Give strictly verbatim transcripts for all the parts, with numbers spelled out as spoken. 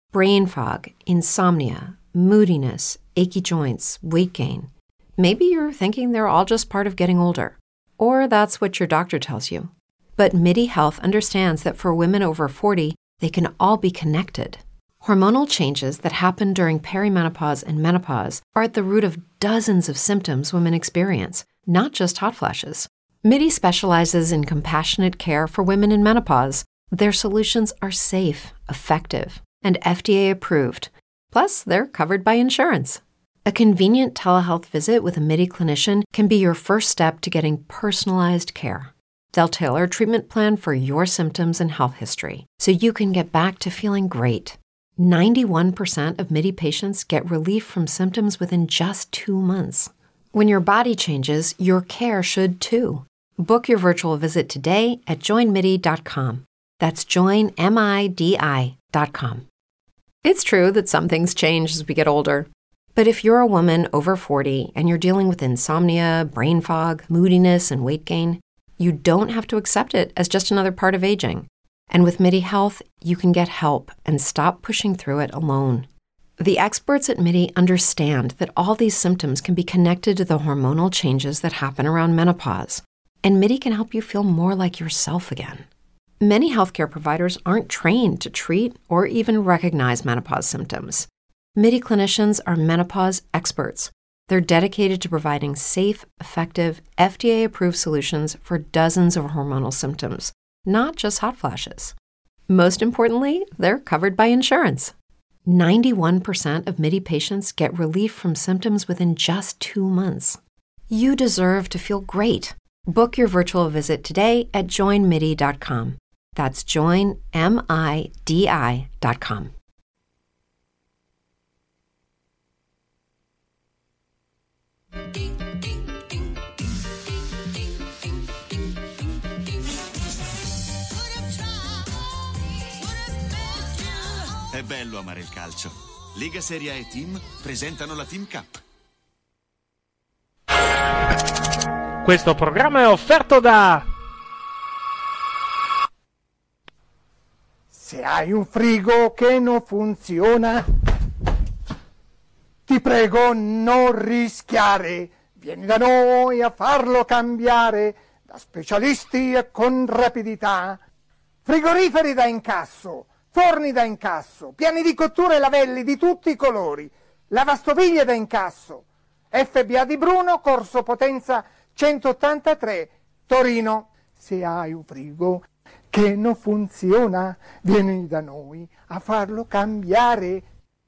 brain fog, insomnia, moodiness, achy joints, weight gain. Maybe you're thinking they're all just part of getting older, or that's what your doctor tells you. But MIDI Health understands that for women over forty, they can all be connected. Hormonal changes that happen during perimenopause and menopause are at the root of dozens of symptoms women experience, not just hot flashes. MIDI specializes in compassionate care for women in menopause. Their solutions are safe, effective, and F D A approved. Plus, they're covered by insurance. A convenient telehealth visit with a MIDI clinician can be your first step to getting personalized care. They'll tailor a treatment plan for your symptoms and health history, so you can get back to feeling great. ninety-one percent of MIDI patients get relief from symptoms within just two months. When your body changes, your care should too. Book your virtual visit today at join midi dot com. That's join midi dot com. It's true that some things change as we get older. But if you're a woman over forty and you're dealing with insomnia, brain fog, moodiness, and weight gain, you don't have to accept it as just another part of aging. And with MIDI Health, you can get help and stop pushing through it alone. The experts at MIDI understand that all these symptoms can be connected to the hormonal changes that happen around menopause, and MIDI can help you feel more like yourself again. Many healthcare providers aren't trained to treat or even recognize menopause symptoms. MIDI clinicians are menopause experts. They're dedicated to providing safe, effective, F D A-approved solutions for dozens of hormonal symptoms, not just hot flashes. Most importantly, they're covered by insurance. ninety-one percent of MIDI patients get relief from symptoms within just two months. You deserve to feel great. Book your virtual visit today at join midi dot com. That's join midi dot com. È bello amare il calcio. Liga Serie A e Team presentano la Team Cup. Questo programma è offerto da... Se hai un frigo che non funziona, ti prego non rischiare. Vieni da noi a farlo cambiare, da specialisti e con rapidità. Frigoriferi da incasso, forni da incasso, piani di cottura e lavelli di tutti i colori, lavastoviglie da incasso. F B A di Bruno, Corso Potenza centottantatré, Torino. Se hai un frigo che non funziona, vieni da noi a farlo cambiare.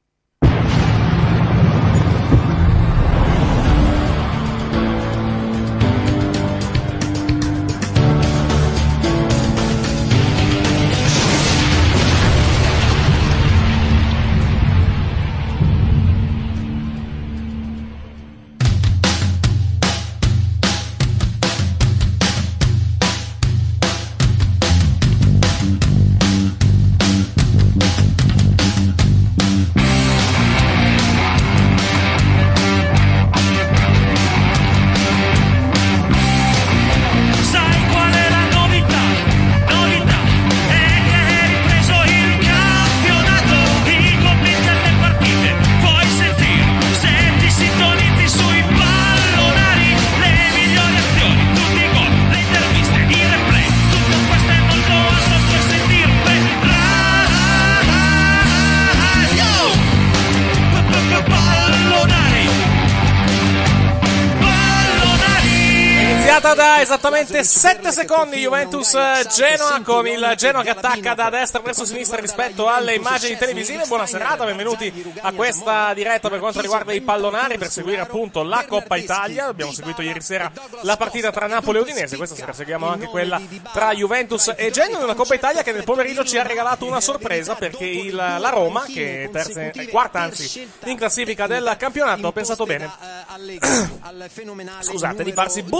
Da esattamente sette secondi Juventus Genoa, con il Genoa che attacca da destra verso sinistra rispetto alle immagini televisive. Buona serata, benvenuti a questa diretta per quanto riguarda i pallonari, per seguire appunto la Coppa Italia. Abbiamo seguito ieri sera la partita tra Napoli e Udinese, questa sera seguiamo anche quella tra Juventus e Genoa, una Coppa Italia che nel pomeriggio ci ha regalato una sorpresa, perché il, la Roma, che è terza, è quarta anzi in classifica del campionato, ha pensato bene scusate di farsi buttare fuori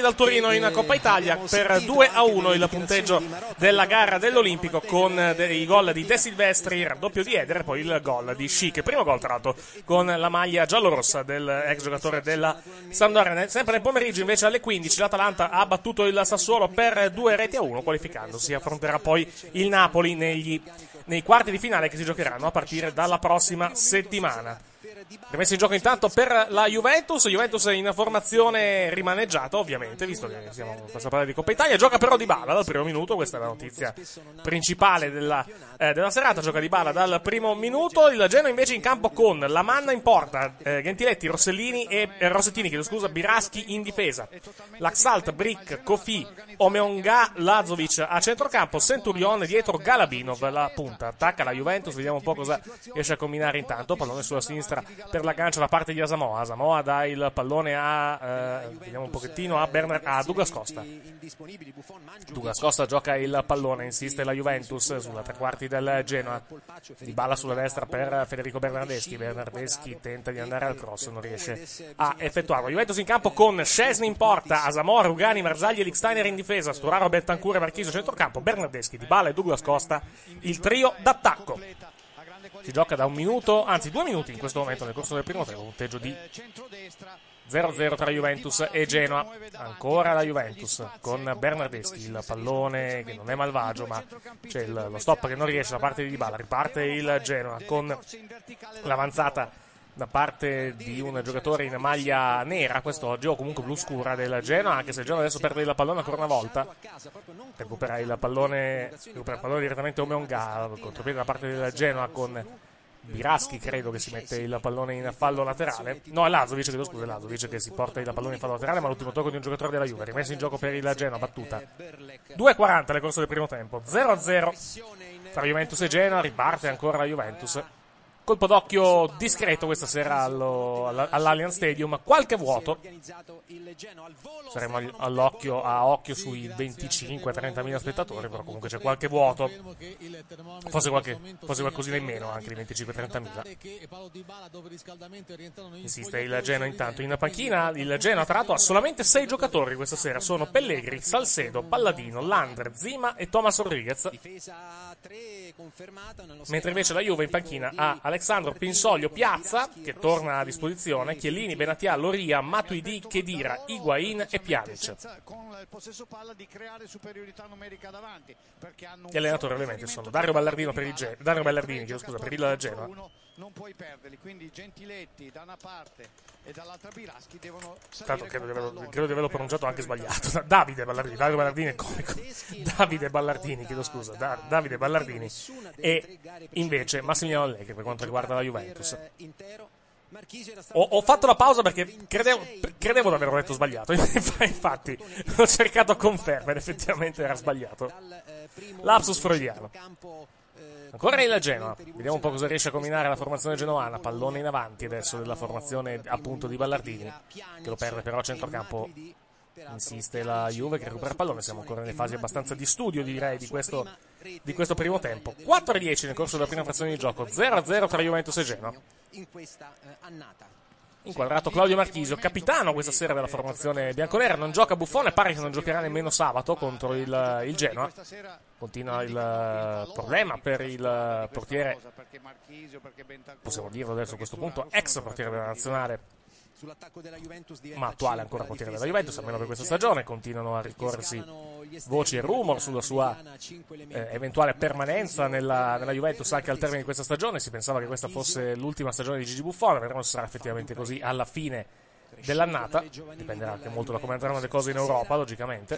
pari dal Torino in Coppa Italia per due a uno il punteggio della gara dell'Olimpico, con i gol di De Silvestri, il raddoppio di Eder e poi il gol di Schick, primo gol tra l'altro con la maglia giallorossa del ex giocatore della Sampdoria. Sempre nel pomeriggio invece alle quindici l'Atalanta ha battuto il Sassuolo per due reti a uno, qualificandosi. Affronterà poi il Napoli negli, nei quarti di finale che si giocheranno a partire dalla prossima settimana. Rimessa in gioco intanto per la Juventus, Juventus in formazione rimaneggiata ovviamente, visto che siamo in questa partita di Coppa Italia. Gioca però Dybala dal primo minuto, questa è la notizia principale della, eh, della serata. Gioca Dybala dal primo minuto. Il Genoa invece in campo con la manna in porta, eh, Gentiletti, Rossellini e eh, Rossettini, chiedo scusa, Biraschi in difesa, Laxalt, Brick, Kofi, Omeonga, Lazovic a centrocampo, Centurion dietro, Galabinov la punta. Attacca la Juventus, vediamo un po' cosa riesce a combinare intanto. Pallone sulla sinistra per la gancia da parte di Asamoah. Asamoah dà il pallone a eh, vediamo un pochettino a, Bernard, a Douglas Costa. Douglas Costa gioca il pallone, insiste la Juventus sulla tre quarti del Genoa. Dybala sulla destra per Federico Bernardeschi. Bernardeschi tenta di andare al cross, non riesce a effettuarlo. Juventus in campo con Szczesny in porta, Asamoah, Rugani, Marzagli e Lichtsteiner in difesa, Sturaro, Bentancur e Marchisio centrocampo, Bernardeschi, Dybala e Douglas Costa il trio d'attacco. Si gioca da un minuto, anzi due minuti in questo momento nel corso del primo tempo, punteggio di zero a zero tra Juventus e Genoa. Ancora la Juventus con Bernardeschi, il pallone che non è malvagio, ma c'è il, lo stop che non riesce da parte di Dybala. Riparte il Genoa con l'avanzata da parte di un giocatore in maglia nera quest'oggi, o comunque blu scura del Genoa, anche se il Genoa adesso perde il pallone ancora una volta. Recupera il pallone, recupera il pallone direttamente Omeonga, contropiede da parte del Genoa con Biraschi, credo che si mette il pallone in fallo laterale. No, è Lazovic, chiedo scusa, è Lazovic che si porta il pallone in fallo laterale, ma l'ultimo tocco di un giocatore della Juve. Rimesso in gioco per il Genoa, battuta due e quaranta nel corso del primo tempo, zero a zero tra Juventus e Genoa. Riparte ancora la Juventus. Colpo d'occhio discreto questa sera allo, all'Allianz Stadium, qualche vuoto. Saremo all'occhio, a occhio sui venticinque trenta mila spettatori, però comunque c'è qualche vuoto. Forse, qualche, forse qualcosina in meno anche di venticinque trenta mila. Insiste il Genoa intanto in panchina. Il Genoa tra l'altro ha solamente sei giocatori questa sera. Sono Pellegri, Salcedo, Palladino, Landre, Zima e Thomas Rodriguez. Mentre invece la Juve in panchina ha Alexandro, Pinsoglio, Piazza, che torna a disposizione, Chiellini, Benatia, Loria, Matuidi, Khedira, Higuain e Pjanic. Gli allenatori ovviamente sono Dario Ballardino per il Genoa, Dario Ballardini, chiedo scusa, per il Genoa. Non puoi perderli, quindi Gentiletti da una parte e dall'altra Biraschi devono salire. Credo di averlo, credo di averlo pronunciato anche sbagliato. Davide Ballardini, Dario Ballardini è comico. Davide Ballardini, chiedo scusa, da, Davide Ballardini e invece Massimiliano Allegri per quanto riguarda la Juventus. Ho, ho fatto la pausa perché credevo, credevo di averlo detto sbagliato. Infatti ho cercato conferma ed effettivamente era sbagliato. Lapsus freudiano. Ancora il Genoa, vediamo un po' cosa riesce a combinare la formazione genoana. Pallone in avanti adesso della formazione appunto di Ballardini, che lo perde però a centrocampo. Insiste la Juve che recupera il pallone. Siamo ancora nelle fasi abbastanza di studio, direi, di questo, di questo primo tempo. quattro a dieci nel corso della prima frazione di gioco, zero a zero tra Juventus e Genoa. Inquadrato Claudio Marchisio, capitano questa sera della formazione bianconera. Non gioca Buffon e pare che non giocherà nemmeno sabato contro il, il Genoa. Continua il problema per il portiere, possiamo dirlo adesso a questo punto, ex portiere della nazionale, ma attuale ancora portiere della Juventus, almeno per questa stagione. Continuano a ricorrersi voci e rumor sulla sua eh, eventuale permanenza nella, nella Juventus anche al termine di questa stagione. Si pensava che questa fosse l'ultima stagione di Gigi Buffon, vedremo se sarà effettivamente così alla fine dell'annata. Dipenderà anche molto da come andranno le cose in Europa, logicamente.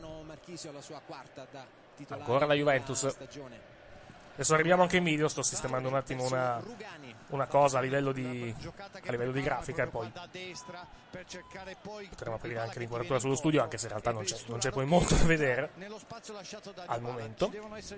Ancora la Juventus. Adesso arriviamo anche in video, sto sistemando un attimo una, una cosa a livello di a livello di grafica e poi potremo aprire anche l'inquadratura sullo studio, anche se in realtà non c'è, non c'è poi molto da vedere al momento.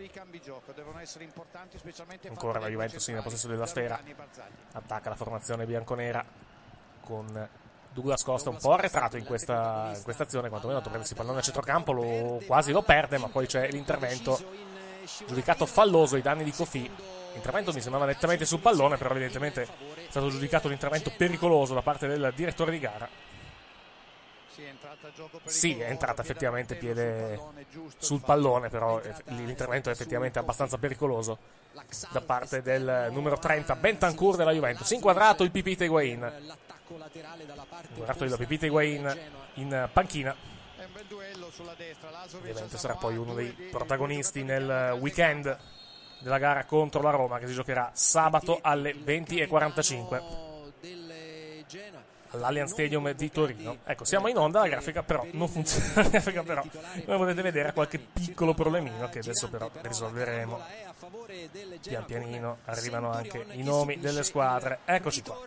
Ancora la Juventus in possesso della sfera, attacca la formazione bianconera con Douglas Costa un po' arretrato in questa, in questa azione, quantomeno a prendersi il pallone a centrocampo, lo, quasi lo perde, ma poi c'è l'intervento giudicato falloso ai danni di Kofi. L'intervento mi sembrava nettamente sul pallone, però evidentemente è stato giudicato un intervento pericoloso da parte del direttore di gara. Sì, è entrata effettivamente piede sul pallone, però l'intervento è effettivamente abbastanza pericoloso da parte del numero trenta Bentancur della Juventus. Inquadrato il Pipita Higuain, inquadrato il Pipita Higuain in panchina. Ovviamente sarà poi uno dei protagonisti nel weekend della gara contro la Roma, che si giocherà sabato alle venti e quarantacinque all'Allianz Stadium di Torino. Ecco, siamo in onda, la grafica però non funziona. La grafica però, come potete vedere, ha qualche piccolo problemino che adesso però risolveremo. Pian pianino arrivano anche i nomi delle squadre. Eccoci qua.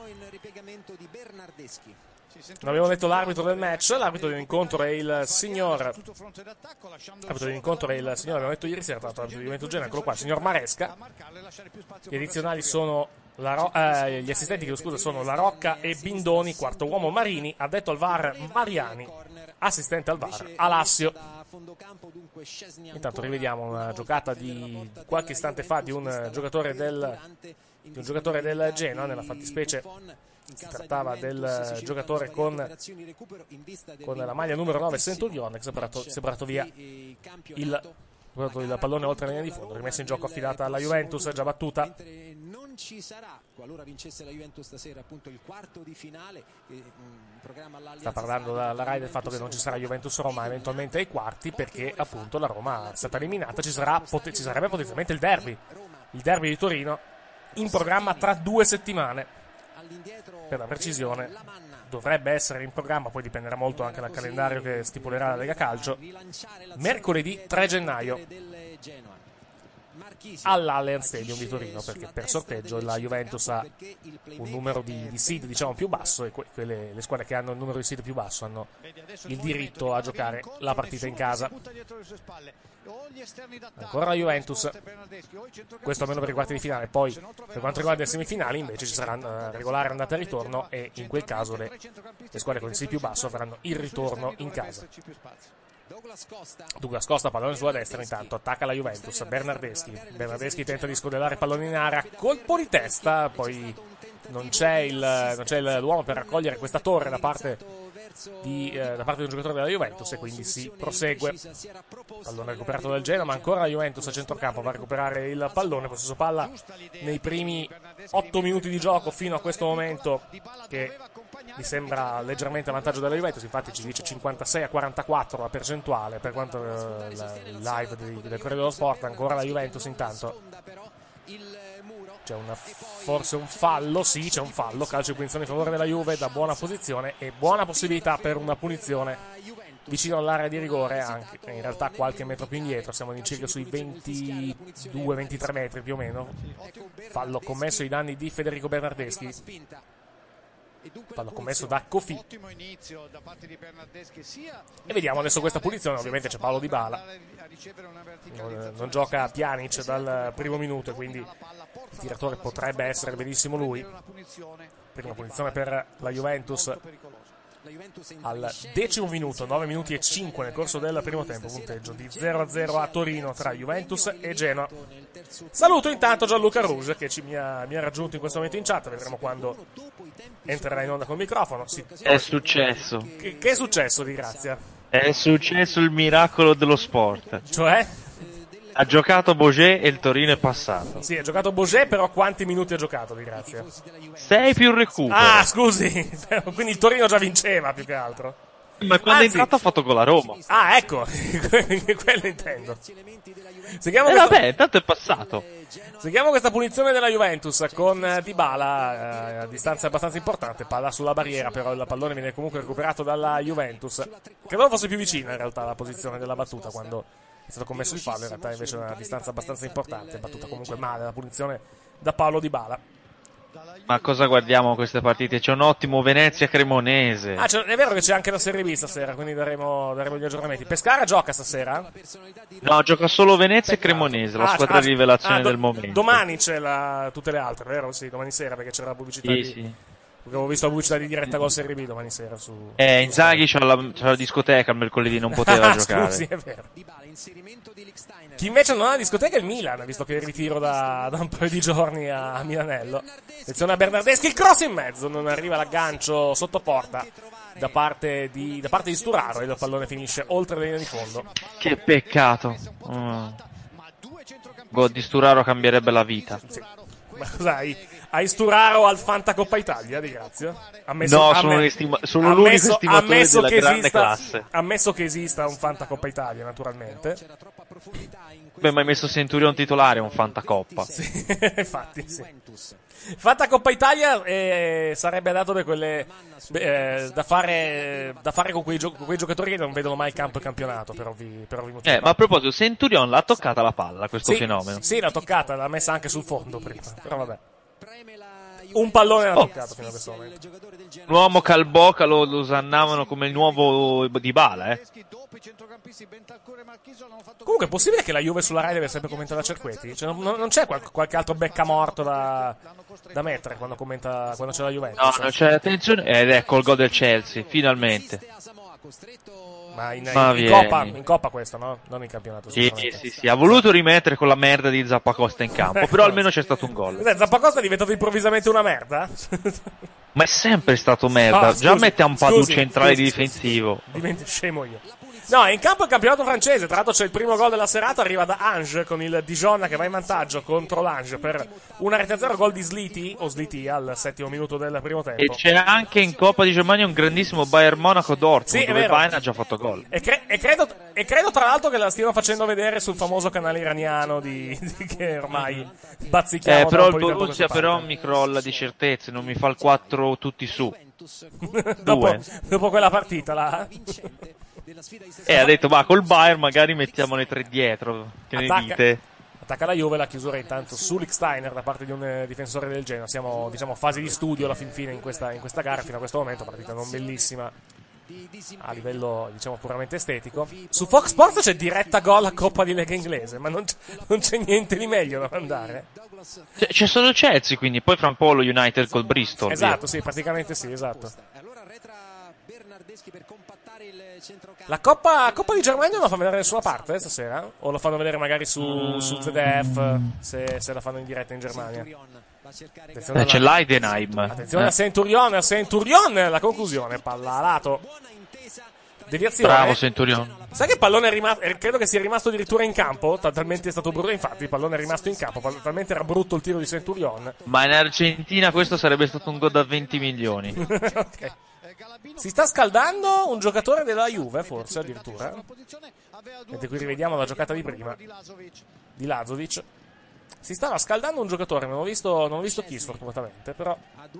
Non avevo detto l'arbitro del match. L'arbitro dell'incontro è il signor L'arbitro dell'incontro è il signor, abbiamo detto ieri sera, tra l'altro l'arbitro di Juventus Genoa, eccolo qua, il signor Maresca. Gli addizionali sono la Ro- eh, gli assistenti che scusa sono La Rocca e Bindoni, quarto uomo Marini, addetto al V A R Mariani, assistente al V A R Alassio. Intanto rivediamo una giocata di qualche istante fa di un giocatore del di un giocatore del Genoa, nella fattispecie si trattava del giocatore con, con la maglia numero nove Centurion, che si è parato, si è parato via il, il pallone oltre la linea di fondo, rimessa in gioco affidata alla Juventus, già battuta. Non ci sarà, qualora vincesse la Juventus stasera, appunto il quarto di finale. Sta parlando la, la Rai del fatto che non ci sarà Juventus-Roma eventualmente ai quarti, perché appunto la Roma è stata eliminata. Ci, sarà, pot- ci sarebbe potenzialmente il derby, il derby di Torino, in programma tra due settimane. Per la precisione dovrebbe essere in programma, poi dipenderà molto anche dal calendario che stipulerà la Lega Calcio, mercoledì tre gennaio all'Allianz Stadium di Torino, perché per sorteggio la Juventus ha un numero di, di seed diciamo più basso, e que- quelle, le squadre che hanno il numero di seed più basso hanno il diritto a giocare la partita in casa. Ancora la Juventus, questo almeno per i quarti di finale. Poi per quanto riguarda le semifinali invece ci sarà uh, regolare andata e ritorno, e in quel caso le, le squadre con il seed più basso avranno il ritorno in casa. Douglas Costa, pallone sulla destra, intanto attacca la Juventus. Bernardeschi Bernardeschi tenta di scodellare il pallone in area, colpo di testa, poi non c'è, il, non c'è il, l'uomo per raccogliere questa torre da parte di, eh, da parte di un giocatore della Juventus, e quindi si prosegue. Pallone recuperato dal Genoa, ma ancora la Juventus a centrocampo va a recuperare il pallone. Possesso palla nei primi otto minuti di gioco fino a questo momento, che mi sembra leggermente a vantaggio della Juventus. Infatti ci dice cinquantasei a quarantaquattro la percentuale per quanto eh, la, il live di, del Corriere dello Sport. Ancora la Juventus intanto. C'è una, forse un fallo, sì, c'è un fallo, calcio di punizione in favore della Juve da buona posizione, e buona possibilità per una punizione vicino all'area di rigore, anche in realtà qualche metro più indietro, siamo in circa sui ventidue ventitré metri più o meno. Fallo commesso ai danni di Federico Bernardeschi, fallo commesso da Kofi, e vediamo adesso questa punizione. Ovviamente c'è Paolo Dybala, non, non gioca Pjanic dal primo minuto, e quindi il tiratore potrebbe essere benissimo lui. Prima punizione per la Juventus al decimo minuto, nove minuti e cinque nel corso del primo tempo, punteggio di zero a zero a Torino tra Juventus e Genoa. Saluto intanto Gianluca Rouge, che ci, mi, ha, mi ha raggiunto in questo momento in chat, vedremo quando entrerà in onda col microfono. Si... È successo. Che, che è successo di grazia? È successo il miracolo dello sport. Cioè? Ha giocato Boget e il Torino è passato. Sì, ha giocato Boget, però quanti minuti ha giocato di grazia? sei più recupero. Ah, scusi, quindi il Torino già vinceva più che altro. Ma quando Anzi, è entrato ha fatto gol a Roma. Ah, ecco, quello intendo. Seguiamo E eh, questa... vabbè, tanto è passato. Seguiamo questa punizione della Juventus con Dybala eh, a distanza abbastanza importante, palla sulla barriera, però il pallone viene comunque recuperato dalla Juventus. Credo fosse più vicina in realtà la posizione della battuta quando è stato commesso il fallo, in realtà invece è una distanza abbastanza importante, battuta comunque male la punizione da Paolo Dybala. Ma cosa guardiamo queste partite? C'è un ottimo Venezia-Cremonese. Ah, è vero che c'è anche la Serie B stasera, quindi daremo, daremo gli aggiornamenti. Pescara gioca stasera? No, gioca solo Venezia e Cremonese, la ah, squadra ah, di rivelazione ah, do, del momento. Domani c'è la, tutte le altre, vero? Sì, domani sera, perché c'era la pubblicità sì, di, sì. Avevo visto la pubblicità di diretta con Serie B domani sera su... Eh, Inzaghi c'ha la, c'ha la discoteca il mercoledì, non poteva giocare. Scusi, è vero. Chi invece non ha la discoteca è il Milan, visto che è in ritiro da, da un paio di giorni a, a Milanello. Attenzione a Bernardeschi, il cross in mezzo, non arriva l'aggancio sotto porta da parte di, da parte di Sturaro, e il pallone finisce oltre la linea di fondo. Che peccato. Mm. Gol di Sturaro cambierebbe la vita. Sì. Ma cos'hai? Hai Sturaro al Fanta Coppa Italia, di Grazia? Ammesso, no, amme, sono, estima, sono l'unico ammesso, estimatore ammesso della che grande esista, classe. Ammesso che esista un Fanta Coppa Italia, naturalmente. Beh, ma hai messo Centurion titolare, un Fantacoppa. Sì, infatti, sì. Fanta Coppa Italia eh, sarebbe dato da quelle eh, da fare da fare con quei, gio- con quei giocatori che non vedono mai il campo e campionato per ovvi, per ovvi motivi. Eh, ma a proposito, Centurion l'ha toccata la palla, questo sì, fenomeno. Sì, l'ha toccata, l'ha messa anche sul fondo prima, però vabbè. Un pallone l'ha oh. toccato fino a questo momento. L'uomo Calboca lo, lo osannavano come il nuovo Dybala, eh. Comunque è possibile che la Juve sulla Rai deve sempre commentare la Cerqueti? Cioè, non, non c'è qual- qualche altro becca morto da, da mettere quando commenta, quando c'è la Juventus? No, non c'è attenzione. Ed ecco il gol del Chelsea, finalmente. Ma in, Ma in, in, Coppa, in Coppa questo, no? Non in campionato. Sì, sì, sì. Ha voluto rimettere con la merda di Zappacosta in campo, però almeno c'è stato un gol. Zappacosta è diventato improvvisamente una merda? Ma è sempre stato merda. No, scusi, Già mette un Padù scusi, centrale scusi, di scusi. difensivo. Diventi scemo io. No, è in campo il campionato francese. Tra l'altro c'è il primo gol della serata. Arriva da Angers con il Dijon che va in vantaggio contro l'Angers per una rete a zero. Gol di Sliti o Sliti al settimo minuto del primo tempo. E c'è anche in Coppa di Germania un grandissimo Bayern Monaco Dortmund, Sì, dove Bayern ha già fatto gol. E, cre- e, credo, e credo tra l'altro che la stiano facendo vedere sul famoso canale iraniano di, di che ormai bazzichiamo. Eh, però da un il po' di tempo a Borussia questa però parte. mi crolla di certezze, non mi fa il quattro tutti su. dopo, dopo quella partita là. E ha detto, ma col Bayern magari mettiamo le tre dietro. Che Attacca. ne dite? Attacca la Juve, la chiusura intanto su Lichtsteiner da parte di un eh, difensore del Genoa. Siamo, diciamo, fase di studio alla fin fine in questa, in questa gara. Fino a questo momento, partita non bellissima a livello, diciamo, puramente estetico. Su Fox Sports c'è diretta gol a Coppa di Lega Inglese, ma non c'è, non c'è niente di meglio da mandare. C'è, c'è solo Chelsea, quindi poi fra un po' lo United col Bristol. Esatto, via. sì, praticamente sì, esatto. La Coppa, Coppa di Germania non la fanno vedere da nessuna parte stasera? O lo fanno vedere magari su, su Z D F se, se la fanno in diretta in Germania? Eh, c'è l'Heidenheim. Attenzione eh. a Centurion, a Centurion, la conclusione, palla a lato. Deviazione. Bravo Centurion. Sai che il pallone è rimasto, credo che sia rimasto addirittura in campo, talmente è stato brutto, infatti il pallone è rimasto in campo, talmente era brutto il tiro di Centurion. Ma in Argentina questo sarebbe stato un gol da venti milioni. Ok. Si sta scaldando un giocatore della Juve, forse addirittura. Vedete, qui rivediamo la giocata di prima di Lazovic. Si stava scaldando un giocatore, non ho visto, non ho visto chi sfortunatamente, però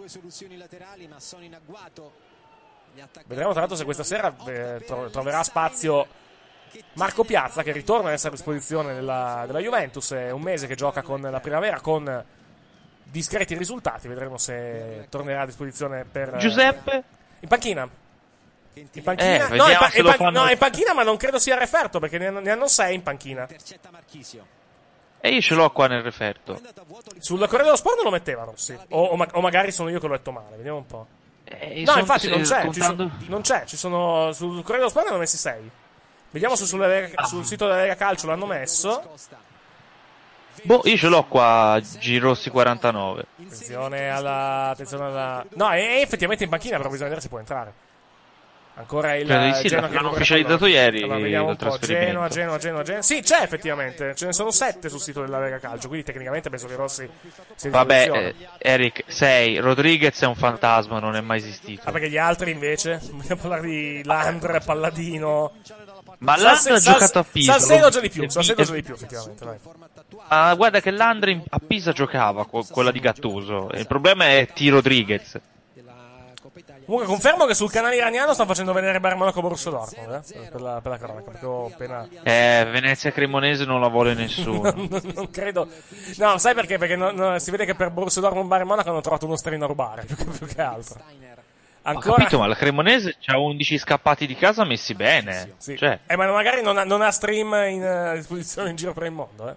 vedremo tra l'altro se questa sera eh, tro- troverà spazio Marco Piazza, che ritorna ad essere a disposizione della, della Juventus. È un mese che gioca con la Primavera con discreti risultati, vedremo se tornerà a disposizione per Giuseppe? In panchina. In panchina? Eh, no, in, pa- se in lo pan- fanno... no, in panchina, ma non credo sia referto, perché ne hanno, ne hanno sei in panchina. E io ce l'ho qua nel referto. Sul Corriere dello Sport non lo metteva Rossi. O, o, ma- o magari sono io che l'ho letto male, vediamo un po'. Eh, No, sono- infatti non c'è, ci contando- sono, non c'è, ci sono, sul Corriere dello Sport ne hanno messi sei. Vediamo se sulla Lega- sul sito della Lega Calcio l'hanno messo. Boh, io ce l'ho qua, Girossi quarantanove. Attenzione alla, attenzione alla... No, è, è effettivamente in panchina, però bisogna vedere se può entrare. Ancora il Credo di sì, Genoa che l'hanno recupera ufficializzato il pallone. ieri Allora, vediamo un il po'. trasferimento. Genoa, Genoa, Genoa, Genoa. Sì, c'è effettivamente. Ce ne sono sette sul sito della Lega Calcio. Quindi tecnicamente penso che Rossi sia in Vabbè, disposizione. eh, Eric, sei. Rodriguez è un fantasma, non è mai esistito. Ah, perché gli altri invece? Vogliamo parlare di Landre, Palladino. Ma Landre ha Sal- giocato a Pisa. Salcedo lo- già di più. Salcedo già di più, effettivamente. Vai. Ah, guarda che Landre in- a Pisa giocava, que- quella di Gattuso. Il problema è T. Rodriguez. Comunque confermo che sul canale iraniano stanno facendo vedere Bayern Monaco Borussia Dortmund, eh? per, la, per la cronaca, perché ho appena... Eh, Venezia Cremonese non la vuole nessuno. non, non credo. No, sai perché? Perché non- non- si vede che per Borussia Dortmund Bayern Monaco hanno trovato uno strino a rubare, più che, più che altro. Ho Ancora... capito, ma la Cremonese c'ha undici scappati di casa messi bene. Sì. Cioè, Eh, ma magari non ha, non ha stream in, eh, a disposizione in giro per il mondo, eh?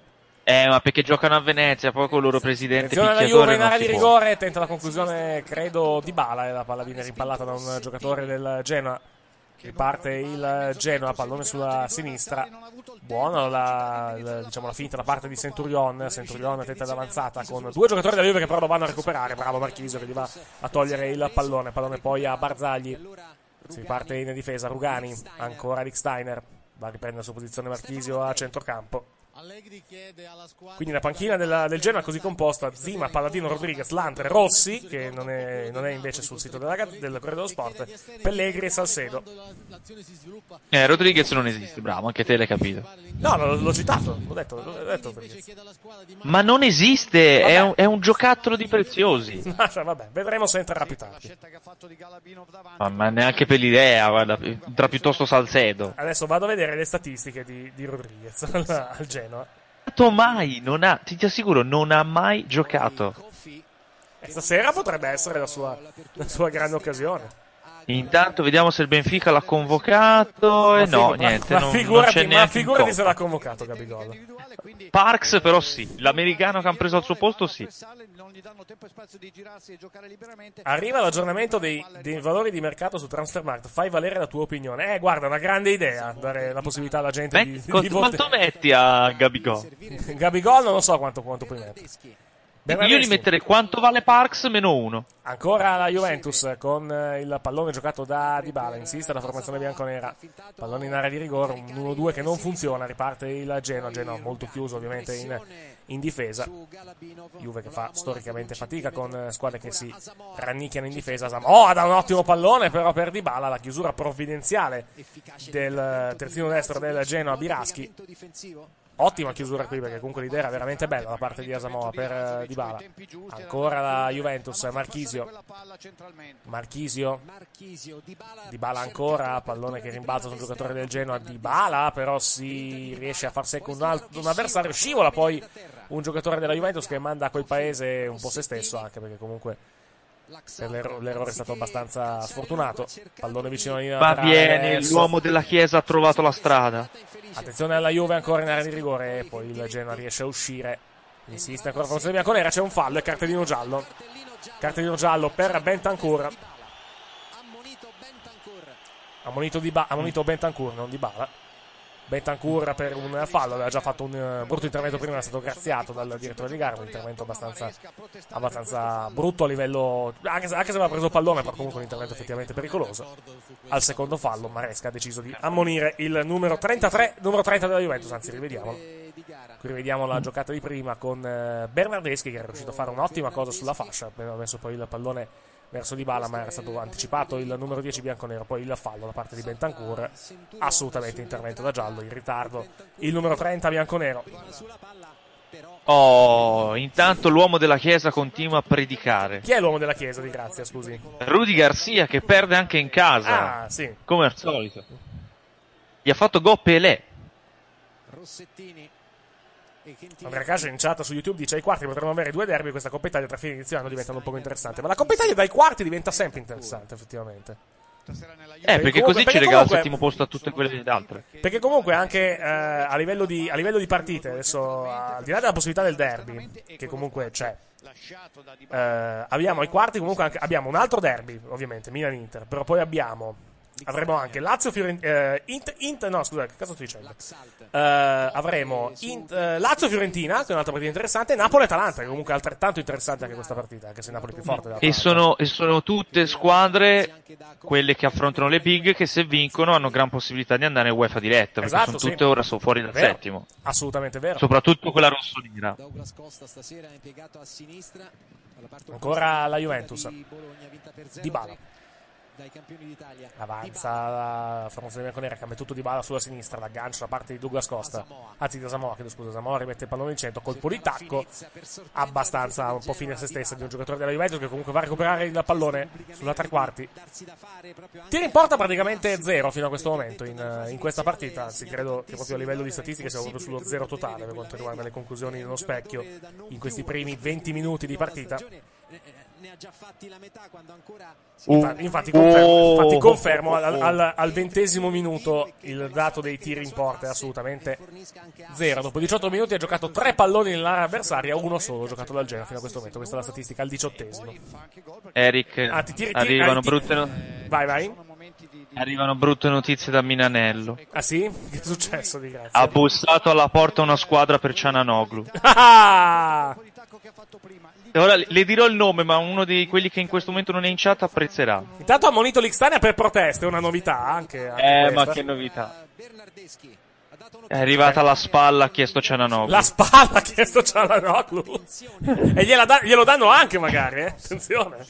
Eh, ma perché giocano a Venezia, poi con il loro presidente Attenzione alla picchiatore Juve in non area si di può. rigore, tenta la conclusione, credo, di Bala, e la palla viene rimpallata da un giocatore del Genoa. Riparte il Genoa, pallone sulla sinistra. Buona la, la, diciamo, la finta da parte di Centurion. Centurion tenta l'avanzata con due giocatori della Juve che però lo vanno a recuperare. Bravo Marchisio che gli va a togliere il pallone. Pallone poi a Barzagli. Si parte in difesa. Rugani, ancora Rick Steiner. Va a riprendere la sua posizione Marchisio a centrocampo. Quindi la panchina della, del Genoa così composta: Zima, Palladino, Rodriguez, Lantre, Rossi, che non è, non è invece sul sito della, del Corriere dello Sport, Pellegrini e Salcedo. Eh, Rodriguez non esiste, bravo, anche te l'hai capito. No, l'ho, l'ho citato, l'ho detto, l'ho detto Ma non esiste, è un, è un giocattolo di preziosi. Ma, cioè, vabbè, vedremo se entrerà più tardi. Ma, ma neanche per l'idea, guarda, tra piuttosto Salcedo. Adesso vado a vedere le statistiche di, di Rodriguez al, al Genoa. Mai, non ha, ti assicuro, non ha mai giocato. E stasera potrebbe essere la sua, la sua grande occasione. Intanto vediamo se il Benfica l'ha convocato. E no, niente, ma non, figurati, non c'è ma neanche figurati se l'ha convocato Gabigol. Parks però sì, l'americano che hanno preso al suo posto sì. Arriva l'aggiornamento dei, dei valori di mercato su Transfermarkt. Fai valere la tua opinione. Eh, guarda, una grande idea dare la possibilità alla gente Metti, di, di, co- di quanto metti a Gabigol? Gabigol non lo so quanto, quanto puoi mettere. Io li metterei quanto vale Parks meno uno. Ancora la Juventus con il pallone giocato da Dybala. Insiste la formazione bianconera. Pallone in area di rigore, un uno due che non funziona. Riparte il Genoa. Genoa molto chiuso ovviamente in, in difesa. Juve che fa storicamente fatica con squadre che si rannicchiano in difesa. Oh, da un ottimo pallone però per Dybala. La chiusura provvidenziale del terzino destro del Genoa, Biraschi. Ottima chiusura qui perché comunque l'idea era veramente bella da parte di Asamoah per uh, Dybala. Ancora la Juventus, Marchisio. Marchisio. Dybala ancora, pallone che rimbalza sul giocatore del Genoa. Dybala però si riesce a far secco un, altro, un avversario, scivola poi un giocatore della Juventus che manda a quel paese un po' se stesso, anche perché comunque per l'errore, l'errore è stato abbastanza sfortunato. Pallone vicino alla linea Va laterale. bene, l'uomo della chiesa ha trovato la strada. Attenzione alla Juve ancora in area di rigore. Poi il Genoa riesce a uscire. Insiste ancora con la bianconera. C'è un fallo e cartellino giallo. Cartellino giallo per Bentancur. Ammonito, di ba- ammonito Bentancur, non Dybala. Bentancur per un fallo. Aveva già fatto un uh, brutto intervento prima. È stato graziato dal direttore di gara. Un intervento abbastanza, abbastanza brutto a livello. Anche se, anche se aveva preso il pallone, però comunque un intervento effettivamente pericoloso. Al secondo fallo Maresca ha deciso di ammonire il numero trentatré, numero trenta della Juventus. Anzi, rivediamolo. Qui rivediamo la giocata di prima con uh, Bernardeschi, che era riuscito a fare un'ottima cosa sulla fascia. Aveva messo poi il pallone verso Dybala, ma era stato anticipato il numero dieci bianconero. Poi il fallo da parte di Bentancur, assolutamente intervento da giallo in ritardo. Il numero trenta bianconero. Oh, intanto l'uomo della chiesa continua a predicare. Chi è l'uomo della chiesa di Grazia, scusi? Rudy Garcia, che perde anche in casa. Ah, sì. Come al solito. Gli ha fatto gol Pelé. Rossettini. Andrea Cascia in chat su YouTube dice: ai quarti potremmo avere due derby. Questa Coppa Italia tra fine inizio anno diventano un po' interessante. Ma la Coppa Italia dai quarti diventa sempre interessante, effettivamente. Eh, perché così ci regala il settimo posto a tutte quelle altre. Perché comunque anche eh, a, livello di, a livello di partite, adesso al di là della possibilità del derby, che comunque c'è, eh, abbiamo ai quarti comunque anche, abbiamo un altro derby, ovviamente, Milan-Inter, però poi abbiamo avremo anche Lazio Fiorentina, eh, Inter, Inter, no scusa, che cosa sto dicendo? Eh, avremo Int, eh, Lazio Fiorentina, che è un'altra partita interessante, e Napoli Atalanta, che comunque è altrettanto interessante anche questa partita, anche se Napoli è più forte. E sono, e sono tutte squadre, quelle che affrontano le big, che se vincono hanno gran possibilità di andare in UEFA diretta, perché esatto, sono tutte sì. ora sono fuori dal settimo. Assolutamente vero. Soprattutto quella rossonera. Ancora la Juventus. Dybala. Avanza la formazione bianconera, cambia tutto Dybala sulla sinistra, l'aggancio da parte di Douglas Costa, anzi di Asamoah, chiedo scusa, Asamoah rimette il pallone in centro, colpo di tacco abbastanza un po' fine a se stessa di un giocatore della Juventus che comunque va a recuperare il pallone sulla tre quarti. Tiro in porta praticamente zero fino a questo momento in, in questa partita, anzi credo che proprio a livello di statistiche siamo proprio sullo zero totale per quanto riguarda le conclusioni nello specchio in questi primi venti minuti di partita. ne ha già fatti la metà quando ancora infatti, infatti confermo, infatti confermo al, al, al ventesimo minuto il dato dei tiri in porta è assolutamente zero. Dopo diciotto minuti ha giocato tre palloni nell'area avversaria, uno solo giocato dal Genoa fino a questo momento. Questa è la statistica al diciottesimo. Eric, ah, ti tiri, arrivano, ti, brutte no... vai, vai. arrivano brutte notizie da Milanello. Ah sì? Che è successo di grazia? Ha bussato alla porta una squadra per Ciananoglu. Ah! Ora le dirò il nome, ma uno di quelli che in questo momento non è in chat apprezzerà. Intanto ha ammonito l'Xtania per proteste, è una novità anche. anche eh, questa. ma che novità. È arrivata la spalla, ha chiesto Ciananoglu. La spalla ha chiesto Ciananoglu. E gliela da- glielo danno anche magari, eh? Attenzione.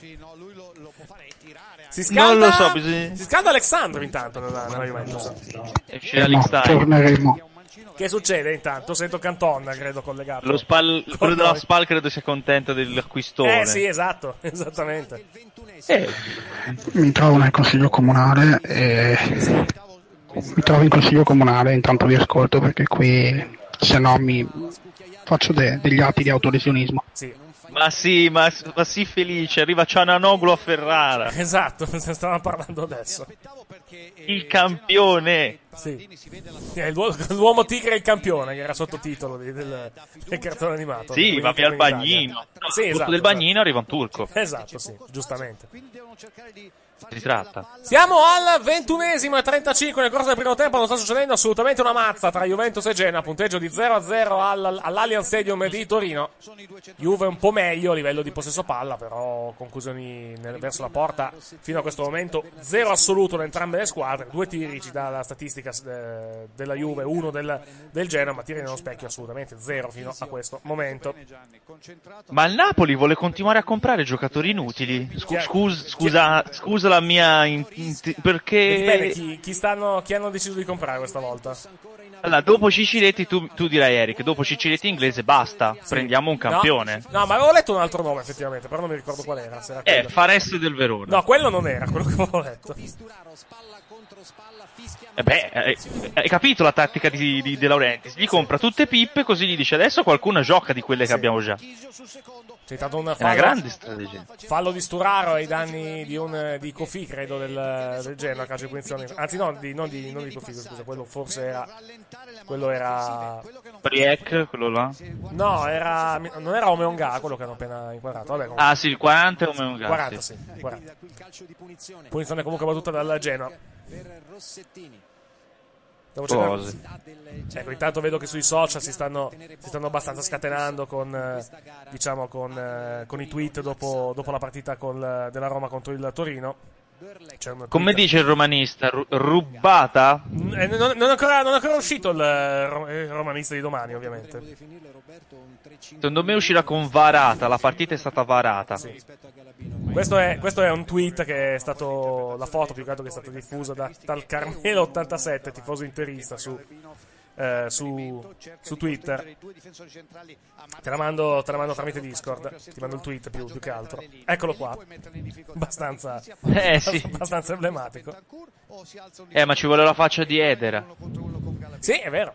Si scalda, non lo so, bisogna... si scalda Alexandro intanto nella, nella Juventus. Esce l'Xtania. Torneremo. Che succede intanto? Sento Canton, credo, collegato. Lo spal... quello della Spal credo sia contento dell'acquistone. Eh sì, esatto, esattamente. Eh. Mi trovo nel consiglio comunale e... mi trovo in consiglio comunale, intanto vi ascolto perché qui se no mi faccio de- degli atti di autolesionismo. Sì. Ma sì, ma, ma sì felice, arriva Ciananoglu a Ferrara. Esatto, ne stavamo parlando adesso. Il campione. Sì. È l'uomo tigre e il campione, che era sottotitolo del, del, del cartone animato. Sì, va via il bagnino. No, sì, esatto, del bagnino arriva un turco. Esatto, sì, giustamente. Si tratta. Siamo al ventunesimo e trentacinque nel corso del primo tempo. Non sta succedendo assolutamente una mazza tra Juventus e Genoa. Punteggio di zero a zero all, all'Allianz Stadium di Torino. Juve un po' meglio a livello di possesso palla, però conclusioni nel, verso la porta fino a questo momento zero assoluto da entrambe le squadre. Due tiri ci dà la statistica de, della Juve, uno del, del Genoa, ma tiri nello specchio assolutamente zero fino a questo momento. Ma il Napoli vuole continuare a comprare giocatori inutili. Scu- scus- scusa, scusa la mia in- in- perché bene, chi, chi, stanno, chi hanno deciso di comprare questa volta? Allora, dopo Ciciletti tu, tu dirai Eric, dopo Ciciletti inglese basta, sì. Prendiamo un campione. No, no, ma avevo letto un altro nome effettivamente, però non mi ricordo qual era. Se era eh, Fares del Verona. No, quello non era quello che avevo letto. Eh beh, hai, hai capito la tattica di, di De Laurentiis? Gli compra tutte pippe, così gli dice adesso qualcuno gioca di quelle sì. che abbiamo già. C'è stato un fallo, è una grande strategia. Fallo di Sturaro ai danni di un di Kofi, credo, del, del Genoa, calcio di punizione. Anzi, no, di, non di, non di Kofi, scusa, quello forse era. Quello era. Priek, quello là? No, era. Non era Omeonga, quello che hanno appena inquadrato. Vabbè, comunque. Ah, sì, il quaranta è Omeonga. quaranta, sì. sì. quaranta. Punizione comunque battuta dal Genoa. Cose. Ecco, intanto vedo che sui social si stanno, si stanno abbastanza scatenando con, eh, diciamo, con, eh, con i tweet dopo, dopo la partita col, della Roma contro il Torino. Come dice il romanista, ru- rubata? Eh, non, non, è ancora, non è ancora uscito il, il romanista di domani, ovviamente. Secondo me uscirà con varata, la partita è stata varata. Sì. Questo è, questo è un tweet che è stato, la foto più che altro che è stata diffusa da tal Carmelo ottantasette, tifoso interista su, eh, su, su Twitter. Te la, mando, te la mando tramite Discord, ti mando il tweet più, più che altro. Eccolo qua, abbastanza, eh, sì. abbastanza emblematico. Eh, ma ci vuole la faccia di Edera. Sì, è vero.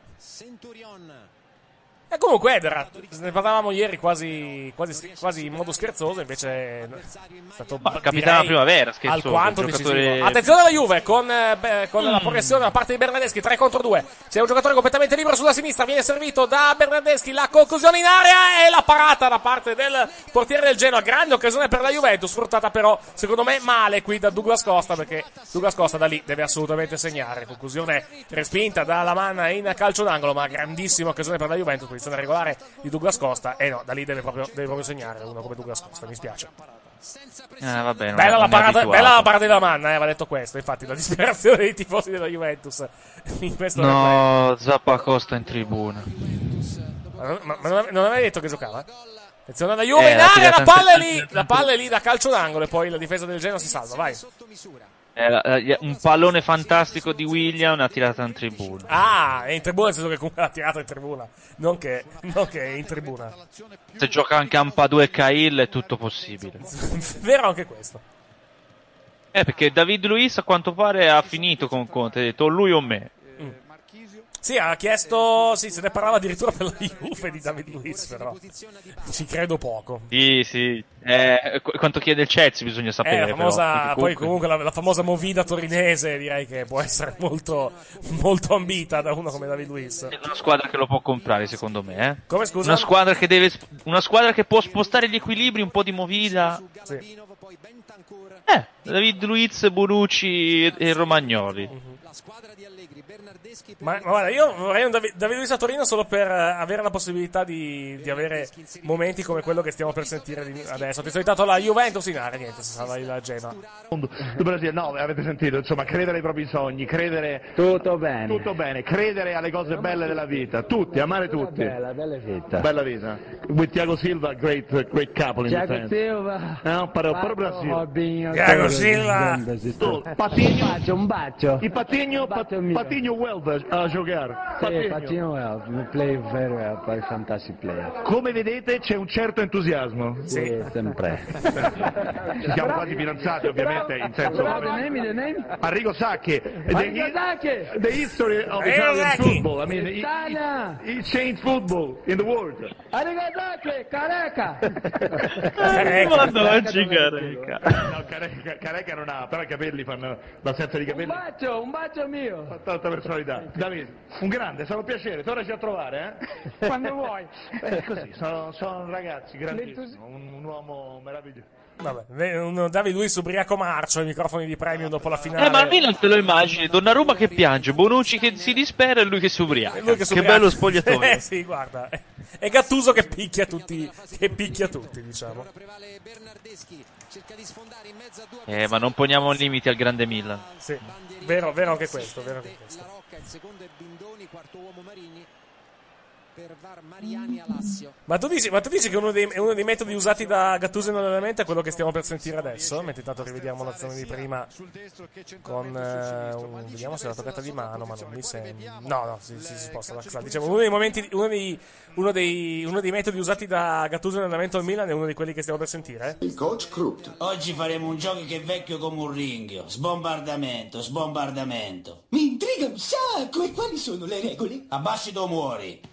E comunque Edera, ne parlavamo ieri quasi, quasi, quasi in modo scherzoso, invece è stato ma capitano primavera, scherzoso, alquanto giocatore... decisivo. Attenzione alla Juve con, beh, con mm. la progressione da parte di Bernardeschi, tre contro due. C'è un giocatore completamente libero sulla sinistra, viene servito da Bernardeschi, la conclusione in area e la parata da parte del portiere del Genoa. Grande occasione per la Juventus, sfruttata però secondo me male qui da Douglas Costa, perché Douglas Costa da lì deve assolutamente segnare. Conclusione respinta dalla Manna in calcio d'angolo, ma grandissima occasione per la Juventus, posizione regolare di Douglas Costa, e eh no, da lì deve proprio, deve proprio segnare uno come Douglas Costa, mi spiace. Eh, vabbè, bella, la parata, bella la parata della Manna, eh, va detto questo, infatti la disperazione dei tifosi della Juventus in questo no, Zappacosta in tribuna. Ma, ma, ma non avevi detto che giocava? Attenzione alla Juve, eh, in area, la palla è lì, la palla è lì da calcio d'angolo e poi la difesa del Genoa si salva, vai. Eh, un pallone fantastico di William, una tirata in tribuna. Ah, è in tribuna nel senso che comunque l'ha tirata in tribuna, non che, non che è in tribuna. Se gioca anche Ampadu e Cahill è tutto possibile. Vero anche questo. Eh, perché David Luiz a quanto pare ha finito con Conte, ha detto lui o me. Mm. Sì, ha chiesto, sì, se ne parlava addirittura per la Juve di David Luiz, però ci credo poco. Sì, sì, eh, qu- quanto chiede il Chelsea bisogna sapere. Eh, la famosa, però, poi comunque... comunque la, la famosa movida torinese direi che può essere molto, molto ambita da uno come David Luiz. È una squadra che lo può comprare, secondo me. Eh? Come scusa? Una squadra che deve, una squadra che può spostare gli equilibri, un po' di movida. Sì. Eh, David Luiz, Bonucci e, e Romagnoli. Mm-hmm. Ma, ma guarda, io vorrei un David, David Luiz a Torino solo per uh, avere la possibilità di, di avere momenti come quello che stiamo per sentire di, adesso. Ho titolato la Juventus in area, niente, si salva il Genoa. No, avete sentito, insomma, credere ai propri sogni, credere... Tutto bene. Tutto bene, credere alle cose belle della vita, tutti, amare tutti. Bella, bella vita. Bella vita. With Thiago Silva, great, great couple in Thiago the fence. Silva. No, però, però Brasil. Thiago Silva. Patinho. Un bacio. E Patinho, Patinho well a giocare. Sì, Patinho well, play very well, play fantastic player. Come vedete c'è un certo entusiasmo. Sì, sempre. Ci siamo quasi fidanzati, ovviamente, in senso... Arrigo Sacchi. Arrigo Sacchi. The history of Italian football. I mean, he, he changed football in the world. Arrigo Sacchi, Careca. Madonna, Careca. No, Careca, Careca non ha, però i capelli fanno l'assenza di capelli. Un bacio, un bacio mio. Fa tanta personalità. Davide, un grande, sarà un piacere, tornaci a trovare, eh? Quando vuoi. È così, sono, sono ragazzi, grandissimo, un, un uomo meraviglioso. Vabbè, un David Luiz ubriaco marcio ai microfoni di premium dopo la finale. Eh, ma almeno te lo immagini, Donnarumma che piange, Bonucci che si dispera e lui che si ubriaca. Lui che, che bello spogliatoio. Eh sì, guarda. E Gattuso che picchia tutti, che picchia tutti, diciamo. Eh, ma non poniamo limiti al grande Milan. Sì, vero, vero anche questo, vero anche questo. Ma tu dici, ma tu dici che uno dei, uno dei metodi usati da Gattuso in allenamento è quello che stiamo per sentire adesso? Mentre intanto rivediamo l'azione di prima con eh, un, vediamo se è la toccata di mano, ma non mi sembra. No, no, si, si, si sposta la diciamo, uno dei momenti, uno dei, uno dei, uno dei metodi usati da Gattuso in allenamento al Milan è uno di quelli che stiamo per sentire. Il coach Krupt. Oggi faremo un gioco che è vecchio come un ringhio. Sbombardamento, sbombardamento. Mi intriga un sacco. E quali sono le regole? Abbassi o muori.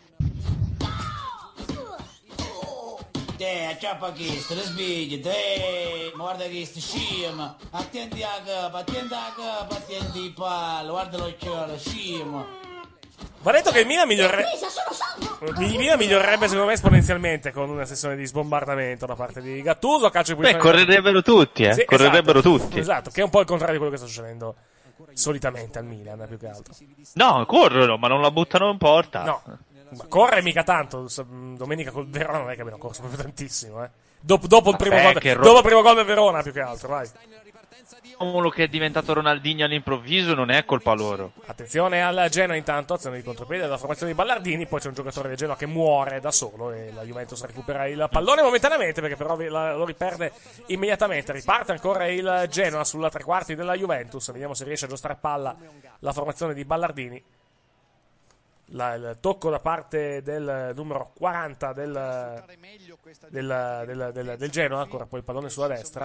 Te, acciappa questo, svegli, te, guarda che sto scema, attenti a capo, attenti a capo, attenti il palo, guarda l'occhiolo, scema. Va detto che il Milan migliorerebbe, il Milan migliorerebbe secondo me esponenzialmente con una sessione di sbombardamento da parte di Gattuso, calcio Beh, correrebbero tutti, eh, sì, correrebbero esatto, tutti. Esatto, che è un po' il contrario di quello che sta succedendo solitamente al Milan, più che altro. No, corrono, ma non la buttano in porta. No. Ma corre mica tanto. Domenica col Verona non è che abbiano corso proprio tantissimo, eh. Dopo, dopo il primo Vabbè, gol, che ro- dopo il primo gol del Verona, più che altro, vai. Uno che è diventato Ronaldinho all'improvviso non è colpa loro. Attenzione al Genoa intanto, azione di contropiede della formazione di Ballardini, poi c'è un giocatore del Genoa che muore da solo e la Juventus recupera il pallone momentaneamente perché però lo riperde immediatamente. Riparte ancora il Genoa sulla tre quarti della Juventus, vediamo se riesce a giostrare palla la formazione di Ballardini. La, il tocco da parte del numero quaranta del, del, del, del, del Genoa, ancora poi il pallone sulla destra.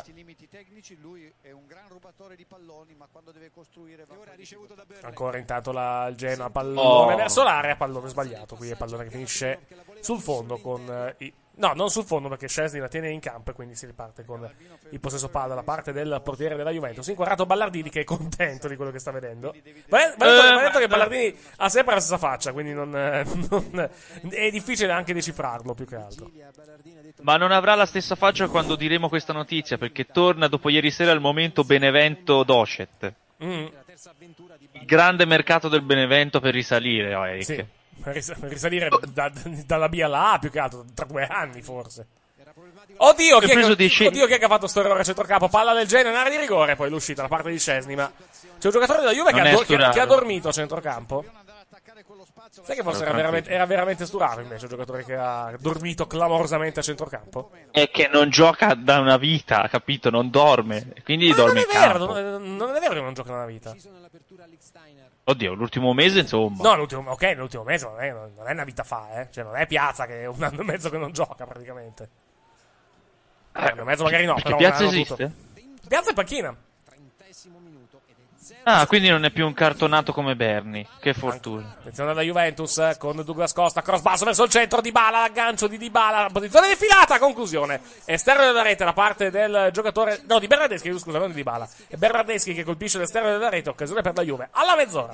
Ancora intanto la, il Genoa pallone oh. verso l'area, pallone sbagliato, qui è pallone che finisce sul fondo con i, no, non sul fondo perché Szczesny la tiene in campo e quindi si riparte con il possesso palla da parte del portiere della Juventus. Inquadrato Ballardini che è contento di quello che sta vedendo. Va detto, va detto che Ballardini ha sempre la stessa faccia, quindi non, non è difficile anche decifrarlo più che altro. Ma non avrà la stessa faccia quando diremo questa notizia, perché torna dopo ieri sera il momento Benevento-Docet. Mm. Il grande mercato del Benevento per risalire, oh, Eric. Sì. Per risalire da, dalla B alla A più che altro tra due anni forse. Oddio, chi è, che, dieci... oddio chi è che ha fatto sto errore a centrocampo? Palla del Genoa in area di rigore, poi l'uscita da parte di Szczesny. Ma c'è un giocatore della Juve che ha, do- che, che ha dormito a centrocampo. Sai che forse era veramente, era veramente Sturaro invece un giocatore che ha dormito clamorosamente a centrocampo? E che non gioca da una vita, capito? Non dorme, quindi ma dorme in vero, campo. Non, non è vero che non gioca da una vita. Oddio, l'ultimo mese insomma. No, l'ultimo, ok, l'ultimo mese non è, non è una vita fa, eh. Cioè non è Piazza che è un anno e mezzo che non gioca praticamente. Eh, un anno e mezzo magari no, però Piazza un esiste? tutto. Piazza è panchina. Ah, quindi non è più un cartonato come Bernie. Che fortuna. Attenzione alla Juventus con Douglas Costa, cross basso verso il centro, Dybala, l'aggancio di Dybala, posizione defilata, conclusione. Esterno della rete da parte del giocatore, no, di Bernardeschi, scusa, non di Dybala. È Bernardeschi che colpisce l'esterno della rete, occasione per la Juve. Alla mezz'ora.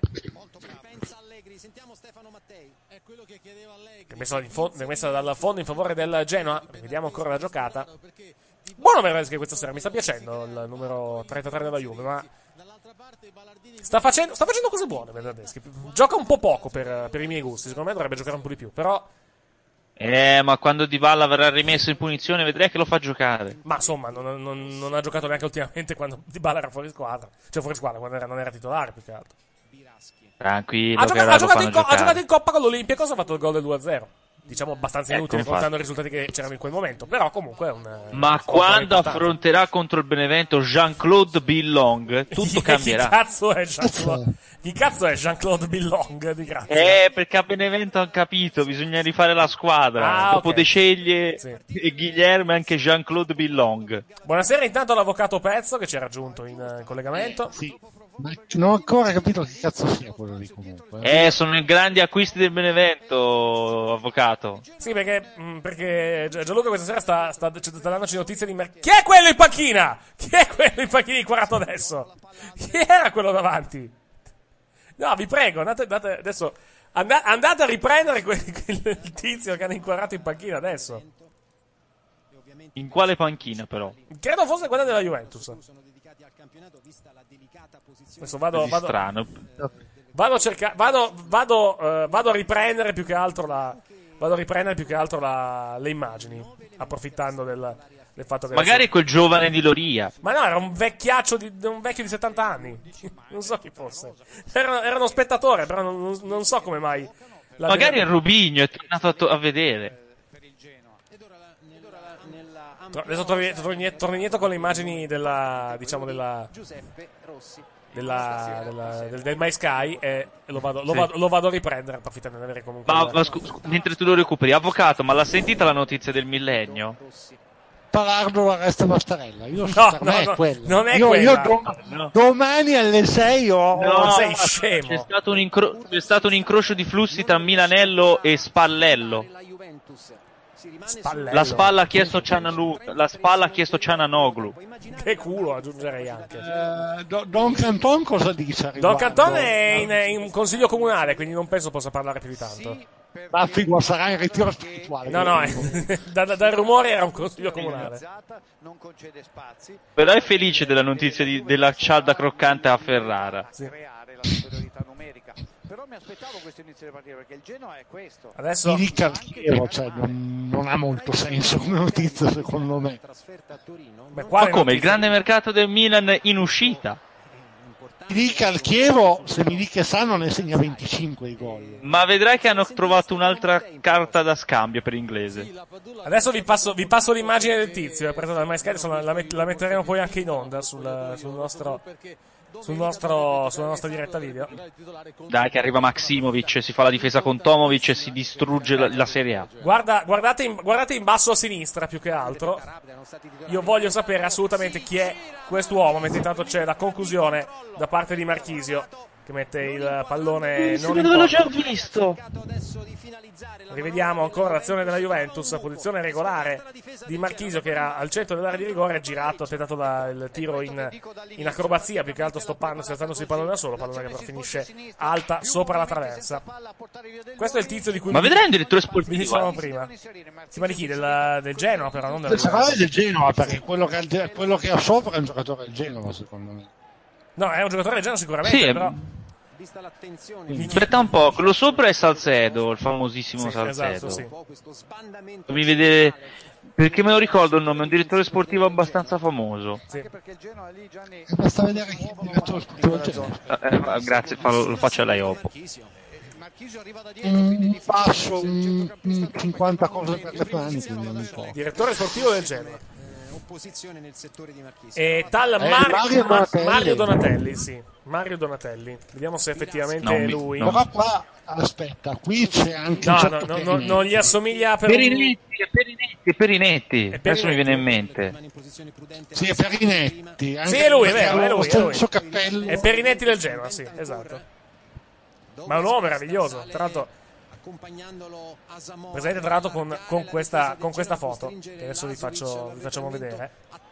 È messa, in fo- è messa dal fondo in favore del Genoa. Vediamo ancora la giocata. Buono Bernardeschi questa sera, mi sta piacendo il numero trentatré della Juve, ma sta facendo, sta facendo cose buone Bernardeschi. Gioca un po' poco per, per i miei gusti, secondo me dovrebbe giocare un po' di più, però Eh, ma quando Dybala verrà rimesso in punizione vedrai che lo fa giocare. ma insomma non, non, non ha giocato neanche ultimamente quando Dybala era fuori squadra, cioè fuori squadra quando era, non era titolare più che altro. Tranquillo, Ha, che gioca- ora ha lo giocato, fanno in co- ha giocare. giocato in Coppa con l'Olympiacos, ha fatto il gol del due a zero. Diciamo abbastanza Ecco, inutile infatti. contando i risultati che c'erano in quel momento, però comunque è un Ma un quando importante. affronterà contro il Benevento Jean-Claude Billong, tutto cambierà. Chi cazzo è Jean-Claude, chi cazzo è Jean-Claude Billong di grazia? Eh, perché a Benevento hanno capito, bisogna rifare la squadra. Ah, Dopo ok. De Ceglie Sì. e Guilherme anche Jean-Claude Billong. Buonasera intanto all'avvocato Pezzo che ci era raggiunto in, eh, in collegamento. Sì. Ma non ho ancora capito che cazzo sia quello lì comunque. Eh, sono i grandi acquisti del Benevento, avvocato. Sì, perché, mh, perché Gi- Gianluca questa sera sta, sta, sta dandoci notizie di mer- Chi è quello in panchina? Chi è quello in panchina inquadrato adesso? Chi era quello davanti? No, vi prego, andate, andate adesso and- andate a riprendere que- quel, il tizio che hanno inquadrato in panchina adesso. In quale panchina, però? Credo fosse quella della Juventus. Adesso vado, Così vado, strano. vado a cercare, vado, vado, eh, vado a riprendere più che altro la, vado a riprendere più che altro la, le immagini, approfittando del, del fatto che Magari adesso- quel giovane di Loria. ma no, era un vecchiaccio di, un vecchio di settanta anni, non so chi fosse, era, era uno spettatore, però non, non so come mai. la- Magari è Rubigno, è tornato a, to- a vedere. Tro- Adesso torni, torni, torni indietro con le immagini della, diciamo della, della, della del, del My Sky e lo vado, lo, Sì. vado, lo vado a riprendere, approfittando di avere comunque Ma, il- ma scu- scu- mentre tu lo recuperi, avvocato, ma l'ha sentita la notizia del millennio? Parardo arresta Mastarella. Io No, per no, me no, è quella. non è io, quella. io do- No. domani alle sei ho No, sei scemo. C'è stato, un incro- c'è stato un incrocio di flussi tra Milanello e Spallello. Spallello. La spalla ha chiesto Ciananu- la spalla ha chiesto Ciananoglu. Che culo, aggiungerei anche. Eh, Do- Don Canton cosa dice a Don riguardo? Cantone è in, in consiglio comunale, quindi non penso possa parlare più di tanto. Ma figura, sarà in ritiro spirituale. No, no, eh, da- da- dal rumore era un consiglio comunale. Però è felice della notizia di- della cialda croccante a Ferrara. Però mi aspettavo questo inizio di partita perché il Genoa è questo. Adesso Di dica al Chievo, cioè, non, non ha molto senso come notizia secondo me. Beh, Ma quale come? Il notizia? grande mercato del Milan in uscita. Mi dica al Chievo, se mi dica Sano ne segna venticinque di gol. Ma vedrai che hanno trovato un'altra carta da scambio per inglese. Adesso vi passo, vi passo l'immagine del tizio, è presa dal MySky, adesso la, la met- la metteremo poi anche in onda sul, sul nostro, sul nostro, sulla nostra diretta video. Dai che arriva Maximovic, si fa la difesa con Tomovic e si distrugge la, la Serie A. Guarda, guardate, in, guardate in basso a sinistra più che altro. Io voglio sapere assolutamente chi è quest'uomo, mentre intanto c'è la conclusione da parte di Marchisio che mette il pallone non in Dove l'ho porta. già visto? Rivediamo ancora l'azione della Juventus, posizione regolare di Marchisio che era al centro dell'area di rigore, girato, tentato da, il tiro in, in acrobazia, più che altro stoppandosi, alzandosi il pallone da solo, pallone che però finisce alta sopra la traversa. Questo è il tizio di cui Ma vi- vedrai un direttore vi sportivo? dicevamo prima. Sì, ma di chi? Del, del Genoa però, non del Il giocatore del Genova, perché quello che, ha- quello che ha sopra è un giocatore del Genova secondo me. No, è un giocatore del Genoa sicuramente, Sì, però aspetta un po', quello sopra è Salcedo, il famosissimo Sì, Salcedo. esatto, sì. Fammi vedere, perché me lo ricordo il nome, è un direttore sportivo abbastanza famoso. Sì. E basta vedere chi è il direttore sportivo del Genova. Eh, eh, grazie, fallo- lo faccio a lei dopo. Un passo, un, un cinquanta cose per le mani, quindi non importa. Direttore sportivo del Genoa. posizione nel settore di Marchisio. E tal Eh, Mar- Mario Ma- Donatelli. Mario Donatelli, sì. Mario Donatelli. Vediamo se effettivamente Non è mi- lui. Però qua, aspetta, qui c'è anche No, un no, certo no, no, Perinetti. non gli assomiglia per un... Perinetti, è Perinetti, è Perinetti. Adesso mi viene in mente. Sì, è Perinetti. Sì, è lui, è perché vero, è ha lui, lo è lui. stesso cappello. È Perinetti del Genoa, sì, esatto. Ma è un uomo meraviglioso. Tra l'altro, presente tra l'altro con, con, questa, con questa foto, che adesso vi, faccio, vi facciamo vedere.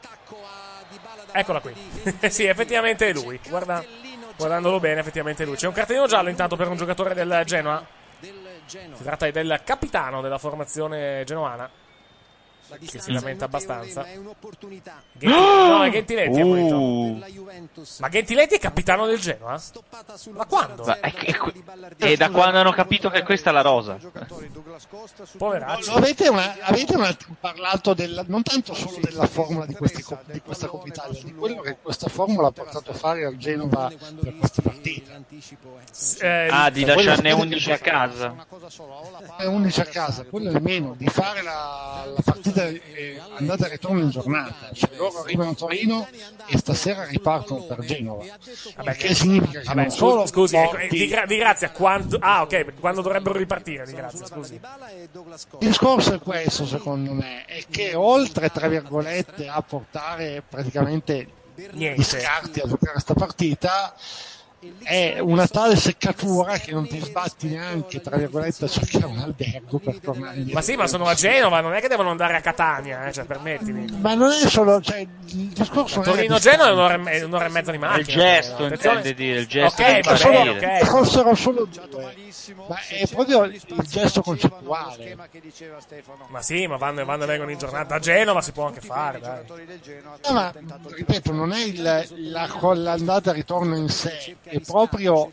Eccola qui. Sì, effettivamente è lui. Guarda, guardandolo bene, effettivamente è lui. C'è un cartellino giallo intanto per un giocatore del Genoa. Si tratta del capitano della formazione genoana, che si lamenta abbastanza. Genti- no, è Gentiletti. Uh. Ma Gentiletti è capitano del Genoa? Ma quando? Ma è che- E da quando hanno capito che questa è la rosa? Poveraccio. No, avete, una, avete un attimo parlato del, non tanto solo della formula di, questi, co- di questa Coppa Italia, di quello che questa formula ha portato a fare al Genova per queste partite. Eh, Ah, di Quello lasciarne sapete undici che- a casa. È undici a casa, quello almeno di fare la, la partita eh, andata e ritorno in giornata. Cioè, loro arrivano a Torino e stasera ripartono per Genova. Vabbè, che significa che Vabbè, non scusi, solo scusi ecco, porti- di, gra- di grazia, quando... Ah, ok, quando dovrebbero ripartire, di grazia, scusi. Il discorso è questo, secondo me, è che oltre, tra virgolette, a portare praticamente Niente. gli scarti a giocare questa partita, è una tale seccatura che non ti sbatti neanche, tra virgolette, a cercare un albergo per tornare indietro. Ma sì, ma sono a Genova, non è che devono andare a Catania, eh, cioè, permettimi. Ma non è solo, cioè, il discorso non è Torino-Genova è un'ora e, me- un'ora e mezza di macchina. Il gesto, però, attenzione. intende dire, il gesto Ok, di va solo, bene, partire. ok. fossero solo due, ma è proprio il gesto concettuale. Ma sì, ma vanno, vanno e vengono in giornata. A Genova si può anche fare, dai. No, ma ripeto, non è il, la, l'andata e ritorno in sé, è proprio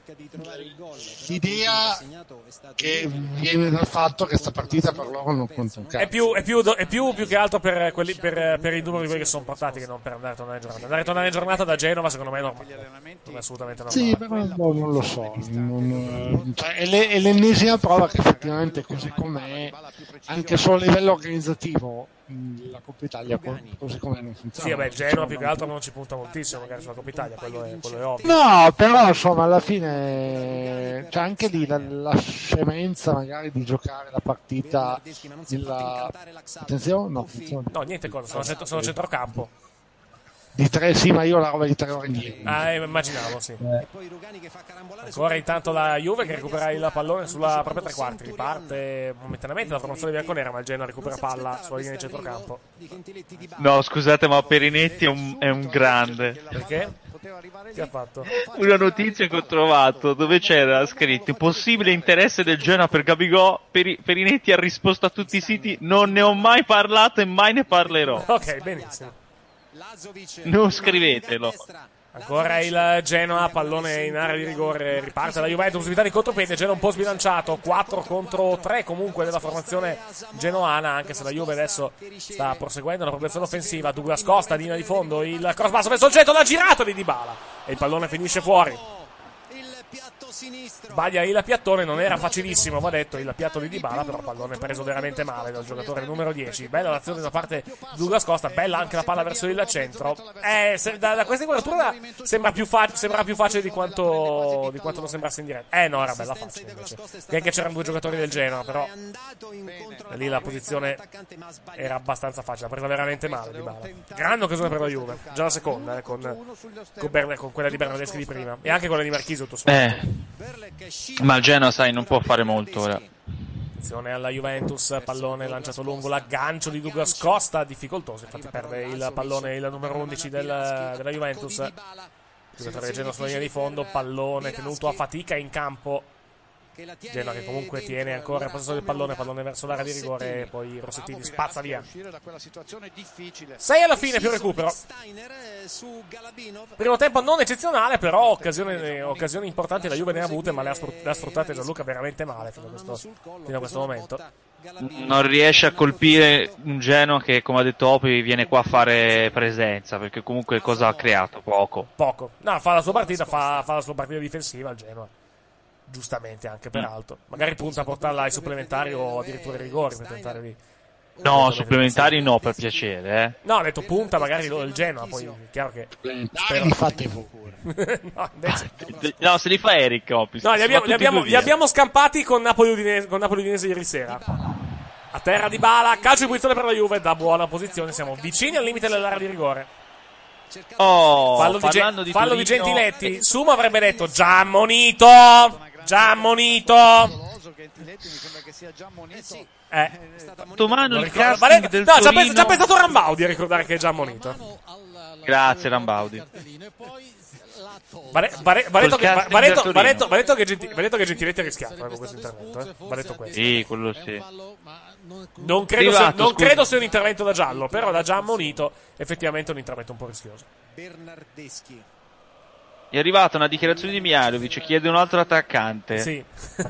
l'idea che viene dal fatto che sta partita per loro non conta un È cazzo. più, è, più, do- è più, più che altro per, quelli, per, per i numeri di quelli che sono portati che non per andare a tornare in giornata. Andare a tornare in giornata da Genova secondo me è normale. Non è assolutamente normale. Sì, però boh, non lo so, non- cioè, è, le- è l'ennesima prova che effettivamente così com'è, anche solo a livello organizzativo, mh, la Coppa Italia co- così com'è non funziona. Sì, vabbè, Genova più che altro non ci punta moltissimo magari sulla Coppa Italia, quello è, quello è ovvio. No, però insomma alla fine c'è anche lì la, la scemenza magari di giocare la partita della... attenzione, no, attenzione. No, niente cosa, sono, centro, sono centrocampo. Di tre, sì, ma io la roba di tre ore indietro. Ah, eh, immaginavo, sì. Ancora intanto la Juve che recupera il pallone sulla propria tre quarti. Riparte momentaneamente la formazione bianconera, ma il Genoa recupera palla sulla linea di centrocampo. No, scusate, ma Perinetti è un, è un grande. Perché? Che ha fatto? Una notizia che ho trovato dove c'era scritto possibile interesse del Genoa per Gabigol. Peri- Perinetti ha risposto a tutti i siti: non ne ho mai parlato e mai ne parlerò. Ok, benissimo. Non scrivetelo. Ancora il Genoa, pallone in area di rigore, riparte la Juventus, possibilità di contropiede, Genoa un po' sbilanciato, quattro contro tre comunque della formazione genoana, anche se la Juve adesso sta proseguendo la progressione offensiva. Douglas Costa, linea di fondo, il cross basso verso il centro, la girata di Dybala e il pallone finisce fuori. Sbaglia il piattone, non era facilissimo, va detto, il piatto di Dybala, però pallone preso veramente male dal giocatore numero dieci. Bella l'azione da parte di Douglas Costa, bella anche la palla verso il centro. Eh, se, da, da questa inquadratura sembra più, fa- sembra più facile di quanto, di quanto non sembrasse in diretta. Eh no, era bella facile invece. Che anche c'erano due giocatori del Genoa, però da lì la posizione era abbastanza facile, l'ha presa veramente male Dybala. Grande occasione per la Juve, già la seconda, eh, con, con, Berne- con quella di Bernardeschi di prima e anche quella di Marchisio tutto sommato. Eh. Ma il Genoa, sai, non può fare molto ora. Attenzione alla Juventus, pallone lanciato lungo, l'aggancio di Douglas Costa, difficoltoso, infatti perde il pallone il numero undici del, della Juventus. Il giocatore del Genoa sulla linea di fondo, pallone tenuto a fatica in campo. Genoa che comunque tiene ancora il possesso del pallone, pallone verso l'area di rigore e poi Rossettini spazza via. sei alla fine più recupero. Primo tempo non eccezionale, però occasioni, occasioni importanti la Juve ne ha avute, ma le ha, sfrut- le ha sfruttate Gianluca veramente male fino a questo, fino a questo momento. Non riesce a colpire un Genoa che, come ha detto Opi, viene qua a fare presenza, perché comunque cosa ha creato? Poco. Poco. No, fa la sua partita, fa, fa la sua partita difensiva il Genoa. Giustamente anche peraltro. Magari punta a portarla ai supplementari o addirittura ai rigori per tentare di, No, supplementari no, per piacere, eh. No, ho detto punta magari il Genoa, poi è chiaro che... Spero. Li fate voi. no, invece... no, se li fa Eric Opis. No, li abbiamo, li abbiamo, li abbiamo scampati con Napoli-Udinese, con Napoli-Udinese ieri sera. A terra Dybala, calcio di punizione per la Juve, da buona posizione, siamo vicini al limite dell'area di rigore. Oh, fallo di, parlando Ge- di fallo di Torino... Gentiletti, Sumo avrebbe detto già ammonito, già ammonito. Eh, Tomano il ricordo, casting Vale- del no, ci ha Torino... pens- ci ha pensato Rambaudi a ricordare che è già ammonito. Grazie Rambaudi. Va, va, va, detto che, va, va, detto, va, detto, va, detto che Genti, va detto che Gentiletti ha rischiato eh, con questo intervento. Eh. Va detto questo. Sì, quello sì. Non credo, sia, non credo sia un intervento da giallo, però da già ammonito, effettivamente è un intervento un po' rischioso. Bernardeschi. È arrivata una dichiarazione di Mihajlovic, chiede un altro attaccante. Sì.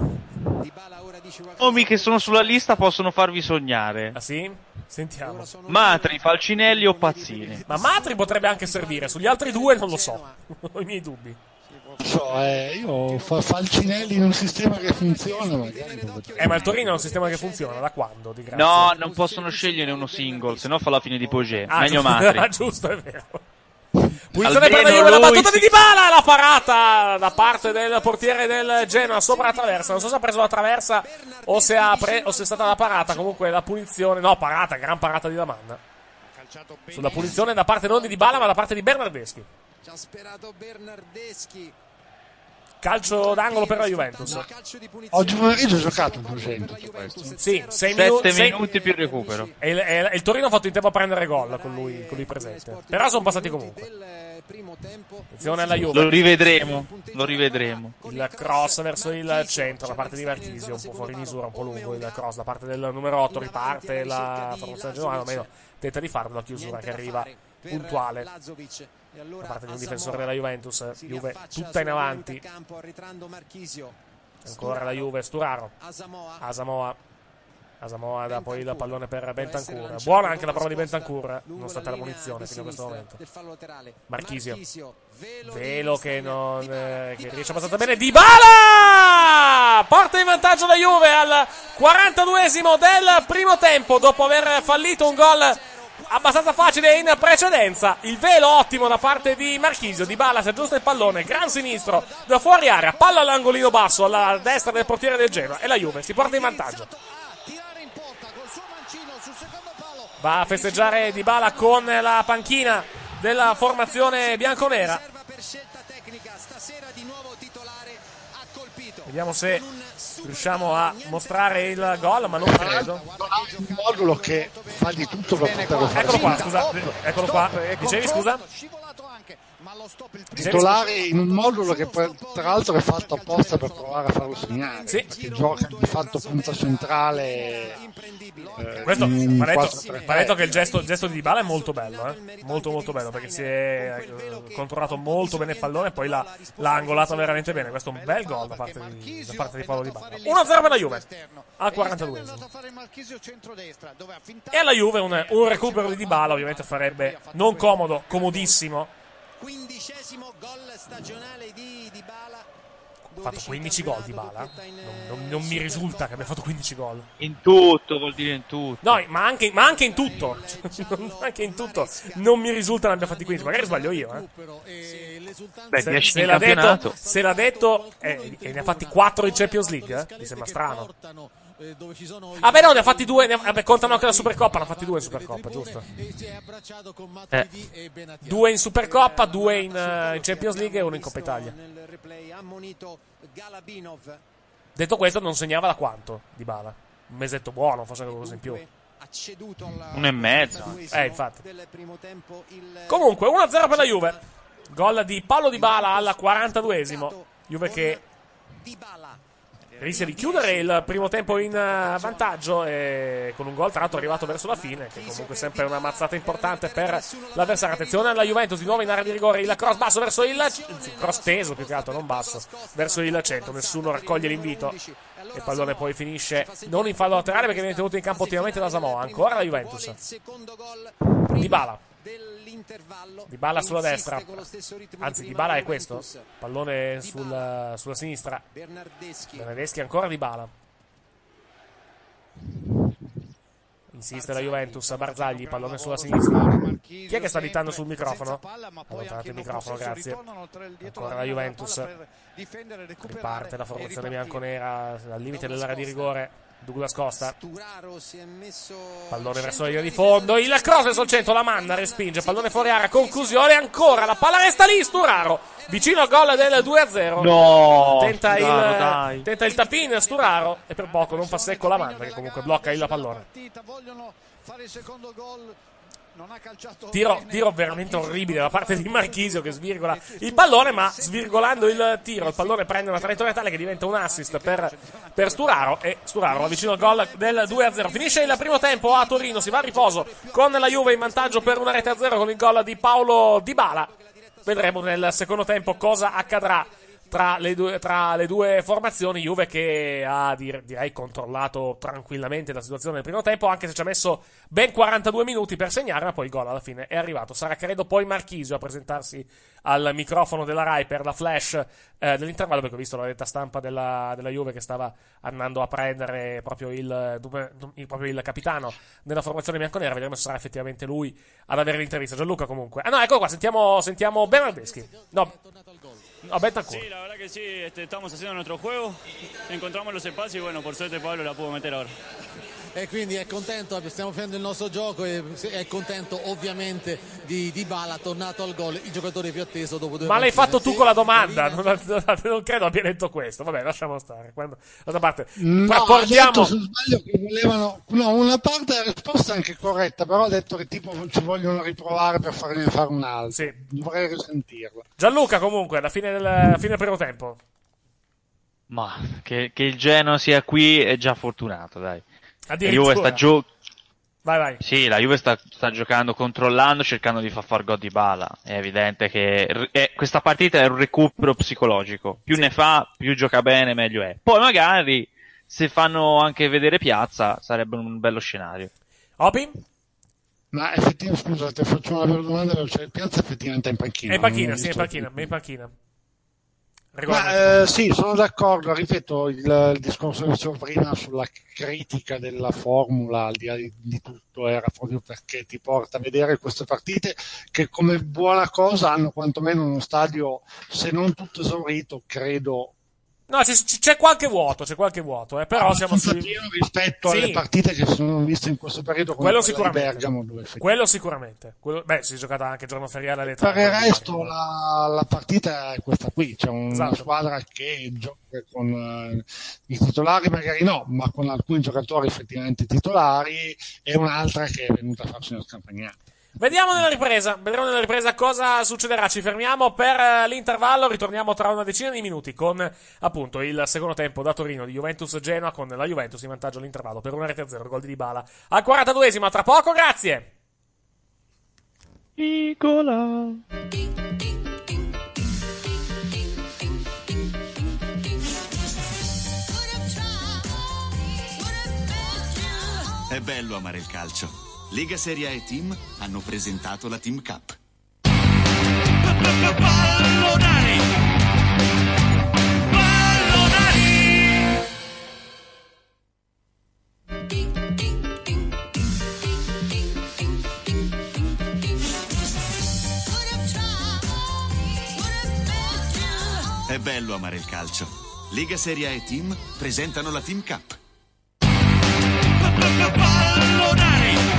Nomi che sono sulla lista possono farvi sognare. Ah sì? Sentiamo. Matri, Falcinelli o Pazzini. Ma Matri potrebbe anche servire, sugli altri due non lo so. Ho i miei dubbi. So, eh, io fa Falcinelli in un sistema che funziona magari. Eh, ma il Torino è un sistema che funziona da quando? Di grazia? No, non possono scegliere uno single, se no fa la fine di Pogé. Ah, Meglio giusto, Matri. ah, giusto, è vero. Punizione per la Juve, la battuta si... di Dybala, la parata da parte del portiere del Genoa sopra la traversa. Non so se ha preso la traversa o se, ha pre- o se è stata la parata. Comunque la punizione, no, parata, gran parata di Daman. Sulla punizione da parte non di Dybala ma da parte di Bernardeschi. Ci ha sperato Bernardeschi. Calcio d'angolo per la Juventus. Oggi pomeriggio ho giocato il duecento. Sì, sei minuti, sei... minuti più recupero. E il, e il Torino ha fatto in tempo a prendere gol con lui, con lui presente. Però sono passati comunque. Attenzione alla Juve. Lo rivedremo. Lo rivedremo. Il cross verso il centro da parte di Marchisio, un po' fuori misura, un po' lungo il cross da parte del numero otto. Riparte la formazione genuana, almeno tenta di farlo. La chiusura che arriva puntuale da parte di un difensore della Juventus. Juve tutta in avanti. Ancora la Juve, Sturaro, Asamoah Asamoah dà poi il pallone per Bentancur. Buona anche la prova di Bentancur nonostante la munizione fino a questo momento. Marchisio, Velo che non eh, che riesce abbastanza bene. Dybala porta in vantaggio la Juve al quarantaduesimo del primo tempo dopo aver fallito un gol abbastanza facile in precedenza. Il velo ottimo da parte di Marchisio. Dybala si aggiusta il pallone, gran sinistro da fuori area, palla all'angolino basso alla destra del portiere del Genoa e la Juve si porta in vantaggio. Va a festeggiare Dybala con la panchina della formazione bianconera. Vediamo se riusciamo a mostrare il gol, ma non credo. Un modulo che fa di tutto per poterlo fare. Eccolo qua, scusa, eccolo qua. Dicevi, scusa? Titolare in un modulo che tra l'altro è fatto apposta per provare a farlo segnare. Sì. Perché gioca di fatto punta centrale. Eh, Questo va detto, va detto che il gesto, il gesto di Dybala è molto bello, eh? molto molto bello, perché si è eh, controllato molto bene il pallone e poi l'ha, l'ha angolato veramente bene. Questo è un bel gol da parte di, da parte di Paolo Dybala. uno a zero per la Juve al quarantaduesimo. E alla Juve un, un recupero di Dybala ovviamente farebbe non comodo, comodissimo. Quindicesimo gol stagionale di Dybala. Ha fatto quindici gol Dybala? Non, non, non mi risulta che abbia fatto quindici gol. In tutto, vuol dire in tutto. No, ma anche, ma anche in tutto. Anche in tutto. Non mi risulta ne abbia fatti quindici. Magari sbaglio io, eh. Beh, se, dieci se in l'ha campionato. detto, se l'ha detto eh, e ne ha fatti quattro in Champions League, eh? Mi sembra strano. Ah beh no, ne ha fatti due, ne ha, vabbè, contano anche la Supercoppa, ne ha fatti due in Supercoppa, giusto? Eh. Due in Supercoppa, due in, uh, in Champions League e uno in Coppa Italia. Detto questo, non segnava da quanto Dybala? Un mesetto buono, forse qualcosa in più. Uno e mezzo. Eh, infatti. Comunque, uno a zero per la Juve. Gol di Paulo Dybala al quarantaduesimo. Juve che rischia di chiudere il primo tempo in vantaggio e con un gol tra l'altro arrivato verso la fine, che comunque è sempre una mazzata importante per l'avversario. Attenzione alla Juventus di nuovo in area di rigore, il cross basso verso il cross teso più che altro, non basso, verso il centro. Nessuno raccoglie l'invito e il pallone poi finisce non in fallo laterale perché viene tenuto in campo ottimamente da Asamoah. Ancora la Juventus. Dybala Dybala sulla destra, anzi Dybala è questo, pallone sul, sulla sinistra. Bernardeschi, ancora Dybala. insiste la Juventus, Barzagli, pallone sulla sinistra. Chi è che sta dittando sul microfono? Allontanate il microfono, grazie. Ancora la Juventus. Riparte la formazione bianconera al limite dell'area di rigore. Douglas Costa, pallone verso la linea di fondo, il cross verso il centro, la manna, respinge, pallone fuori area, conclusione, ancora, la palla resta lì, Sturaro, vicino al gol del due a zero. No, tenta, Sturaro, il, dai. tenta il tapin Sturaro e per poco non fa secco la manna, che comunque blocca il pallone. Tiro, tiro veramente orribile da parte di Marchisio che svirgola il pallone, ma svirgolando il tiro il pallone prende una traiettoria tale che diventa un assist per, per Sturaro, e Sturaro va vicino al gol del due a zero. Finisce il primo tempo a Torino, si va a riposo con la Juve in vantaggio per una rete a zero con il gol di Paulo Dybala. Vedremo nel secondo tempo cosa accadrà tra le due, tra le due formazioni. Juve che ha direi controllato tranquillamente la situazione nel primo tempo, anche se ci ha messo ben quarantadue minuti per segnare, ma poi il gol alla fine è arrivato. Sarà credo poi Marchisio a presentarsi al microfono della Rai per la flash eh, dell'intervallo, perché ho visto la retta stampa della, della Juve che stava andando a prendere proprio il, il, proprio il capitano della formazione bianconera. Vedremo se sarà effettivamente lui ad avere l'intervista. Gianluca comunque. Ah no, ecco qua, sentiamo, sentiamo Bernardeschi. No, no, Bentancur. Sí, la verdad que sí, este, estamos haciendo nuestro juego, encontramos los espacios y bueno, por suerte Pablo la pudo meter ahora. E quindi è contento, stiamo facendo il nostro gioco e è contento ovviamente di Dybala, tornato al gol, il giocatore più atteso dopo due Ma l'hai partite. fatto tu con la domanda, non, non credo abbia detto questo. Vabbè, lasciamo stare. Quando, d'altra parte, no, accordiamo... ha detto, se non sbaglio, che volevano, no, una parte della risposta è anche corretta, però ha detto che tipo ci vogliono riprovare per farne fare un'altra. Sì. Dovrei risentirla. Gianluca comunque, alla fine del, alla fine del primo tempo. Ma che, che il Genoa sia qui è già fortunato, dai. La Addirittura. Juve sta gio- Vai, vai. Sì, la Juve sta, sta giocando, controllando, cercando di far far gol di Dybala. È evidente che r- è, questa partita è un recupero psicologico. Più sì. ne fa, più gioca bene, meglio è. Poi magari, se fanno anche vedere Piazza, sarebbe un bello scenario. Opi? Ma effettivamente, scusa, ti faccio una bella domanda, cioè, Piazza effettivamente è in panchina. È in panchina, sì, è in panchina, è in panchina. Ma, eh, sì, sono d'accordo, ripeto il, il discorso che dicevo prima sulla critica della formula, al di là di, di tutto, era proprio perché ti porta a vedere queste partite che come buona cosa hanno quantomeno uno stadio, se non tutto esaurito, credo. No, c'è, c'è qualche vuoto, c'è qualche vuoto, eh, però no, siamo sui... pieno rispetto sì. alle partite che si sono viste in questo periodo, come quello quella sicuramente. di Bergamo, dove quello sicuramente. Quello... Beh, si è giocata anche giorno feriale alle tre. Per il resto la, la partita è questa qui, c'è una esatto. squadra che gioca con uh, i titolari, magari no, ma con alcuni giocatori effettivamente titolari, e un'altra che è venuta a farsi una scampagnata. Vediamo nella ripresa, vedremo nella ripresa cosa succederà. Ci fermiamo per l'intervallo, ritorniamo tra una decina di minuti con appunto il secondo tempo da Torino di Juventus Genoa, con la Juventus in vantaggio all'intervallo per una rete a zero, il gol di Dybala al quarantaduesimo. Tra poco, grazie. Nicola. È bello amare il calcio. Lega Serie A e Team hanno presentato la Team Cup. Pallonari! Pallonari! È bello amare il calcio. Lega Serie A e Team presentano la Team Cup. Pallonari!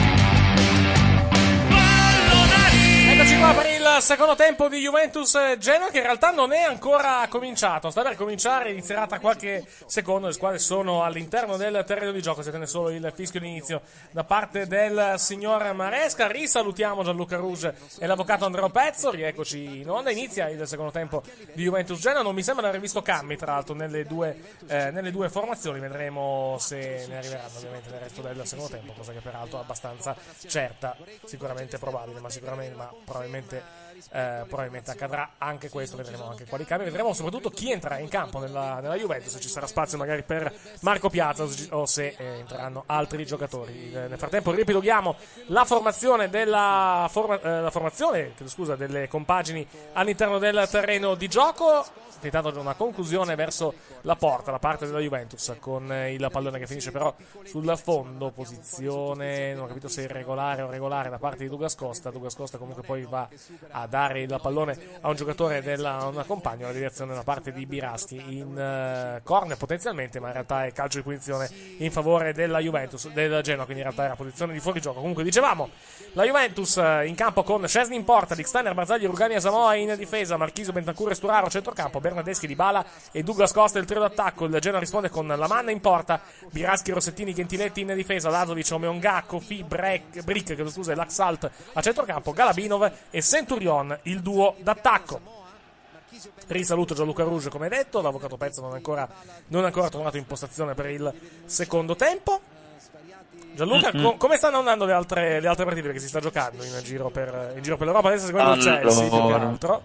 Eccoci qua per il secondo tempo di Juventus Genoa, che in realtà non è ancora cominciato, sta per cominciare, inizierà tra qualche secondo. Le squadre sono all'interno del terreno di gioco, si attende solo il fischio di inizio da parte del signor Maresca. Risalutiamo Gianluca Rouge e l'avvocato Andrea Pezzo, rieccoci in onda. Inizia il secondo tempo di Juventus Genoa, non mi sembra di aver visto cambi tra l'altro nelle due, eh, nelle due formazioni, vedremo se ne arriveranno ovviamente nel resto del secondo tempo, cosa che peraltro è abbastanza certa, sicuramente probabile, ma sicuramente ma probabilmente eh, probabilmente accadrà anche questo, vedremo anche quali cambi, vedremo soprattutto chi entrerà in campo nella, nella Juventus, se ci sarà spazio magari per Marco Piazza o se eh, entreranno altri giocatori. Eh, nel frattempo ripiloghiamo la formazione della forma, eh, la formazione, scusa, delle compagini all'interno del terreno di gioco, tentando una conclusione verso la porta, la parte della Juventus, con il pallone che finisce però sul fondo, posizione, non ho capito se irregolare o regolare da parte di Douglas Costa. Douglas Costa comunque poi va a dare il pallone a un giocatore della una compagno, la direzione da parte di Biraschi in uh, corner potenzialmente, ma in realtà è calcio di punizione in favore della Juventus, del Genoa, quindi in realtà era posizione di fuorigioco. Comunque dicevamo, la Juventus uh, in campo con Szczesny in porta, Dixteiner, Barzagli, Rugani e Samoa in difesa, Marchisio, Bentancur e Sturaro a centrocampo, Bernardeschi, Dybala e Douglas Costa il trio d'attacco. Il Genoa risponde con Lamanna in porta, Biraschi, Rossettini, Gentiletti in difesa, Lazovic, Omeonga, Kofi, Brick, Brick che scusa, Laxalt a centrocampo, Galabinov e Centurion il duo d'attacco. Risaluto Gianluca Rouge, come detto, l'avvocato Pezzo non è ancora, non è ancora tornato in postazione per il secondo tempo. Gianluca, mm-hmm. co- come stanno andando le altre, le altre partite che si sta giocando in giro per, in giro per l'Europa? Adesso secondo allora... il Chelsea più che altro.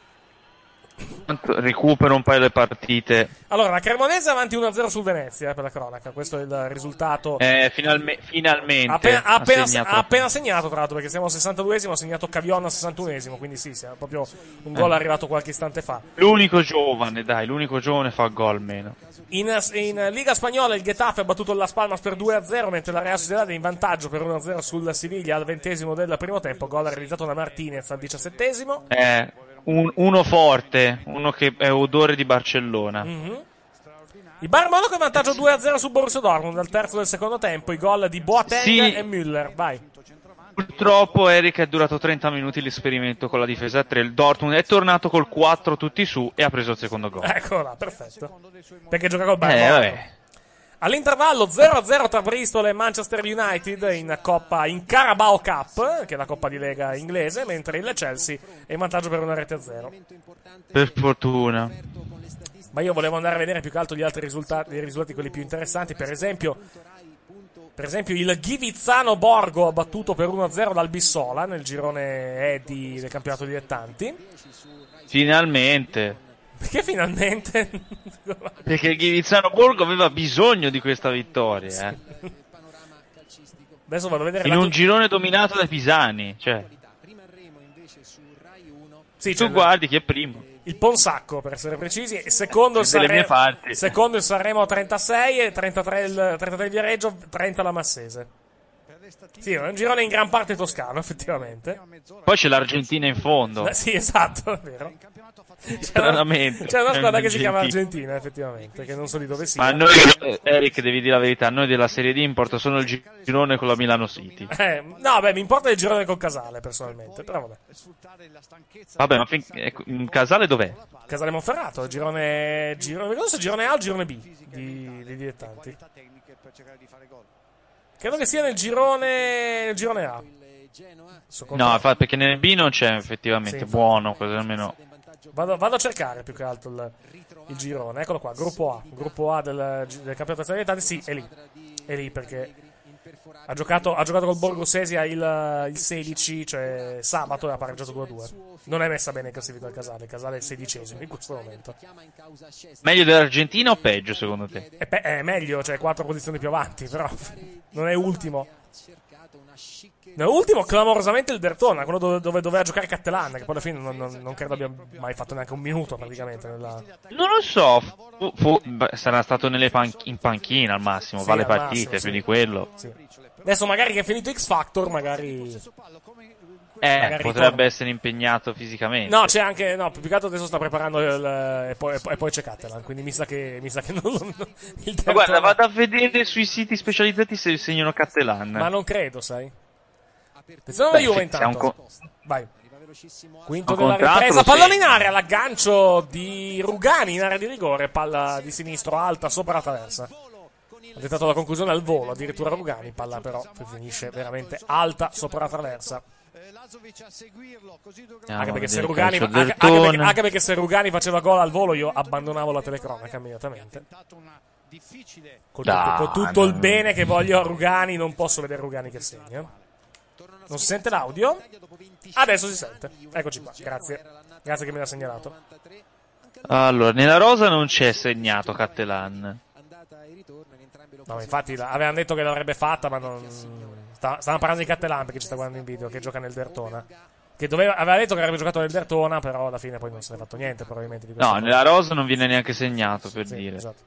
Recupero un paio di partite. Allora, la Cremonese avanti uno a zero sul Venezia, eh, per la cronaca. Questo è il risultato. Eh, finalme- finalmente. Appena, ha appena, segnato. ha appena segnato, tra l'altro, perché siamo al sessantaduesimo. Ha segnato Cavion al sessantunesimo. Quindi sì, sia proprio un gol eh. arrivato qualche istante fa. L'unico giovane, dai, l'unico giovane fa gol meno. In, in Liga Spagnola il Getafe ha battuto Las Palmas per due a zero, mentre la Real Sociedad è in vantaggio per uno a zero sul Siviglia al ventesimo del primo tempo. Gol realizzato da Martinez al diciassettesimo. Eh. Un, uno forte, uno che è odore di Barcellona. Mm-hmm. Il Bayern Monaco è in vantaggio due a zero su Borussia Dortmund al terzo del secondo tempo. I gol di Boateng sì. e Müller. Vai. Purtroppo, Eric, è durato trenta minuti l'esperimento con la difesa a tre. Il Dortmund è tornato col quattro tutti su e ha preso il secondo gol. Ecco là, perfetto. Perché gioca col Bayern eh, Monaco. Vabbè. All'intervallo zero a zero tra Bristol e Manchester United in Coppa in Carabao Cup, che è la Coppa di Lega inglese, mentre il Chelsea è in vantaggio per una rete a zero. Per fortuna. Ma io volevo andare a vedere più che altro gli altri risultati, i risultati quelli più interessanti, per esempio per esempio il Ghivizzano Borgo battuto per uno a zero dal Bissola nel girone E di, del campionato dilettanti. Finalmente. Perché finalmente? Perché il Ghivizzano Borgo aveva bisogno di questa vittoria. Sì. Eh. Adesso vado a vedere. In la un tu- girone dominato dai pisani. Cioè. Sì, tu guardi chi è primo. Il Ponsacco, per essere precisi. Secondo il Sanremo, secondo il Sanremo trentasei e trentatré il, trentatré il Viareggio, trenta la Massese. Sì, è un girone in gran parte toscano, effettivamente. Poi c'è l'Argentina in fondo. Eh, sì, esatto, è vero. Stranamente. C'è una squadra che si chiama Argentina, effettivamente, che non so di dove sia. Ma noi, Eric, devi dire la verità, noi della Serie D importa solo il girone con la Milano City. Eh, no, beh, mi importa il girone col Casale, personalmente, però vabbè. Vabbè, ma fin- ecco, Casale dov'è? Casale Monferrato, girone, girone, non so, girone A o girone B di, di dilettanti. Credo che sia nel girone, nel girone A. No, perché nel B non c'è effettivamente, sì, buono, così almeno. Vado, vado a cercare più che altro il, il girone. Eccolo qua, gruppo A. Gruppo A del, del campionato nazionale. Sì, è lì. È lì perché ha giocato, ha giocato col Borgo Sesia il, il sedici, cioè sabato, e ha pareggiato due a due. Non è messa bene in classifica il Casale. Il Casale è il sedicesimo in questo momento. Meglio dell'Argentina o peggio, secondo te? È, pe- è meglio, cioè quattro posizioni più avanti, però non è ultimo. No, ultimo clamorosamente il Dertona, quello dove, dove doveva giocare Cattelan, che poi alla fine non, non, non credo abbia mai fatto neanche un minuto praticamente nella... Non lo so, fu, fu, sarà stato nelle pan- in panchina al massimo, sì, va le al partite, massimo, più sì. di quello. Sì. Adesso magari che è finito X Factor, magari... Eh, magari potrebbe ritorna. essere impegnato fisicamente. No, c'è anche, no, più che altro adesso sta preparando il, e, poi, e poi c'è Cattelan, quindi mi sa che, mi sa che non... non il Ma guarda, vado a vedere sui siti specializzati se segnano Cattelan. Ma non credo, sai. Attenzione alla Juve intanto. Co- Vai. Quinto della ripresa, pallone in area, l'aggancio di Rugani in area di rigore, palla di sinistro alta sopra la traversa. Ha dettato la conclusione al volo, addirittura Rugani, palla però finisce veramente alta sopra la traversa. No, anche, perché se Rugani, anche, anche, perché, anche perché se Rugani faceva gol al volo io abbandonavo la telecronaca immediatamente. Con tutto, con tutto il bene che voglio a Rugani, non posso vedere Rugani che segna. Non si sente l'audio? Adesso si sente. Eccoci qua, grazie. Grazie che me l'ha segnalato. Allora, nella rosa non c'è segnato Cattelan. No, infatti avevano detto che l'avrebbe fatta, ma non... Stavano parlando di Cattelan, perché ci sta guardando in video, che gioca nel Dertona. Che doveva... aveva detto che avrebbe giocato nel Dertona, però alla fine poi non se ne è fatto niente, probabilmente. Di No, cosa. nella rosa non viene neanche segnato, per Sì, dire. esatto.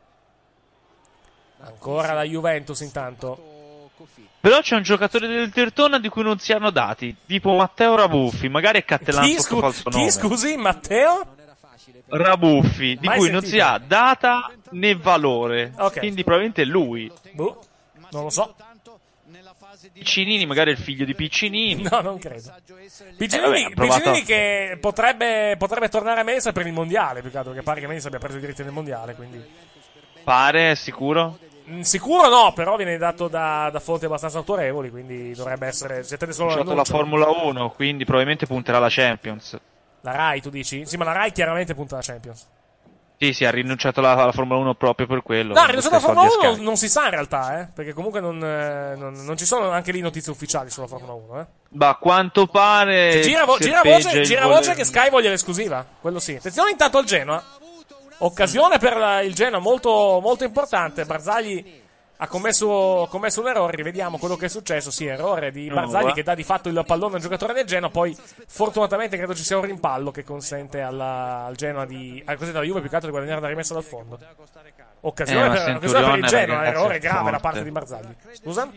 Ancora la Juventus intanto. Però c'è un giocatore del Dertona di cui non si hanno dati, tipo Matteo Rabuffi, magari è Cattelan Chi, sotto scu- falso chi nome. scusi, Matteo? Rabuffi, di Mai cui non sentito. si ha data né valore. Ok. Quindi probabilmente è lui. Boh, non lo so. Piccinini, magari è il figlio di Piccinini. No, non credo. Piccinini, Eh, vabbè, ha provato- Piccinini che potrebbe, potrebbe tornare a Mensa per il mondiale, più che altro, perché pare che Mensa abbia preso i diritti del mondiale, quindi... Pare, è sicuro? Mm, Sicuro no, però viene dato da, da fonti abbastanza autorevoli, quindi dovrebbe essere... Siete solo Ha giocato la l'annuncio. Formula uno, quindi probabilmente punterà alla Champions. La Rai, tu dici? Sì, ma la Rai chiaramente punta alla Champions. Sì, sì, ha rinunciato alla, alla Formula uno proprio per quello. No, ha rinunciato alla Busca Formula soldi a uno Sky. non si sa in realtà, eh, perché comunque non, eh, non, non ci sono anche lì notizie ufficiali sulla Formula uno, eh. Ma a quanto pare... Gira, vo- gira serpeggia voce, il gira voler- voce che Sky voglia l'esclusiva, quello sì. Attenzione intanto al Genoa. Occasione per la- il Genoa molto, molto importante. Barzagli ha commesso, commesso un errore, rivediamo quello che è successo. Sì, errore di No, Barzagli va. che dà di fatto il pallone al giocatore del Genoa. Poi fortunatamente credo ci sia un rimpallo che consente alla, al Genoa di... Ah, così dalla Juve più che altro di guadagnare la rimessa dal fondo. Occasione, Eh, ma per, occasione per il Centurione, Genoa, ragazzi, errore è grave da forte. parte di Barzagli. Scusa?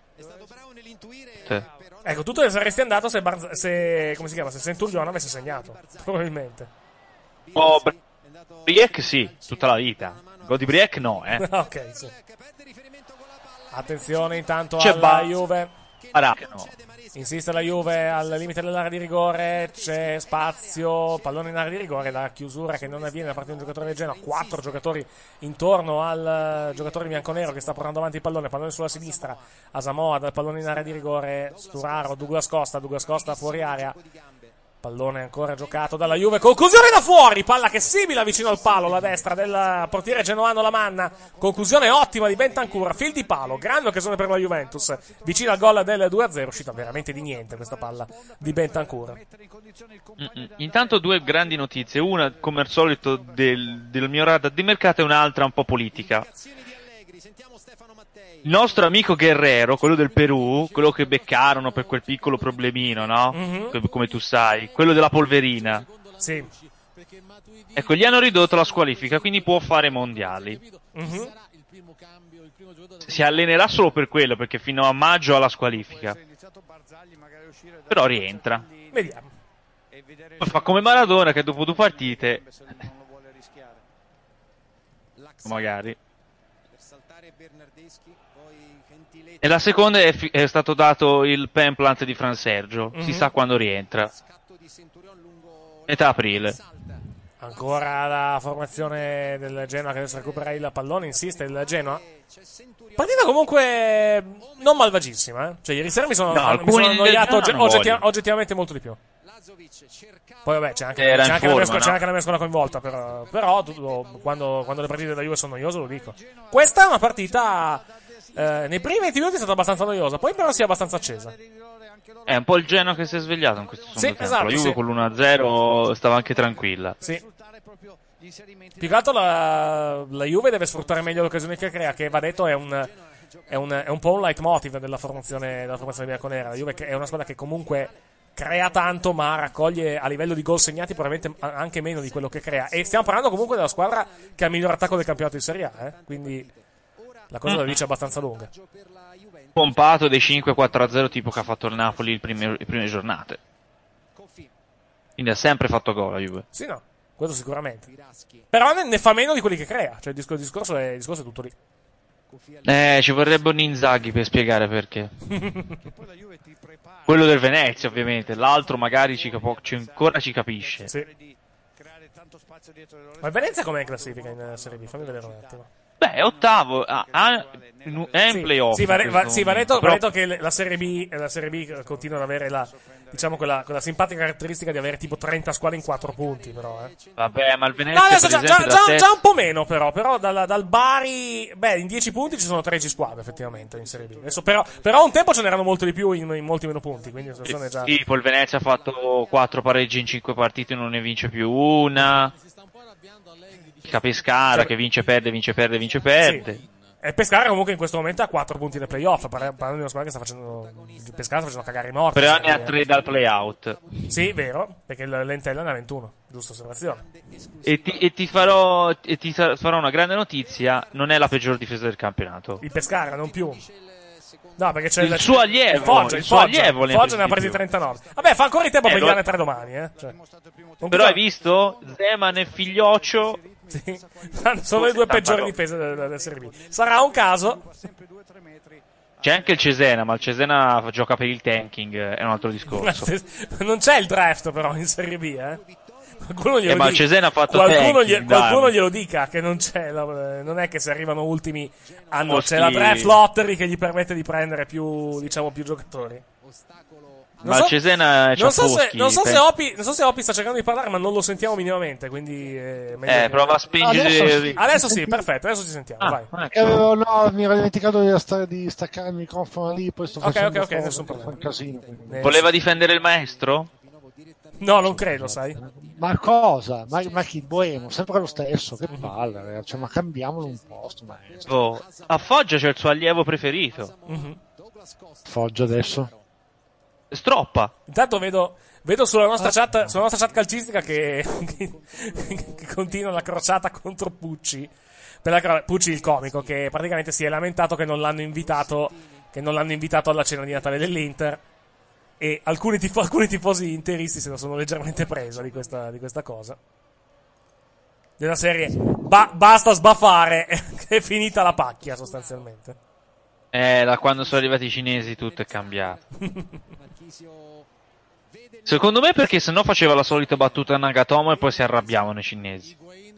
Sì. Ecco, tutto saresti andato se, Barz- se come si chiama, se Centurione avesse segnato, probabilmente. Oh, Br- Briek sì, tutta la vita. Gol di Briek no, eh. Ok, sì. Attenzione intanto C'è alla Ba- Juve. Barak, no. Insiste la Juve al limite dell'area di rigore, c'è spazio, pallone in area di rigore, la chiusura che non avviene da parte di un giocatore del Genoa, quattro giocatori intorno al eh, giocatore bianconero che sta portando avanti il pallone, pallone sulla sinistra, Asamoah dal pallone in area di rigore, Sturaro, Douglas Costa, Douglas Costa fuori area. Pallone ancora giocato dalla Juve, conclusione da fuori, palla che sibila vicino al palo, la destra del portiere genoano Lamanna, conclusione ottima di Bentancur, fil di palo, grande occasione per la Juventus, vicino al gol del due a zero, uscita veramente di niente questa palla di Bentancur. Mm-mm. Intanto due grandi notizie, una come al solito del, del mio radar di mercato e un'altra un po' politica. Il nostro amico Guerrero, quello del Perù, quello che beccarono per quel piccolo problemino, no? Mhm. Que- Come tu sai, quello della polverina. Sì. Ecco, gli hanno ridotto la squalifica, quindi può fare mondiali. Mhm. Si allenerà solo per quello, perché fino a maggio ha la squalifica. Però rientra. Vediamo. Poi fa come Maradona che dopo due partite... Magari. E la seconda è, fi- è stato dato il Pemplant di Fran Sergio. Si Mhm. sa quando rientra. Metà aprile. Ancora la formazione del Genoa che adesso recupera il pallone, insiste il Genoa. Partita comunque non malvagissima, eh? Cioè ieri sera mi sono, No, mi alcuni sono del annoiato Genoa ogge- non oggetti- vogliono. oggettivamente molto di più. Poi vabbè c'è anche, Era c'è in anche la forma, mescola, no? c'è anche la mescola coinvolta, però, però tu- lo- quando, quando le partite della Juve sono noiose lo dico. Questa è una partita eh, nei primi venti minuti è stata abbastanza noiosa, poi però si è abbastanza accesa. È un po' il Genoa che si è svegliato in questo secondo Sì, tempo. esatto, La Juve sì. con l'uno a zero stava anche tranquilla. Sì. Più che altro la, la Juve deve sfruttare meglio le occasioni che crea, che va detto è un, è un, è un po' un leitmotiv della formazione, della formazione bianconera. La Juve è una squadra che comunque crea tanto, ma raccoglie a livello di gol segnati probabilmente anche meno di quello che crea. E stiamo parlando comunque della squadra che ha il miglior attacco del campionato di Serie A, eh? Quindi la cosa la dice abbastanza lunga. Pompato dei cinque quattro a zero tipo che ha fatto il Napoli il prime- le prime giornate. Quindi ha sempre fatto gol la Juve. Sì, no, questo sicuramente. Però ne, ne fa meno di quelli che crea. Cioè il discor- il discorso, è, il discorso è tutto lì. Eh, ci vorrebbe un Inzaghi per spiegare perché. Quello del Venezia, ovviamente. L'altro magari ci capo- ci- ancora ci capisce. Sì. Ma il Venezia com'è in classifica in eh, Serie B? Fammi vedere un attimo. Beh, è ottavo, ah, ah, è in sì, playoff. Sì, va, va, sì, va, detto, Però... va detto che la Serie B, la Serie B continua ad avere la, diciamo, quella, quella simpatica caratteristica di avere tipo trenta squadre in quattro punti, però, eh. Vabbè, ma il Venezia, no, adesso per già, esempio, già, te... già un po' meno, però, però dal, dal Bari, beh, in dieci punti ci sono tredici squadre, effettivamente, in Serie B. Adesso, però, però un tempo ce n'erano molto di più in, in molti meno punti, quindi la situazione è già... Sì, poi il Venezia ha fatto quattro pareggi in cinque partite e non ne vince più una. Pescara cioè, che vince, perde, vince, perde, vince, perde. Sì. E Pescara comunque in questo momento ha quattro punti nei playoff, parlando di una squadra che sta facendo, il Pescara sta facendo cagare i morti. Tre anni a tre dal playout. Sì, vero, perché l'Entella ne ha ventuno, giusta osservazione. E ti, e ti farò e ti farò una grande notizia, non è la peggior difesa del campionato. Il Pescara, non più. No, perché c'è il, il suo allievo, il Foggia, il suo allievo ne, Foggia ne ha presi trentanove. Vabbè, fa ancora in tempo eh, per lo... pigliare tre domani, eh. Cioè, però hai visto? Zeman e Figlioccio. Sì. Sono le due peggiori difese della, della Serie B. Sarà un caso. C'è anche il Cesena, ma il Cesena gioca per il tanking, è un altro discorso. Non c'è il draft però in Serie B, eh. Qualcuno glielo eh, ma il dica. Cesena ha fatto qualcuno, tanking, gli, qualcuno glielo dica che non c'è, non è che se arrivano ultimi hanno, oh, c'è sì. la draft lottery che gli permette di prendere più, diciamo, più giocatori. Non ma so, il Cesena non so, Foschi, se, non, so per... se Opi, non so se Opi sta cercando di parlare, ma non lo sentiamo minimamente, quindi eh, meglio eh che... prova a spingere adesso, adesso sì, perfetto, adesso ci sentiamo, ah, vai. Ecco. Avevo, no, mi ero dimenticato di, sta, di staccare il microfono lì, poi sto ok, facendo ok, ok, cosa, nessun problema. un casino. Voleva difendere il maestro? No, non credo, sai. Ma cosa? Ma, ma chi? Boemo, sempre lo stesso, che palle, cioè, ma cambiamolo un posto, maestro. Oh, a Foggia c'è il suo allievo preferito. Mm-hmm. Foggia adesso? Stroppa. Intanto vedo, vedo sulla nostra chat, sulla nostra chat calcistica che, che, che continua la crociata contro Pucci. Per la, Pucci il comico, che praticamente si è lamentato che non l'hanno invitato, che non l'hanno invitato alla cena di Natale dell'Inter. E alcuni, tifo, alcuni tifosi interisti se la sono leggermente presa di questa, di questa cosa. Della serie, ba, basta sbaffare, è finita la pacchia sostanzialmente. Eh, da quando sono arrivati i cinesi tutto è cambiato. Secondo me perché sennò faceva la solita battuta a Nagatomo e poi si arrabbiavano i cinesi.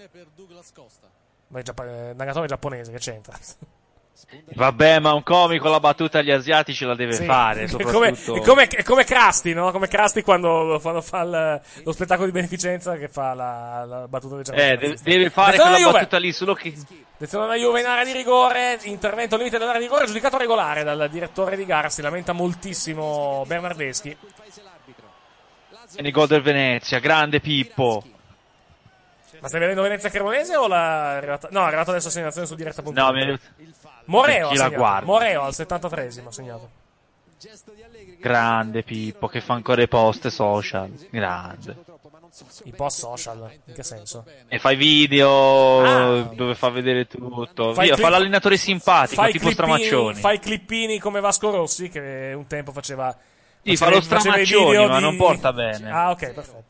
Ma Giapp- Nagatomo è giapponese, che c'entra? Vabbè, ma un comico la battuta agli asiatici la deve sì. fare, È soprattutto. come, è come, è come Krusty, no? Come Krusty quando, quando fa il, lo spettacolo di beneficenza che fa la, la battuta del Eh, deve, deve fare quella Juve. battuta lì, solo che... Attenzione alla Juve in area di rigore, intervento limite dell'area di rigore, giudicato regolare dal direttore di gara, si lamenta moltissimo Bernardeschi. E nei gol del Venezia, grande Pippo. Ma stai vedendo Venezia Cremonese o la... è arrivata... No, è arrivata adesso segnalazione su diretta punto No, mi... Moreo ha Chi la segnato. guarda? Moreo al settantatreesimo ha segnato. Grande Pippo che fa ancora i post social. Grande. I post social, in che senso? E fai video ah. dove fa vedere tutto. Fai Via, clip... fa l'allenatore simpatico, fai tipo Stramaccioni. Fai clippini come Vasco Rossi, che un tempo faceva. Sì, fa lo Stramaccioni, ma di... non porta bene. Ah, ok, perfetto.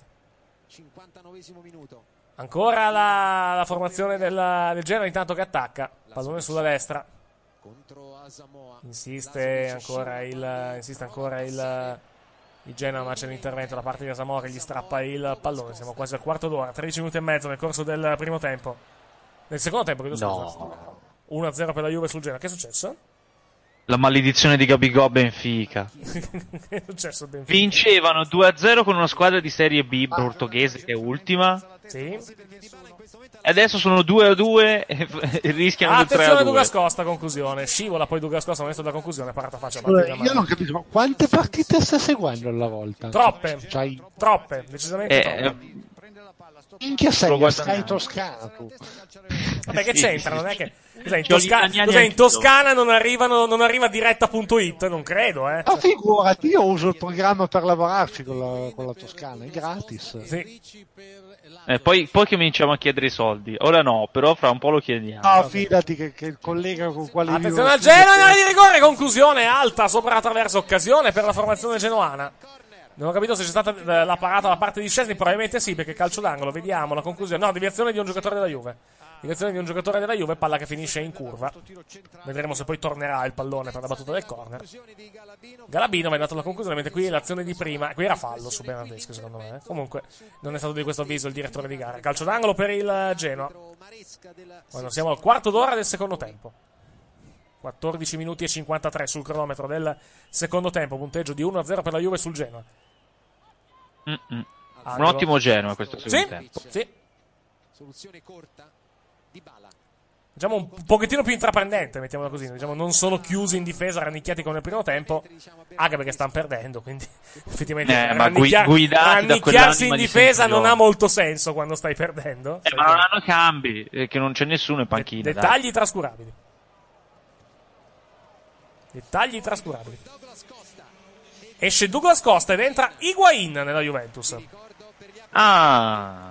Ancora la, la formazione della, del Genoa, intanto che attacca. Pallone sulla destra. Insiste ancora il. Insiste ancora il. Il Genoa, ma c'è l'intervento da parte di Asamoah che gli strappa il pallone. Siamo quasi al quarto d'ora, tredici minuti e mezzo nel corso del primo tempo. Nel secondo tempo, credo, no. scusa. uno a zero per la Juve sul Genoa. Che è successo? La maledizione di Gabigol Benfica. Che è successo Benfica? Vincevano due a zero con una squadra di Serie B portoghese che è ultima. Sì. E adesso sono due a due e rischiano ah, del tre a due. Attenzione Douglas Costa, conclusione. Scivola poi Douglas Costa, onesto da conclusione, parata faccia. Allora, io non capisco, ma quante partite stai seguendo alla volta? Troppe. C'hai... Troppe, decisamente eh, troppe. Minchia sei, stai Toscana tu. Vabbè, che sì, c'entra? sì. Non è che cos'è, in, Tosca... cos'è, in Toscana non arrivano, non arriva diretta punto it? Non credo, eh. Ma figurati, io uso il programma per lavorarci con la, con la Toscana, è gratis. Sì. Eh, poi, poi cominciamo a chiedere i soldi. Ora no, però fra un po' lo chiediamo. No, okay. Fidati che, che il collega con quale attenzione al Genoa in area di rigore, conclusione alta sopra attraverso occasione per la formazione genoana. Non ho capito se c'è stata la parata da parte di Szczesny, probabilmente sì, perché calcio d'angolo, vediamo la conclusione. No, deviazione di un giocatore della Juve. Deviazione di un giocatore della Juve, palla che finisce in curva. Vedremo se poi tornerà il pallone per la battuta del corner. Galabino va dato la conclusione, mentre qui l'azione di prima, qui era fallo su Bernardeschi secondo me. Comunque non è stato di questo avviso il direttore di gara. Calcio d'angolo per il Genoa. Quando siamo al quarto d'ora del secondo tempo. quattordici minuti e cinquantatré sul cronometro del secondo tempo, punteggio di uno a zero per la Juve sul Genoa. Un ottimo Genoa questo secondo sì, tempo. Sì. Soluzione corta di Bala. Diciamo un pochettino più intraprendente, mettiamola così. Diciamo non sono chiusi in difesa, rannicchiati come nel primo tempo, anche perché stanno perdendo, quindi effettivamente eh, ma rannicchia- guidati rannicchiarsi da in difesa di non ha molto senso quando stai perdendo. Eh, ma non hanno cambi, eh, che non c'è nessuno in panchina. Dettagli dai. trascurabili. Dettagli trascurabili. Esce Douglas Costa ed entra Higuain nella Juventus. Ah.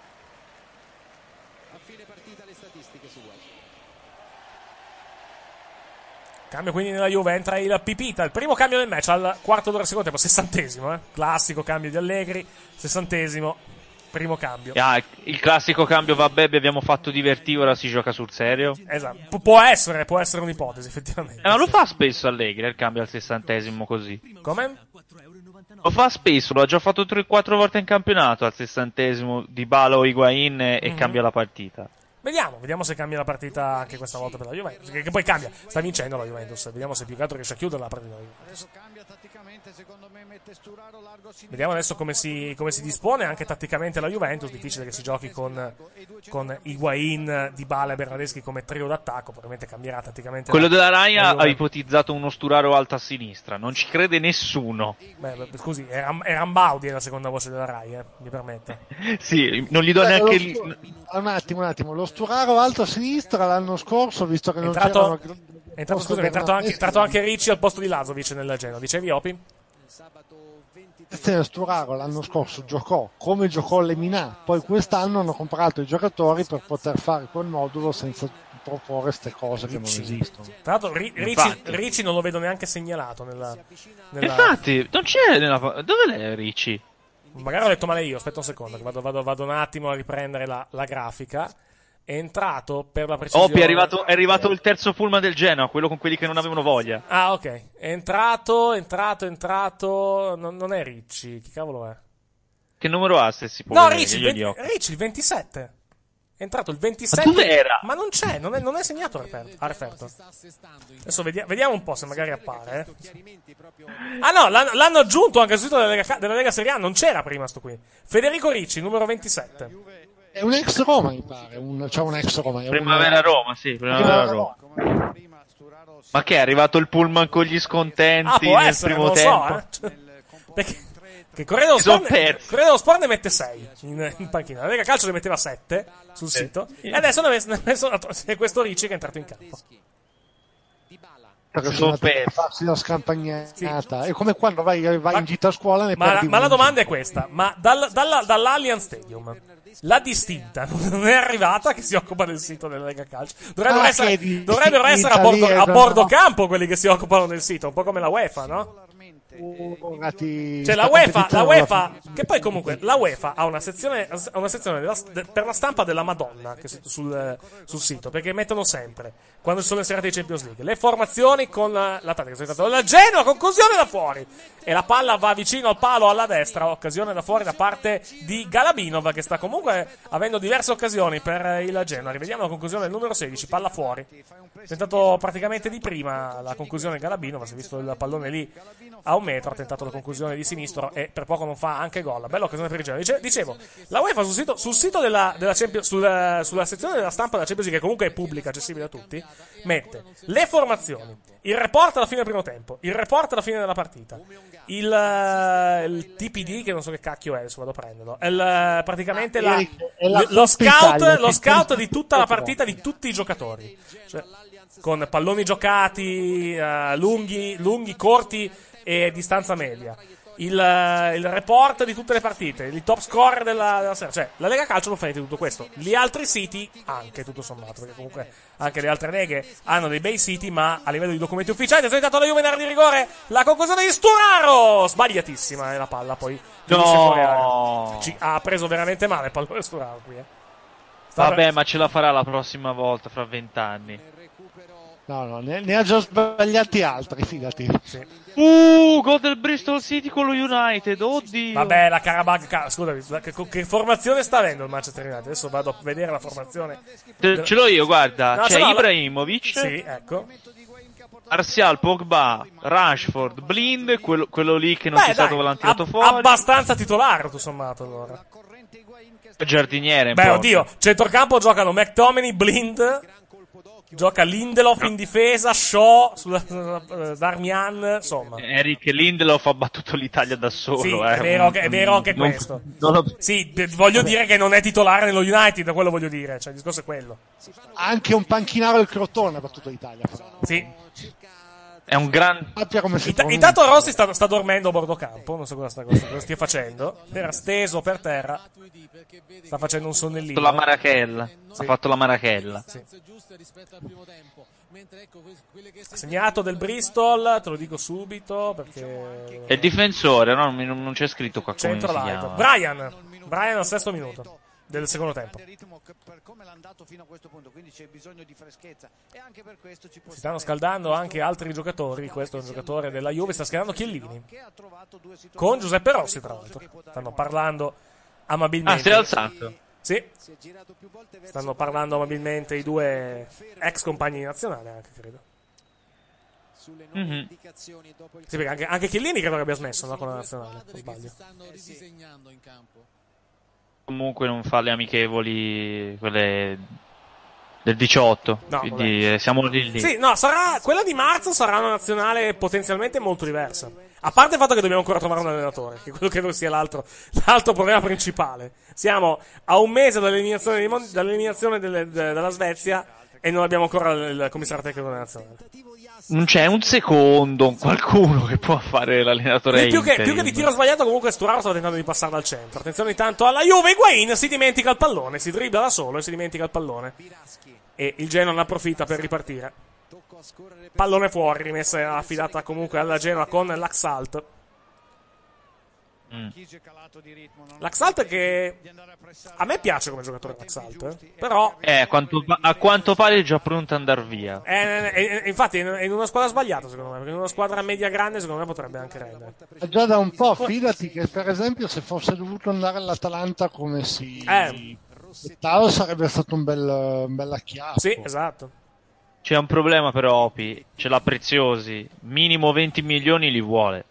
Cambio quindi nella Juve, entra il Pipita, il primo cambio del match al quarto d'ora del secondo tempo, sessantesimo, eh? Classico cambio di Allegri, sessantesimo, primo cambio. Ah, il classico cambio, vabbè, abbiamo fatto divertire, ora si gioca sul serio. Esatto, Pu- può essere, può essere un'ipotesi effettivamente. Eh, ma lo fa spesso Allegri il cambio al sessantesimo così. Come? Lo fa spesso, lo ha già fatto tre quattro volte in campionato al sessantesimo di Bala o Higuain e Mm-hmm. cambia la partita. Vediamo, vediamo se cambia la partita anche questa volta per la Juventus, che, che poi cambia, sta vincendo la Juventus, vediamo se più che altro riesce a chiudere la partita. Vediamo adesso come si, come si dispone anche tatticamente la Juventus, difficile che si giochi con, con Higuain, Dybala e Bernardeschi come trio d'attacco, probabilmente cambierà tatticamente. Quello la, della Rai la ha ipotizzato uno Sturaro alto a sinistra, non ci crede nessuno. Beh, beh, scusi, è, Ram- è Rambaudi la seconda voce della Rai, eh, mi permette. Sì, non gli do Beh, neanche lo lì. stu- Un attimo, un attimo, lo Sturaro alto a sinistra l'anno scorso, visto che È non entrato, c'erano... è entrato, scusami, è entrato anche, è entrato anche Ricci al posto di Lazovic nel Genoa, dicevi Opi? Sturaro l'anno scorso giocò come giocò Lemina, poi quest'anno hanno comprato i giocatori per poter fare quel modulo senza proporre queste cose che non esistono. Tra l'altro Ri- Ricci, Ricci non lo vedo neanche segnalato nella, nella... Infatti, non c'è nella... Dove è Ricci? Magari ho detto male io, aspetta un secondo, che vado, vado, vado un attimo a riprendere la, la grafica. È entrato per la precisione. Oppi, è arrivato, è arrivato il terzo pullman del Genoa, quello con quelli che non avevano voglia. Ah, ok. È entrato, entrato, entrato. Non, non è Ricci, chi cavolo è? Che numero ha se si può No, vedere? Ricci, Io gli venti, occhi. Ricci, il ventisette. È entrato il ventisette. Ma dov'era? Ma non c'è, non è, non è segnato a refer- a referto. Adesso vediamo, vediamo un po' se magari appare. Eh. Ah no, l'hanno, l'hanno aggiunto anche sul sito della Lega, della Lega Serie A, non c'era prima sto qui. Federico Ricci, numero ventisette. È un ex Roma, mi pare. Un, cioè un ex Roma. È Primavera un... Roma, sì, Primavera Roma. Ma che è arrivato il pullman con gli scontenti Ah, può nel essere, primo non lo tempo? so, eh. Perché, che Corredo Si son Sport, persi. Corredo Sport ne mette sei in, in panchina. La Lega Calcio ne metteva sette sul Sì. sito. E adesso ne ha messo, ne ha messo c'è questo Ricci che è entrato in campo. Perché Si sono sono andati a persi. farsi la scampagnata. È come quando vai, vai in gita a scuola e ne Ma, perdi ma la uno. domanda è questa: ma dal, dalla, dall'Allianz Stadium la distinta non è arrivata che si occupa del sito della Lega Calcio? Dovrebbero Ah, essere, che di- dovrebbero di essere a bordo, Italia, a bordo no. campo quelli che si occupano del sito, un po' come la UEFA, no? Oh, ragazzi, Cioè la sta UEFA, la competizione UEFA, che poi comunque la UEFA ha una sezione, ha una sezione della- de- per la stampa della Madonna che si- sul, sul sito, perché mettono sempre, quando ci sono le serate di Champions League, le formazioni con la, la tattica. La Genoa, conclusione da fuori, e la palla va vicino al palo alla destra, occasione da fuori da parte di Galabinov, che sta comunque avendo diverse occasioni per il Genoa. Rivediamo la conclusione del numero sedici, palla fuori. È tentato praticamente di prima la conclusione Galabinov, si è visto il pallone lì a un metro, ha tentato la conclusione di sinistro e per poco non fa anche gol. Bella occasione per il Genoa. Dice, dicevo, la UEFA sul sito, sul sito della, della Champions, sul, sulla sezione della stampa della Champions League, che comunque è pubblica, accessibile a tutti, mette le formazioni, il report alla fine del primo tempo, il report alla fine della partita, il, eh, il T P D, che non so che cacchio è, adesso vado a prenderlo, è il, praticamente la, è la lo Coppa scout, Italia, lo che- scout di tutta la partita di tutti i giocatori, cioè, con palloni giocati, eh, lunghi, lunghi, corti e distanza media. il, il report di tutte le partite, il top scorer della, della sera. Cioè, la Lega Calcio non fa niente di tutto questo. Gli altri siti, anche tutto sommato, perché comunque anche le altre leghe hanno dei bei siti, ma a livello di documenti ufficiali. È dato la Juve in area di rigore. La conclusione di Sturaro, sbagliatissima, è la palla poi. No, Ci ha preso veramente male il pallone Sturaro qui. Eh. Vabbè, ma ce la farà la prossima volta, fra vent'anni. No, no, ne, ne ha già sbagliati altri, fidati. Sì. Uh, gol del Bristol City con lo United, oddio. Vabbè, la Karabakh, ca- scusami, che, che formazione sta avendo il Manchester United? Adesso vado a vedere la formazione. Ce, ce l'ho io, guarda, No, c'è ce l'ho, Ibrahimovic. Sì, ecco. Martial, Pogba, Rashford, Blind, quello, quello lì che non Beh, si è dai, stato tirato ab- fuori. abbastanza titolare, tutto sommato, allora. Giardiniere. Beh, oddio, centrocampo giocano McTominay, Blind, gioca Lindelof in difesa, Shaw, sulla, uh, Darmian, insomma. Eric Lindelof ha battuto l'Italia da solo. Sì, eh. è vero, che- è vero anche Non- questo. non lo- Sì, d- voglio dire che non è titolare nello United, quello voglio dire, cioè il discorso è quello. Anche un panchinaro del Crotone ha battuto l'Italia. Sì. È un gran... Sappia come si Ita- pronuncia. intanto Rossi sta, sta dormendo a bordo campo, non so cosa, sta, cosa, cosa stia facendo. Era steso per terra, sta facendo un sonnellino. La marachella. Sì. Ha fatto la marachella. Sì. Segnato del Bristol, te lo dico subito perché... È il difensore, no? Non, non c'è scritto qua come si Centro live. chiama. Brian, Brian al sesto minuto del secondo tempo. Per come l'ha andato fino a questo punto, quindi c'è bisogno di freschezza e anche per questo ci può Si stanno scaldando anche altri giocatori. Questo è un giocatore della Juve, sta scaldando Chiellini con Giuseppe Rossi, tra l'altro. Stanno parlando amabilmente. Ah, si è alzato. Sì, stanno parlando amabilmente i due ex compagni di nazionale, anche credo. Mhm. Sì, perché anche, anche Chiellini credo che abbia smesso, no, con la nazionale, non sbaglio. Comunque non fa le amichevoli, quelle del diciotto. No, quindi vabbè. eh, siamo lì lì. Sì, no, sarà, quella di marzo sarà una nazionale potenzialmente molto diversa. A parte il fatto che dobbiamo ancora trovare un allenatore, che quello credo sia l'altro, l'altro problema principale. Siamo a un mese dall'eliminazione, dei mon- dall'eliminazione delle- de- dalla Svezia e non abbiamo ancora il, il commissario tecnico della nazionale. Non c'è un secondo, qualcuno che può fare l'allenatore Più che, interim. più che di tiro sbagliato, comunque Sturaro stava tentando di passare dal centro. Attenzione intanto alla Juve, Higuain si dimentica il pallone, si dribbla da solo e si dimentica il pallone. E il Genoa ne approfitta per ripartire. Pallone fuori, rimessa affidata comunque alla Genoa con l'Axalt. Mm. L'Axalt che a me piace come giocatore l'Axalt, eh? Però Eh, a quanto, pa- a quanto pare è già pronto ad andare via. è, è- è- infatti è in una squadra sbagliata secondo me, perché in una squadra media grande secondo me potrebbe anche rendere. Già da un po', fidati che per esempio se fosse dovuto andare all'Atalanta come si Eh. aspettava sarebbe stato un bel, un bel acchiappo. Sì, esatto. C'è un problema però, Opi. Ce l'ha Preziosi. Minimo venti milioni li vuole.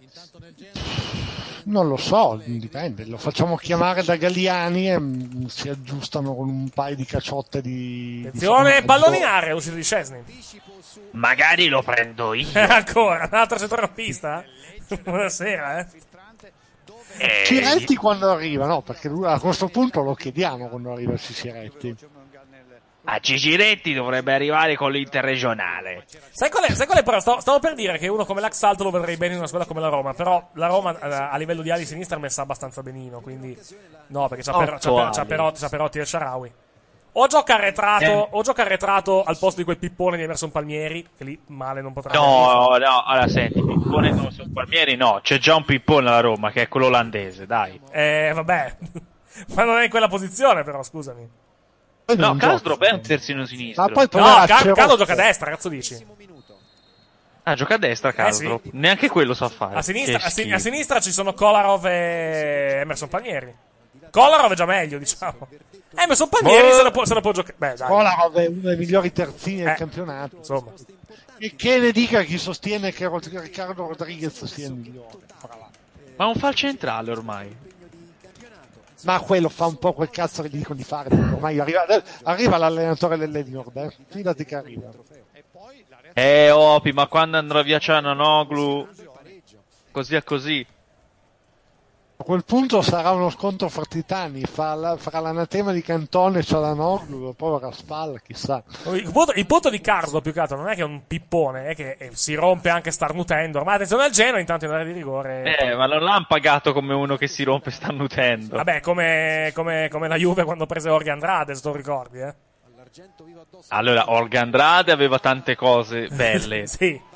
Non lo so, dipende, lo facciamo chiamare da Galliani e mm, si aggiustano con un paio di cacciotte di... Attenzione, di pallone in area, è uscito di Szczesny. Magari lo prendo io. Ancora, un altro centrocampista? Buonasera, eh. Eh, Ciretti quando arriva, no? Perché lui a questo punto lo chiediamo quando arriva Ciretti. A Cigiretti dovrebbe arrivare con l'interregionale. Sai qual è? Sai qual è però? Stavo, stavo per dire che uno come l'Axalto lo vedrei bene in una squadra come la Roma, però la Roma eh, a livello di ali sinistra è messa abbastanza benino, quindi no, perché c'ha, per, c'ha, per, c'ha, Perotti, c'ha Perotti e il Shaarawy. O gioca arretrato, Eh. o gioca arretrato al posto di quel pippone di Emerson Palmieri, che lì male non potrà. No, no, allora senti, Pippone non sono Palmieri, no, c'è già un Pippone alla Roma che è quello olandese, dai. Eh, vabbè. Ma non è in quella posizione, però, scusami. No, Karsdorp è un terzino sinistro. Ma poi No, Car- Carlo gioca a destra, cazzo dici? Ah, gioca a destra Karsdorp. sì. Neanche quello sa fare. A sinistra, Che a, si- schifo. a sinistra ci sono Kolarov e Emerson Palmieri. Kolarov è già meglio, diciamo. Emerson Palmieri se lo può, se lo può giocare. Beh, dai. Kolarov è uno dei migliori terzini del Eh, campionato. Insomma. E che ne dica chi sostiene che Rod- Riccardo Rodriguez sia il migliore. Ma non fa il centrale ormai. Ma quello fa un po' quel cazzo che gli dicono di fare. Ormai arriva, arriva l'allenatore dell'Ediord, eh. Fidati che arriva. Eh, Opi, ma quando andrà via Ciananoglu, così a così. A quel punto sarà uno scontro fra titani, fra, la, fra l'anatema di Cantone e Cialanoglu, povera spalla, chissà. Il punto, il punto di Carlo, più che altro, non è che è un pippone, è che si rompe anche starnutendo. Ma attenzione al Genoa, intanto in area di rigore. Eh, ma non l'hanno pagato come uno che si rompe starnutendo. Vabbè, come, come, come la Juve quando prese Jorge Andrade, se lo ricordi, eh? Allora, Jorge Andrade aveva tante cose belle. Sì.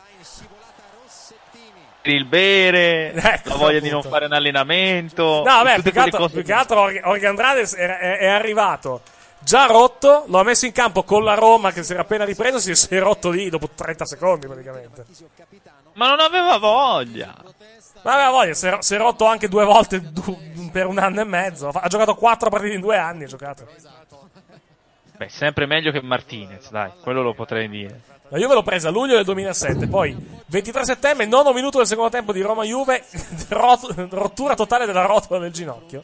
Il bere, ecco, la voglia appunto. di non fare un allenamento. No, vabbè, tutte più che altro, cose più che altro Jorge Andrade è, è, è arrivato già rotto, lo ha messo in campo con la Roma che si era appena ripreso, si è rotto lì dopo trenta secondi praticamente. Ma non aveva voglia. Ma aveva voglia, si è, si è rotto anche due volte du- per un anno e mezzo. Ha giocato quattro partite in due anni, ha giocato. Beh, sempre meglio che Martinez, dai, quello lo potrei dire. La Juve l'ho presa a luglio del duemilasette, poi ventitré settembre, nono minuto del secondo tempo di Roma-Juve, rot- rottura totale della rotola del ginocchio.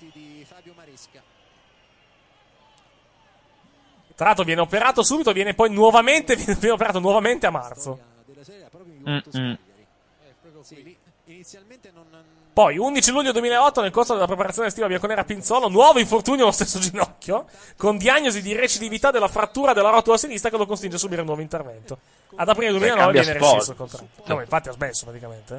Tra l'altro viene operato subito, viene poi nuovamente, viene, viene operato nuovamente a marzo. Mm-mm. Poi, undici luglio duemilaotto, nel corso della preparazione estiva bianconera Pinzolo, nuovo infortunio allo stesso ginocchio, con diagnosi di recidività della frattura della rotola sinistra che lo costringe a subire un nuovo intervento. Ad aprile duemilanove Beh, viene sport. rescisso il contratto. No, ma infatti ha smesso praticamente.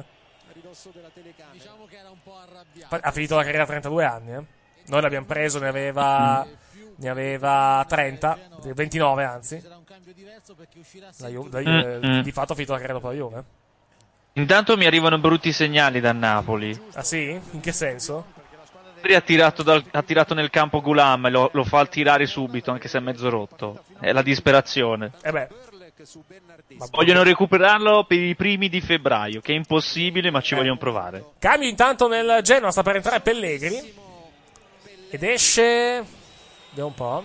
eh. Ha finito la carriera a trentadue anni, eh. Noi l'abbiamo preso, ne aveva... Ne aveva trenta, ventinove anzi. La Ju- la Ju- Mm-mm. Di fatto ha finito la carriera dopo la Juve. Intanto mi arrivano brutti segnali da Napoli. Ah sì? In che senso? Ieri ha tirato, dal, ha tirato nel campo Gulam e lo, lo fa tirare subito, anche se è mezzo rotto. È la disperazione. Eh beh. Vogliono recuperarlo per i primi di febbraio, che è impossibile, ma ci Eh. vogliono provare. Cambio intanto nel Genoa, sta per entrare Pellegrini. Ed esce... Vediamo un po'.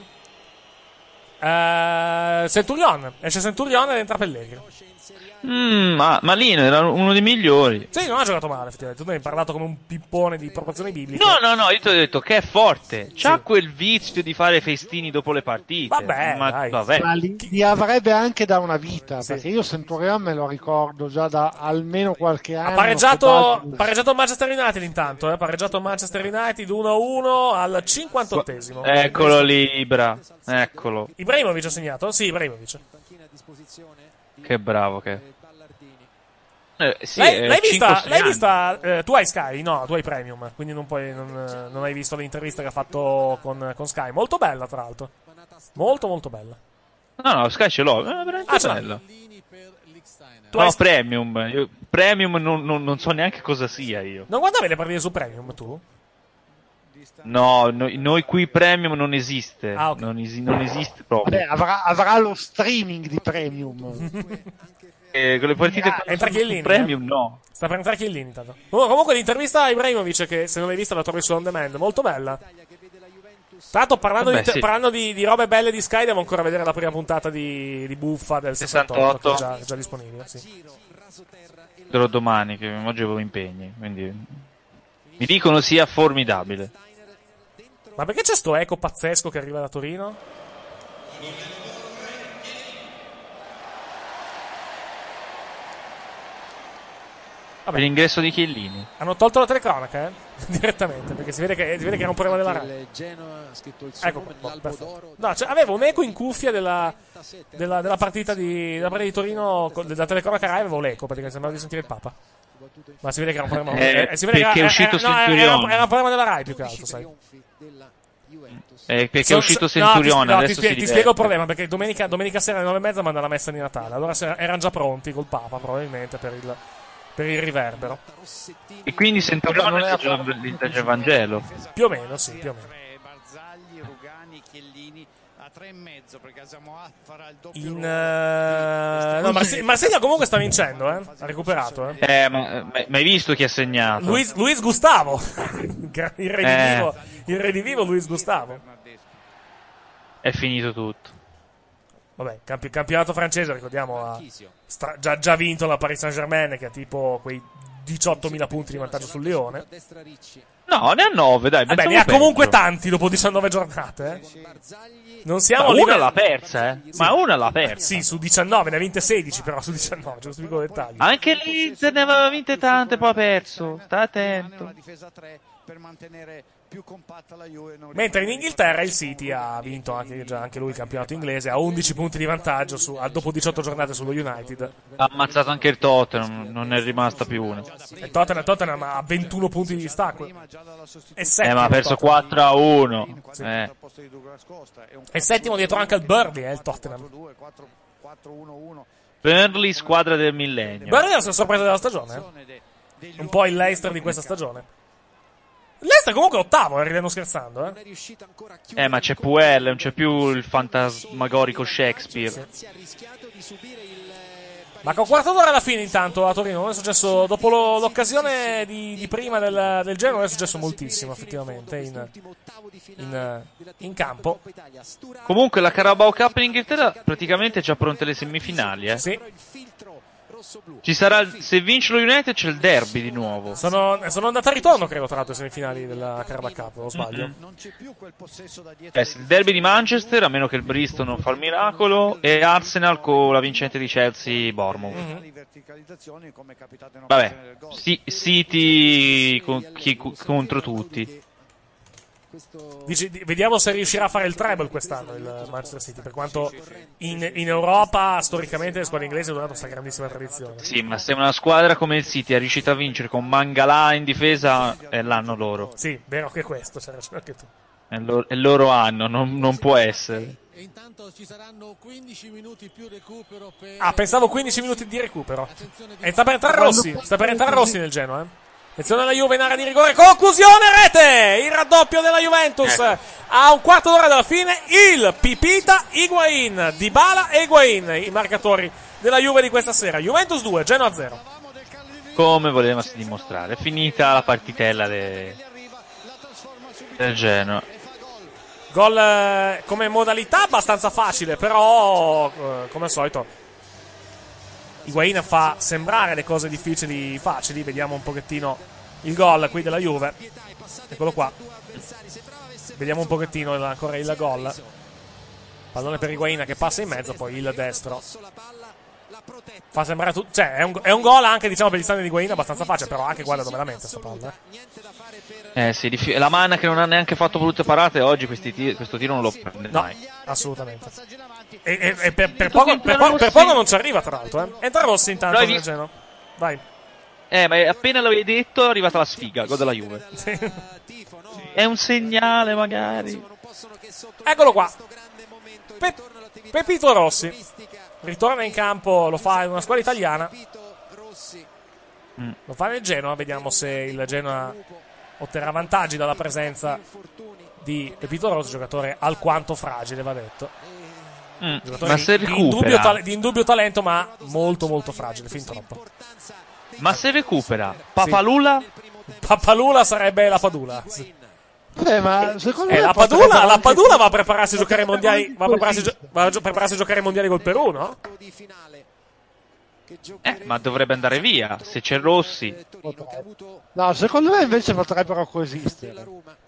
Uh, Centurion. Esce Centurion ed entra Pellegrini. Mm, ma Malino era uno dei migliori. Sì, non ha giocato male, effettivamente. Tu ne hai parlato come un pippone di proporzioni bibliche. No, no, no, io ti ho detto che è forte. C'ha quel vizio di fare festini dopo le partite. Vabbè, ma, dai. vabbè. Ma li, li avrebbe anche da una vita, perché io Centurion me lo ricordo già da almeno qualche anno. Ha pareggiato, che pareggiato il Manchester United intanto, eh? pareggiato il Manchester United uno a uno al cinquantottesimo. Eccolo lì, Ibra. Eccolo. Ibrahimovic ha segnato? Sì, Ibrahimovic. Che bravo che è. Eh, sì, l'hai, eh, l'hai cinque, vista? sei L'hai anni. vista eh, tu hai Sky? No, tu hai Premium, quindi non, puoi, non, non hai visto l'intervista che ha fatto con, con Sky. Molto bella, tra l'altro. Molto, molto bella. No, no, Sky ce l'ho. È veramente Ah, ce l'hai. bello. Tu No, hai- Premium. Io, premium non, non, non so neanche cosa sia io. Non guardavi le partite su Premium, tu? No, noi, noi qui Premium non esiste. Ah, ok. non, esi- non esiste proprio. Vabbè, avrà, avrà lo streaming di Premium. Eh, con le partite Ah, entra Chiellini, su Premium eh? no. Sta per entrare Chiellini intanto. Oh, comunque l'intervista a Ibrahimovic, che se non l'hai vista la trovi su On Demand, molto bella. Tra l'altro parlando, Vabbè, di, sì. parlando di, di robe belle di Sky, devo ancora vedere la prima puntata di, di Buffa del sessantotto, che è già, già disponibile, sì. Vedrò domani, che oggi avevo impegni. Quindi mi dicono sia formidabile. Ma perché c'è sto eco pazzesco che arriva da Torino? Per l'ingresso di Chiellini. Hanno tolto la telecronaca, eh? Direttamente, perché si vede che, si vede che era un problema della Rai. Il Genoa ha scritto il suo Ecco, nome, boh, l'Albo perfetto. d'Oro. No, cioè, avevo un eco in cuffia della, della, della partita di, della partita di Torino, con- della telecronaca Rai, avevo l'eco, perché sembrava di sentire il Papa. Ma si vede che era un problema. Eh, eh, si vede che perché era, è uscito era, no, era, Centurion. era un problema della Rai più che altro, sai. Eh, perché So- è uscito so- no, ti, Centurion. no, ti, adesso spie- si ti diverte. spiego il problema, perché domenica, domenica sera alle nove e mezza manda la messa di Natale. Allora se- erano già pronti col Papa, probabilmente, per il, per il riverbero. E quindi Centurion legge legge il Vangelo. Più o meno, sì, più o meno. Barzagli, Rugani, Chiellini a tre e mezzo, perché Asamoah farà il doppio In, ruolo. eh, no, Marse- Marsiglia comunque sta vincendo, eh? Ha recuperato, eh? Eh, ma, ma, ma hai visto chi ha segnato? Luis, Luis Gustavo, il redivivo, Eh. il redivivo Luis Gustavo. È finito tutto. Vabbè, campi- campionato francese, ricordiamo, ha stra- già, già vinto la Paris Saint-Germain, che ha tipo quei diciottomila punti di vantaggio sul Lione. No, ne ha nove, dai. Vabbè, pensavo ne ha peggio. comunque tanti dopo diciannove giornate, eh? Non siamo Ma a una livello- l'ha persa, eh. Sì. Ma una l'ha persa. Sì, su diciannove, ne ha vinte sedici, però su diciannove, giusto piccolo dettaglio. Anche l'Inter ne aveva vinte tante, poi ha perso. Sta attento. difesa tre, per mantenere più compatta la Juve. Mentre in Inghilterra il City ha vinto anche, già anche lui il campionato inglese, ha undici punti di vantaggio su, dopo diciotto giornate sullo United. Ha ammazzato anche il Tottenham, non ne è rimasta più una. Il Tottenham, Tottenham ha ventuno punti di distacco. E settimo, eh, ma ha perso quattro a uno. Eh. E settimo dietro anche al Burnley, eh, il Tottenham. Burnley, squadra del millennio. Burnley è la sorpresa della stagione. Eh? Un po' il Leicester di questa stagione. Leicester comunque è ottavo, eh, ridendo scherzando, eh. Eh, ma c'è Puel, non c'è più il fantasmagorico Shakespeare. Sì. Ma con quarto d'ora alla fine intanto a Torino non è successo, dopo lo, l'occasione di, di prima del, del Genoa non è successo moltissimo effettivamente in, in, in campo. Comunque la Carabao Cup in Inghilterra praticamente è già pronte le semifinali, eh. Sì. Ci sarà, se vince lo United c'è il derby di nuovo. Sono, sono andate a ritorno, credo, tra l'altro, ai semifinali della Carabao Cup, non sbaglio. Mm-hmm. Eh, il derby di Manchester, a meno che il Bristol non fa il miracolo, e Arsenal con la vincente di Chelsea-Bournemouth. Mm-hmm. Vabbè, sì, City con, chi, contro tutti. Dici, vediamo se riuscirà a fare il treble quest'anno il Manchester City, per quanto in, in Europa storicamente le squadre inglesi hanno dato questa grandissima tradizione. Sì, ma se una squadra come il City è riuscita a vincere con Mangala in difesa è l'anno loro. Sì, vero che questo, c'è ragione anche tu. È il loro, è il loro anno, non, non può essere. E intanto ci saranno quindici minuti più recupero per... Ah, pensavo quindici minuti di recupero. E sta per entrare Rossi, sta per entrare Rossi nel Genoa, eh. Attenzione alla Juve in area di rigore, conclusione, rete! Il raddoppio della Juventus ecco. A un quarto d'ora dalla fine, il Pipita, Higuain, Dybala e Higuain, i marcatori della Juve di questa sera. Juventus due, Genoa zero. Come volevasi dimostrare, è finita la partitella de... del Genoa. Gol eh, come modalità abbastanza facile, però eh, come al solito Higuain fa sembrare le cose difficili facili. Vediamo un pochettino il gol qui della Juve. Eccolo qua. Vediamo un pochettino il, ancora il gol. Pallone per Higuain che passa in mezzo, poi il destro. Fa sembrare tutto. Cioè, è un, è un gol anche, diciamo, per gli standard di Higuain abbastanza facile, però anche guarda dove la mette sta palla. Eh, eh sì, dif- la Manna che non ha neanche fatto volute parate oggi questi tir- questo tiro non lo prende no, mai. Assolutamente. E, e, e per, per, poco, per, po- per poco non ci arriva, tra l'altro, eh. Entra Rossi intanto nel visto... Genoa. Vai. Eh, ma appena l'avevi detto è arrivata la sfiga, gol della Juve. Sì. È un segnale magari. Eccolo qua. Pe- Pepito Rossi ritorna in campo, lo fa in una squadra italiana. Mm. Lo fa nel Genoa, vediamo se il Genoa otterrà vantaggi dalla presenza di Pepito Rossi, giocatore alquanto fragile, va detto. Mm. Ma se di, di, indubbio ta- di indubbio talento, ma molto molto fragile, fin troppo. Ma se recupera Papalula? Sì. Papalula sarebbe la Padula. Sì. Eh, ma secondo eh, me la Padula, anche... la Padula va a prepararsi a giocare ai mondiali, va a prepararsi, gio- va a gio- prepararsi a giocare ai mondiali col Perù, no? Eh, ma dovrebbe andare via se c'è Rossi. No, secondo me invece potrebbero coesistere.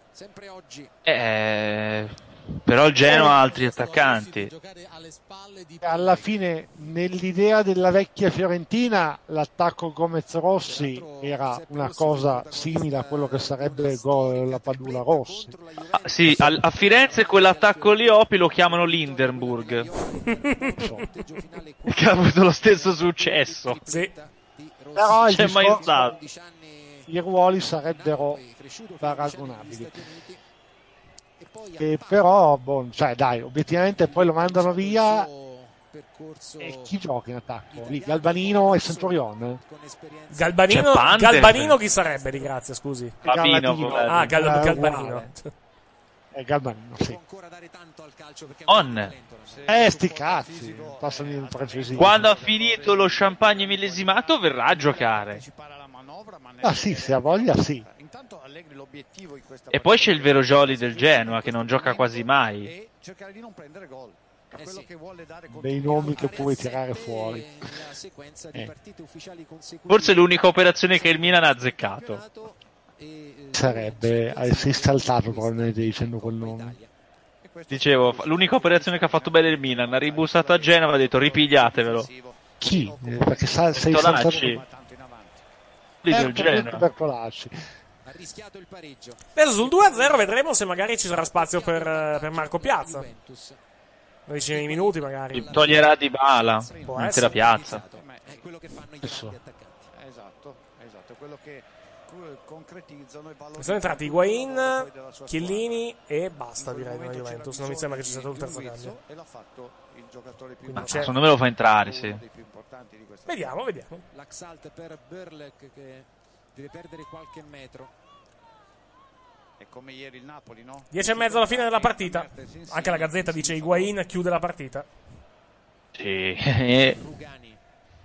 Eh, però il Genoa ha altri attaccanti. Alla fine, nell'idea della vecchia Fiorentina, l'attacco Gomez-Rossi era una cosa simile a quello che sarebbe il gol la Padula Rossi. Ah, sì, a, a Firenze quell'attacco lì Opi lo chiamano Lindenburg. Che ha avuto lo stesso successo. Sì. Però c'è mai stato. I ruoli sarebbero paragonabili. E però, boh, cioè dai, obiettivamente poi lo mandano via e chi gioca in attacco? Lì, Galbanino e Centurion? Galbanino, Galbanino chi sarebbe di grazia, scusi? Galbanino. Ah, Gal- Galbanino. È Galbanino, sì. On. Eh, sti cazzi, passano in francese. Quando ha finito lo champagne millesimato verrà a giocare. Ah sì, se ha voglia sì. E poi c'è il vero Jolly del Genoa che non gioca quasi mai. Dei nomi che puoi tirare fuori. Eh. Forse è l'unica operazione che il Milan ha azzeccato. Sarebbe, si è saltato probabilmente dicendo quel nome. Dicevo, l'unica operazione che ha fatto bene il Milan, ha ribussato a Genova e ha detto ripigliatevelo. Chi? Eh, perché sa, sei saltato lì del Genoa. Adesso sul due a zero vedremo se magari ci sarà spazio per, per Marco Piazza. Una decina di minuti magari. Toglierà Dybala, intera piazza. È quello che fanno i grandi attaccanti. Esatto, esatto, è quello che concretizzano e valorizzano. Sono entrati Higuain, Chiellini e basta, direi, nella Juventus. Non mi sembra che ci sia stato un terzo cambio. E l'ha fatto il giocatore più Ma secondo me lo fa entrare, sì. Vediamo, vediamo. L'Axalt per Berlek che deve perdere qualche metro. È come ieri il Napoli, no? dieci e mezzo alla fine della partita. Anche la Gazzetta dice Higuain chiude la partita. Sì. Rugani.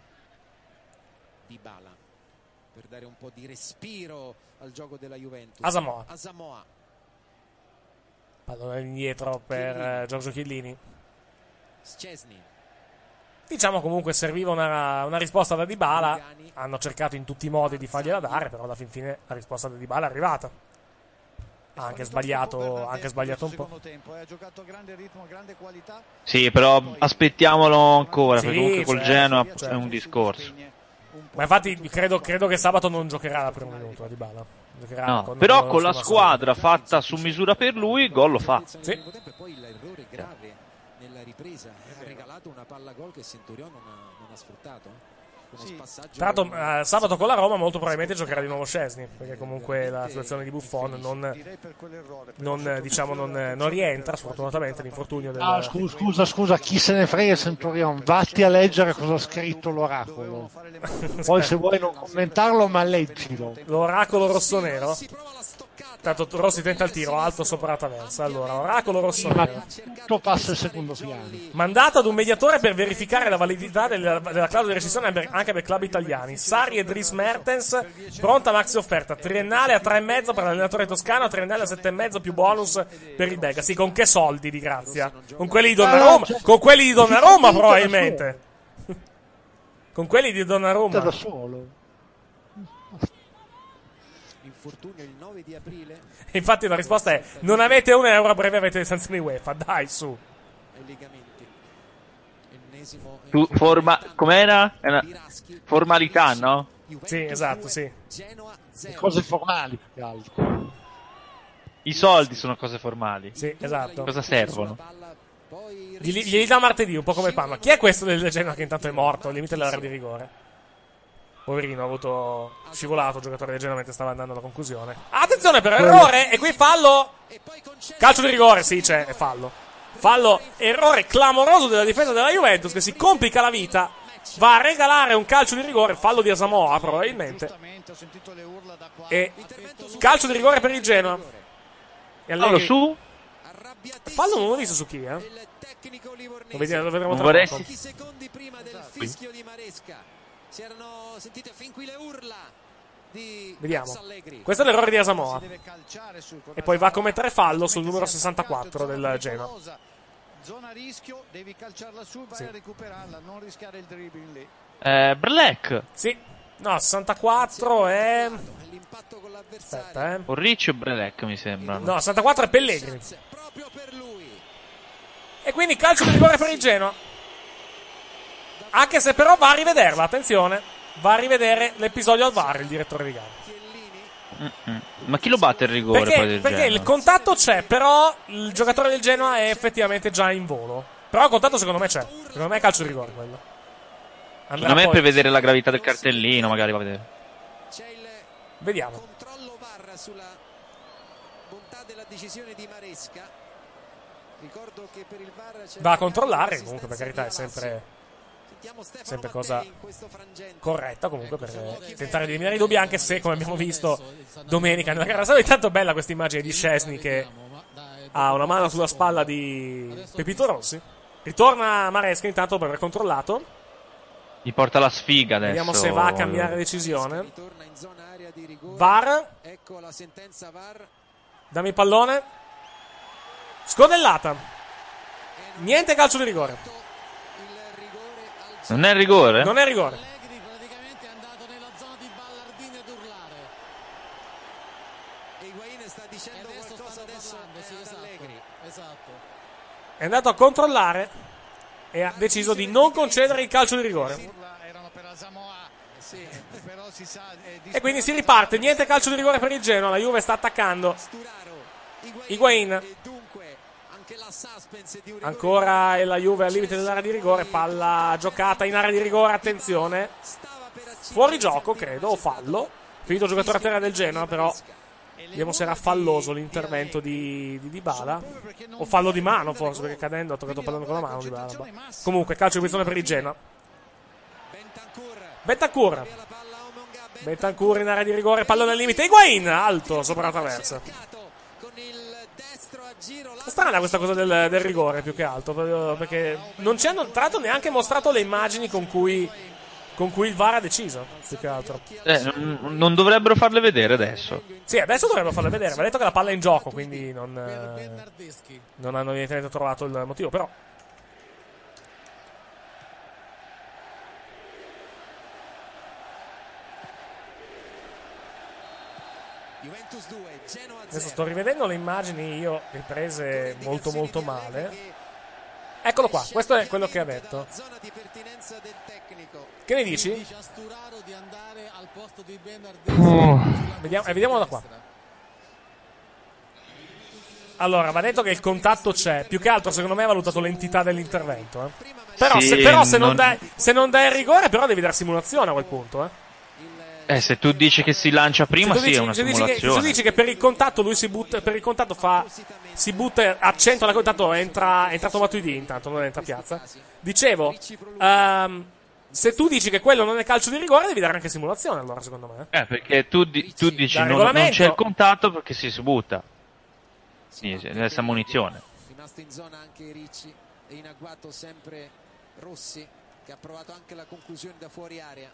Dybala per dare un po' di respiro al gioco della Juventus. Asamoah. Asamoah. Pallone indietro per uh, Giorgio Chiellini. Szczesny. Diciamo comunque serviva una, una risposta da Dybala. Hanno cercato in tutti i modi di fargliela dare, però alla fin fine la risposta da Dybala è arrivata. Ha anche sbagliato, anche sbagliato un po'. Sì, però aspettiamolo ancora, Sì, perché comunque col certo, Genoa certo. è un discorso. Ma infatti credo, credo che sabato non giocherà la primo minuto a Dybala. Giocherà No, con, però con con la sulla squadra fatta su misura per lui, gol lo fa. Sì. E poi l'errore grave nella ripresa. Ha regalato una palla gol che Centurion non ha, non ha sfruttato. Uno spassaggio. Tra l'altro eh, sabato con la Roma molto probabilmente giocherà di nuovo Szczesny, perché comunque la situazione di Buffon non, non, diciamo, non, non rientra, sfortunatamente l'infortunio del... Ah, scusa, scusa, scusa, chi se ne frega Centurion, vatti a leggere cosa ha scritto l'oracolo. Poi se vuoi non commentarlo, ma leggilo. L'oracolo rossonero? Tanto Rossi tenta il tiro alto sopra la traversa. Allora, oracolo rossonero. Tutto passa il secondo piano. Mandato ad un mediatore per verificare la validità della, della clausola di rescissione anche per club italiani. Sarri e Dries Mertens, pronta maxi offerta. Triennale a tre e mezzo per l'allenatore toscano, triennale a sette e mezzo più bonus per il belga. Sì, con che soldi, di grazia? Con quelli di Donnarumma? Con quelli di Donnarumma probabilmente. Con quelli di Donnarumma. Da solo. Infortunio il nove di aprile. E infatti la risposta è: non avete un euro, a breve avete le sanzioni UEFA. Dai, su. E legamenti. Ennesimo. Tu, forma, com'era? È una formalità, no? Sì, esatto, sì. Cose formali più che altro. I soldi sono cose formali. Sì, esatto. Cosa servono? Gli, glieli dà martedì, un po' come Palma. Chi è questo del Genoa che intanto è morto al limite dell'area di rigore? Poverino, ha avuto scivolato il giocatore del Genoa mentre stava andando alla conclusione. Attenzione per errore, e qui fallo. Calcio di rigore, sì, c'è, è fallo. Fallo, errore clamoroso della difesa della Juventus che si complica la vita. Va a regalare un calcio di rigore, fallo di Asamoah probabilmente. E calcio di rigore per il Genoa. E Fallo su? Fallo non l'ho visto su chi, eh? Lo vediamo, lo vedremo tra Vorrei poco. Pochi secondi prima del fischio di Maresca. Si erano sentite fin qui le urla di Vediamo. Questo è l'errore di Asamoah. E poi va a commettere fallo sul numero sessantaquattro del Genoa. Zona rischio, devi calciarla su, vai Sì. a recuperarla, non rischiare il dribbling lì. Eh, Black. Sì. No, sessantaquattro è... Aspetta, eh. O Ricci o Brelec mi sembra. No, sessantaquattro è Pellegrini. E quindi calcio di rigore per il Genoa. Anche se però va a rivederla, attenzione. Va a rivedere l'episodio al V A R il direttore di gara. Mm-mm. Ma chi lo batte il rigore poi Perché, del perché Genoa? il contatto c'è, però il giocatore del Genoa è effettivamente già in volo. Però il contatto secondo me c'è. Secondo me è calcio di rigore quello. Andrà Secondo me poi- per vedere la gravità del cartellino, magari va a vedere. Vediamo. controllo V A R sulla bontà della decisione di Maresca. Ricordo che per il V A R c'è Va a controllare, comunque per carità è sempre... sempre cosa corretta comunque per eh, tentare di eliminare i dubbi, anche se come abbiamo visto domenica nella gara sarà intanto bella questa immagine di Szczesny che ha una mano sulla spalla di Pepito Rossi. Ritorna Maresca intanto per aver controllato, Gli porta la sfiga adesso. vediamo se va a cambiare decisione. V A R, ecco la sentenza V A R. dammi il pallone, scodellata, niente calcio di rigore. Non è rigore? Non è rigore. È andato a controllare e ha deciso di non concedere il calcio di rigore. E quindi si riparte, niente calcio di rigore per il Genoa, la Juve sta attaccando. Higuain. Ancora la Juve al limite dell'area di rigore, palla giocata in area di rigore, attenzione. Fuori gioco, credo, o fallo. Finito il giocatore a terra del Genoa, però vediamo se era falloso l'intervento di, di Dybala. O fallo di mano, forse, perché cadendo ha toccato il pallone con la mano Dybala. Comunque, calcio di punizione per il Genoa. Bentancur. Bentancur in area di rigore, pallone al limite. Higuain, alto, sopra la traversa. Strana questa cosa del, del rigore, più che altro, perché non ci hanno tra l'altro neanche mostrato le immagini con cui, con cui il V A R ha deciso, più che altro. Eh, non, non dovrebbero farle vedere adesso. Sì, adesso dovrebbero farle vedere, ma ha detto che la palla è in gioco, quindi non, eh, non hanno evidentemente trovato il motivo, però. Adesso sto rivedendo le immagini io, riprese molto molto male. Eccolo qua, questo è quello che ha detto. Che ne dici? Oh. Vediamo, eh, vediamolo da qua. Allora, va detto che il contatto c'è. Più che altro, secondo me, ha valutato l'entità dell'intervento. Eh. Però, Sì, se, però se, non non... dai, se non dai il rigore, però devi dar simulazione a quel punto, eh. Eh, se tu dici che si lancia prima, Se tu sì, dici, è una se dici simulazione. che, se tu dici che per il contatto lui si butta, per il contatto fa, si butta a cento alla contatto, entra, è entrato Matuidi, intanto non entra Piazza. Dicevo, um, se tu dici che quello non è calcio di rigore, devi dare anche simulazione, allora, secondo me. Eh, perché tu, di, tu dici dal non, non regolamento. c'è il contatto perché si, si butta. Sì, deve essere munizione. Rimasto in zona anche Ricci e in agguato sempre Rossi, che ha provato anche la conclusione da fuori area.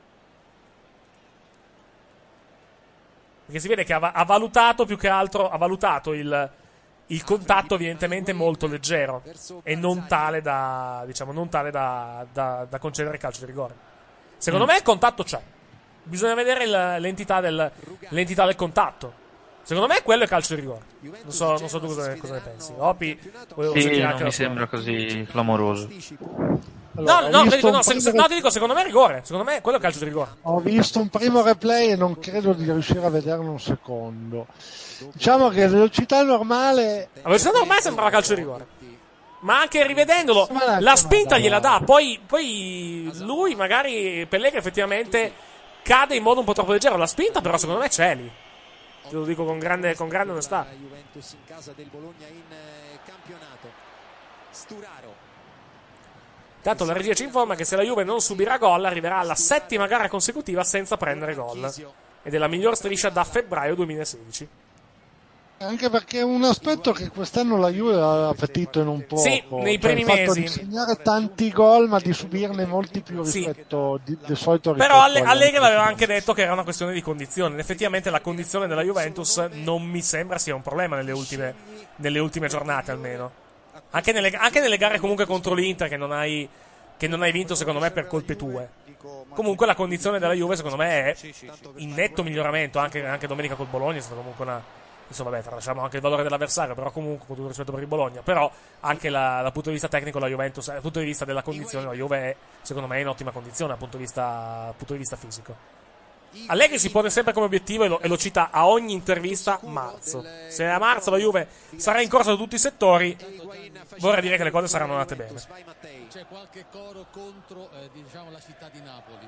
Perché si vede che ha, ha valutato più che altro, ha valutato il, il contatto evidentemente molto leggero e non tale da, diciamo, non tale da, da, da concedere il calcio di rigore. Secondo Mm. me il contatto c'è. Bisogna vedere il- l'entità, del, l'entità del contatto. Secondo me quello è calcio di rigore. Non so, non so tu cosa, cosa ne pensi. Opi, volevo Sì, sentire non anche mi la tua. sembra così clamoroso. Allora, no, ho no, visto dico, no, un se- se- primo- no, ti dico, secondo me è rigore. Secondo me quello è calcio di rigore. Ho visto un primo replay e non credo di riuscire a vederne un secondo. Diciamo che a velocità normale. A velocità normale sembrava calcio di rigore. Ma anche rivedendolo, Ma la no, spinta no, gliela no. dà. Poi, poi lui, magari Pellegrini, effettivamente cade in modo un po' troppo leggero. La spinta, però, secondo me c'è lì. Te lo dico con grande, con grande onestà. Juventus in casa del Bologna in eh, campionato. Sturaro. Intanto la regia ci informa che se la Juve non subirà gol, arriverà alla settima gara consecutiva senza prendere gol. Ed è la miglior striscia da febbraio duemilasedici. Anche perché è un aspetto che quest'anno la Juve ha avvertito in un po'. Sì, nei primi il fatto mesi. di segnare tanti gol, ma di subirne molti più Sì. rispetto di- del solito. Però rispetto Alle- agli Allegri altri. aveva anche detto che era una questione di condizione. Effettivamente la condizione della Juventus non mi sembra sia un problema nelle ultime, nelle ultime giornate almeno. Anche nelle, anche nelle gare comunque contro l'Inter che non hai, che non hai vinto secondo me per colpe tue. Comunque la condizione della Juve secondo me è in netto miglioramento. Anche, anche domenica col Bologna è stata comunque una... Insomma, beh, tralasciamo anche il valore dell'avversario, però comunque con tutto il rispetto per il Bologna. Però anche la- dal punto di vista tecnico la Juventus, dal punto di vista della condizione, la Juve è, secondo me, in ottima condizione dal punto di vista, dal punto di vista fisico. Allegri si pone sempre come obiettivo e lo, e lo cita a ogni intervista marzo. Se a marzo la Juve sarà in corsa da tutti i settori, vorrei dire che le cose saranno andate bene. C'è qualche coro contro eh, diciamo la città di Napoli.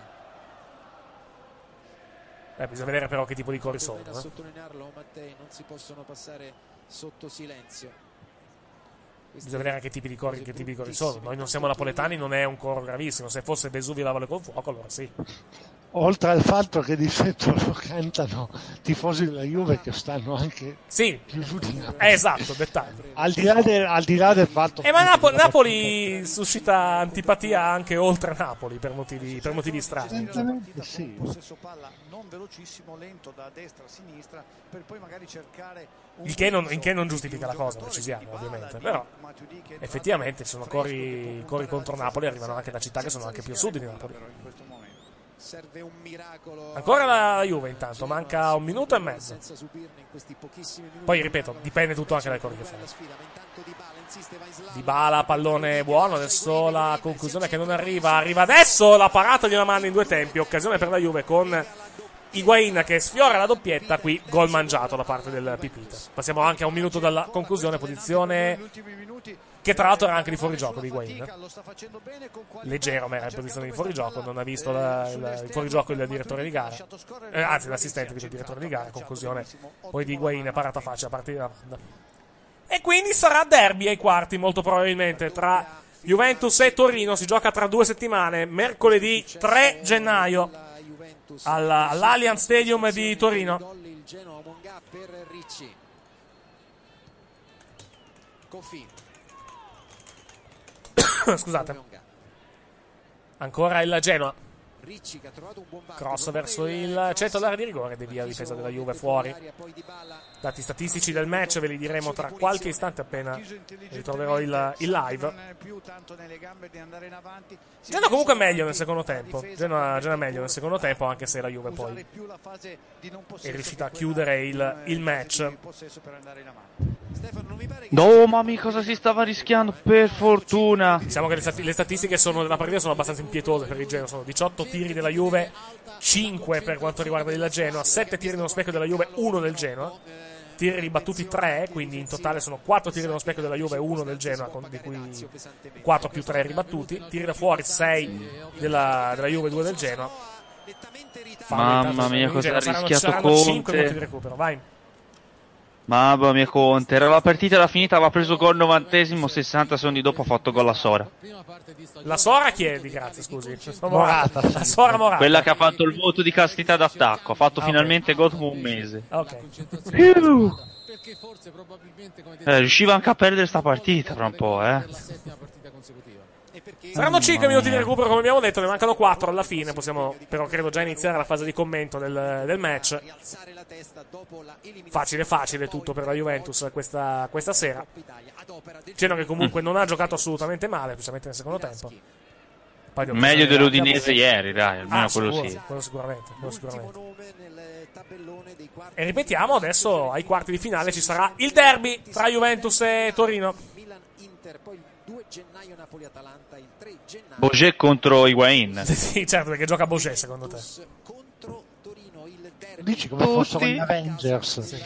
Eh, bisogna vedere però che tipo di cori sono. Da Eh. sottolinearlo, Mattei, non si possono passare sotto silenzio. Bisogna vedere che tipi di cori, che tipi di cori sono. Noi non siamo napoletani, non è un coro gravissimo. Se fosse Vesuvio lavale col fuoco, allora sì. Oltre al fatto che di solito lo cantano tifosi della Juve che stanno anche sì. più giù di Napoli. Eh, esatto, dettagli. Al di là, de- al di là del fatto Eh, ma Napo- Napoli suscita antipatia anche oltre Napoli per motivi, per motivi strani. Evidentemente sì. Possesso palla non velocissimo, lento da destra a sinistra, per poi magari cercare un Il che non, il che non giustifica la cosa, precisiamo ovviamente. Però effettivamente ci sono cori, cori contro Napoli, arrivano anche da città che sono anche più a sud di Napoli. Serve un miracolo. Ancora la Juve intanto, manca un minuto e mezzo. Poi ripeto, dipende tutto anche dal corri che fa. Dybala, pallone buono, adesso la conclusione che non arriva, arriva adesso la parata di una mano in due tempi, occasione per la Juve con Higuain che sfiora la doppietta, qui gol mangiato da parte del Pipita. Passiamo anche a un minuto dalla conclusione, posizione che tra l'altro era anche di fuorigioco di Higuain. Leggero, ma era in posizione di fuorigioco, non ha visto la, il, il fuorigioco il direttore di gara, eh, anzi l'assistente del direttore di gara, conclusione poi di Higuain, parata facile, partita. E quindi sarà derby ai quarti molto probabilmente tra Juventus e Torino, si gioca tra due settimane, mercoledì tre gennaio alla, all'Allianz Stadium di Torino. Scusate, ancora il Genoa, cross verso il centro dell'area di rigore, devia la difesa della Juve fuori. Dati statistici del match ve li diremo tra qualche istante appena ritroverò il, il live. Genoa comunque meglio nel secondo tempo, Genoa, Genoa meglio nel secondo tempo, anche se la Juve poi è riuscita a chiudere il, il match. No, mamma, cosa si stava rischiando, per fortuna. Diciamo che le, stati- le statistiche sono, della partita sono abbastanza impietose per il Genoa. Sono diciotto tiri della Juve, cinque per quanto riguarda il Genoa, sette tiri nello specchio della Juve, uno del Genoa. Tiri ribattuti tre, quindi in totale sono quattro tiri nello specchio della Juve e uno del Genoa, di cui quattro più tre ribattuti. Tiri da fuori, sei della, della Juve e due del Genoa. Mamma mia, cosa ha rischiato saranno cinque minuti Conte. di recupero, vai. Mamma mia, Conte, era la partita era finita, aveva preso gol novantesimo, sessanta secondi dopo ha fatto gol la Sora. La Sora chi è? Di grazie, scusi. Morata. La Sora Morata. Quella che ha fatto il voto di castità d'attacco, ha fatto Ah, finalmente ok. gol dopo un mese. Ok. Eh, riusciva anche a perdere sta partita fra un po', eh. Saranno cinque Mamma minuti di mia. recupero, come abbiamo detto, ne mancano quattro alla fine. Possiamo però credo già iniziare la fase di commento del, del match. Facile facile tutto per la Juventus questa, questa sera. Genoa che comunque non ha giocato assolutamente male, specialmente nel secondo tempo. Poi dopo Meglio bisogna- dell'Udinese ieri, dai, almeno Ah, quello sicuro, sì. quello sicuramente, quello sicuramente. E ripetiamo, adesso ai quarti di finale ci sarà il derby tra Juventus e Torino. Boget contro Higuain. Sì, sì, certo, perché gioca Boget secondo te. Dici come fossero gli Avengers.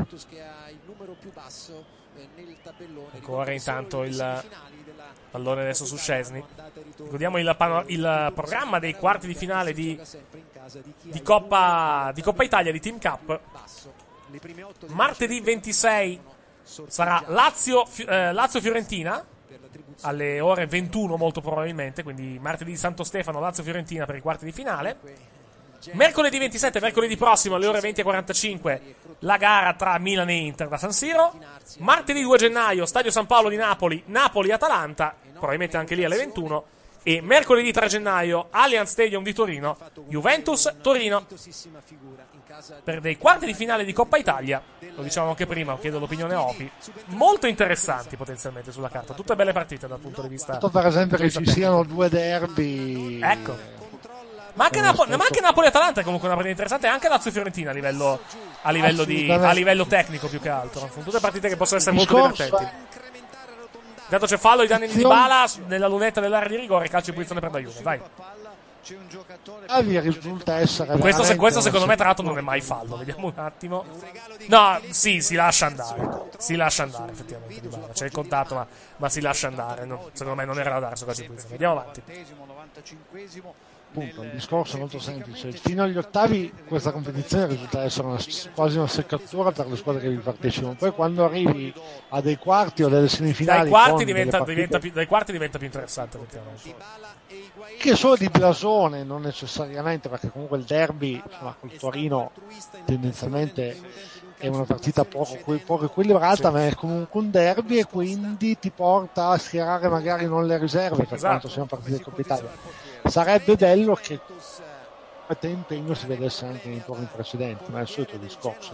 Ancora intanto il pallone adesso su Szczesny. Ricordiamo il, pano- il programma dei quarti di finale di, di, Coppa, di Coppa Italia, di Team Cup. Martedì ventisei sarà Lazio, eh, Lazio-Fiorentina alle ore ventuno molto probabilmente, quindi martedì Santo Stefano, Lazio-Fiorentina per i quarti di finale. Mercoledì ventisette, mercoledì prossimo alle ore venti e quarantacinque la gara tra Milan e Inter da San Siro. Martedì due gennaio Stadio San Paolo di Napoli, Napoli-Atalanta, probabilmente anche lì alle ventuno. E mercoledì tre gennaio Allianz Stadium di Torino, Juventus-Torino per dei quarti di finale di Coppa Italia. Lo dicevamo anche prima, chiedo l'opinione a Opi. Molto interessanti potenzialmente sulla carta, tutte belle partite dal punto di vista. Fatto per esempio che ci tecnico. siano due derby. Ecco. Ma anche, Napo- ma anche Napoli-Atalanta è comunque una partita interessante, e anche Lazio-Fiorentina a livello, a, livello di, a livello tecnico più che altro. Sono tutte partite che possono essere molto Discorso divertenti. Intanto c'è fallo ai danni di Dybala nella lunetta dell'area di rigore, calcio di punizione per la Juve, vai. Avi risulta essere Questo, se- veramente questo una secondo me tra l'altro non è mai fallo, vediamo un attimo. No, sì, si lascia andare, si lascia andare effettivamente Dybala. C'è il contatto ma, ma si lascia andare, no, secondo me non era da dare su calcio di punizione. Andiamo avanti. Appunto, il discorso è molto semplice. Fino agli ottavi questa competizione risulta essere una, quasi una seccatura per le squadre che vi partecipano. Poi quando arrivi a dei quarti o delle semifinali, Dai quarti con diventa, delle partite diventa più, dai quarti diventa più interessante effettivamente. che sono di blasone, non necessariamente, perché comunque il derby, insomma, col Torino tendenzialmente è una partita poco, poco equilibrata, sì, ma è comunque un derby e quindi ti porta a schierare magari non le riserve, per esatto, quanto siano partite di Coppa Italia. Sarebbe bello che a te impegno si vedesse anche nei turni precedenti, ma è il solito discorso.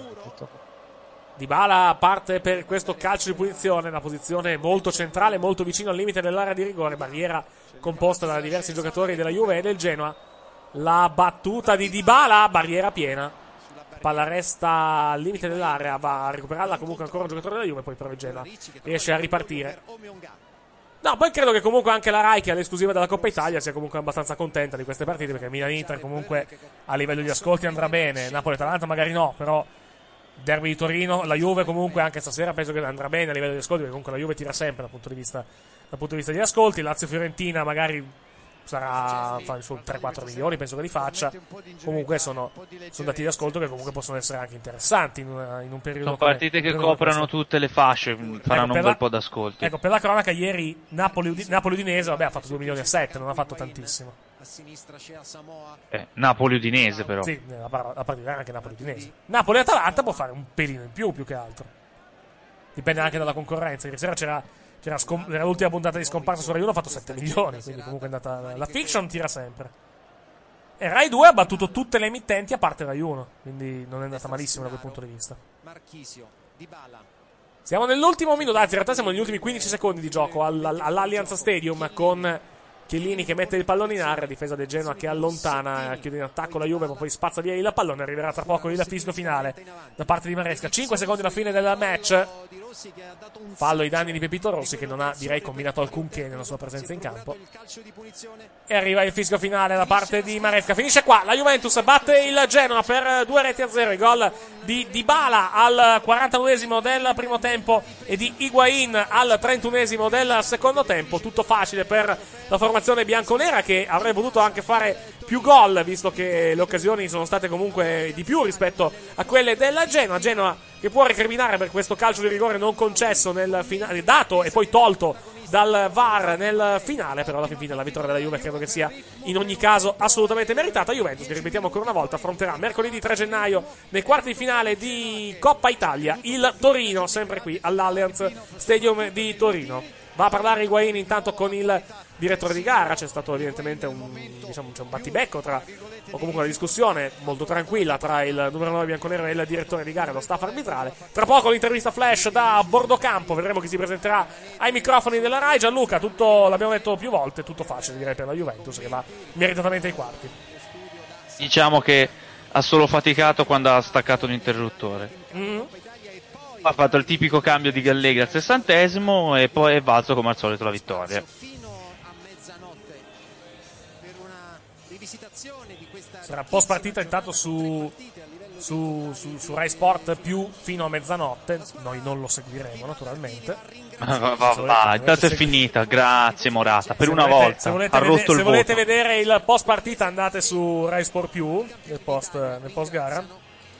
Dybala parte per questo calcio di punizione, una posizione molto centrale, molto vicino al limite dell'area di rigore, barriera composta da diversi giocatori della Juve e del Genoa. la battuta di Dybala, barriera piena, palla resta al limite dell'area, va a recuperarla comunque ancora un giocatore della Juve, poi però il Genoa riesce a ripartire. No, poi credo che comunque anche la Rai, che è l'esclusiva della Coppa Italia, sia comunque abbastanza contenta di queste partite, perché Milan-Inter comunque a livello di ascolti andrà bene, Napoli-Atalanta magari no, però derby di Torino, la Juve comunque anche stasera penso che andrà bene a livello di ascolti, perché comunque la Juve tira sempre dal punto di vista, dal punto di vista degli ascolti. Lazio-Fiorentina magari sarà fa su tre quattro milioni, penso che li faccia. Comunque sono, sono dati di ascolto che comunque possono essere anche interessanti in, una, in un periodo. Sono partite che coprono tutte le fasce, faranno ecco, un bel la, po' d'ascolti. Ecco, per la cronaca ieri Napoli, Napoli-Udinese, vabbè, ha fatto due milioni e sette, non ha fatto tantissimo. Eh, Napoli-Udinese però. Sì, la, la partita era anche Napoli-Udinese. Napoli-Atalanta può fare un pelino in più, più che altro. Dipende anche dalla concorrenza. Ieri sera c'era C'era, scom- era l'ultima puntata di Scomparsa su Rai uno, ha fatto sette milioni, quindi comunque è andata. La fiction tira sempre. E Rai due ha battuto tutte le emittenti a parte Rai uno, quindi non è andata malissimo da quel punto di vista. Siamo nell'ultimo minuto, anzi in realtà siamo negli ultimi quindici secondi di gioco all- all'Allianz Stadium, con Chiellini che mette il pallone in area, difesa del Genoa che allontana, chiude in attacco la Juve, ma poi spazza via il pallone. Arriverà tra poco il fischio finale da parte di Maresca. cinque secondi alla fine del match. Fallo ai danni di Pepito Rossi, che non ha, direi, combinato alcunché nella sua presenza in campo. E arriva il fischio finale da parte di Maresca. Finisce qua, la Juventus batte il Genoa per due reti a zero. Il gol di Dybala al quarantanovesimo del primo tempo e di Higuain al trentunesimo del secondo tempo. Tutto facile per la formazione bianconera, che avrebbe potuto anche fare più gol, visto che le occasioni sono state comunque di più rispetto a quelle della Genoa. Genoa che può recriminare per questo calcio di rigore non concesso nel finale, dato e poi tolto dal V A R nel finale, però alla fine la vittoria della Juve credo che sia in ogni caso assolutamente meritata. Juventus, che ripetiamo ancora una volta, affronterà mercoledì tre gennaio nei quarti di finale di Coppa Italia il Torino, sempre qui all'Allianz Stadium di Torino. Va a parlare Higuain intanto con il direttore di gara. C'è stato evidentemente un, diciamo, c'è un battibecco tra, o comunque una discussione molto tranquilla tra il numero nove bianconero e il direttore di gara e lo staff arbitrale. Tra poco l'intervista flash da Bordocampo, vedremo chi si presenterà ai microfoni della Rai. Gianluca, tutto, l'abbiamo detto più volte, tutto facile direi per la Juventus, che va meritatamente ai quarti. Diciamo che ha solo faticato quando ha staccato l'interruttore. Mm. Ha fatto il tipico cambio di Galleghi al sessantesimo e poi è valso come al solito la vittoria. Sarà post partita intanto su, su, su, su Rai Sport più fino a mezzanotte. Noi non lo seguiremo naturalmente. Va, va, va, va. Intanto è finita, grazie Morata, per una volete, volta se volete, ha vede- rotto il se volete voto. vedere il post partita andate su Rai Sport più nel post, nel post gara.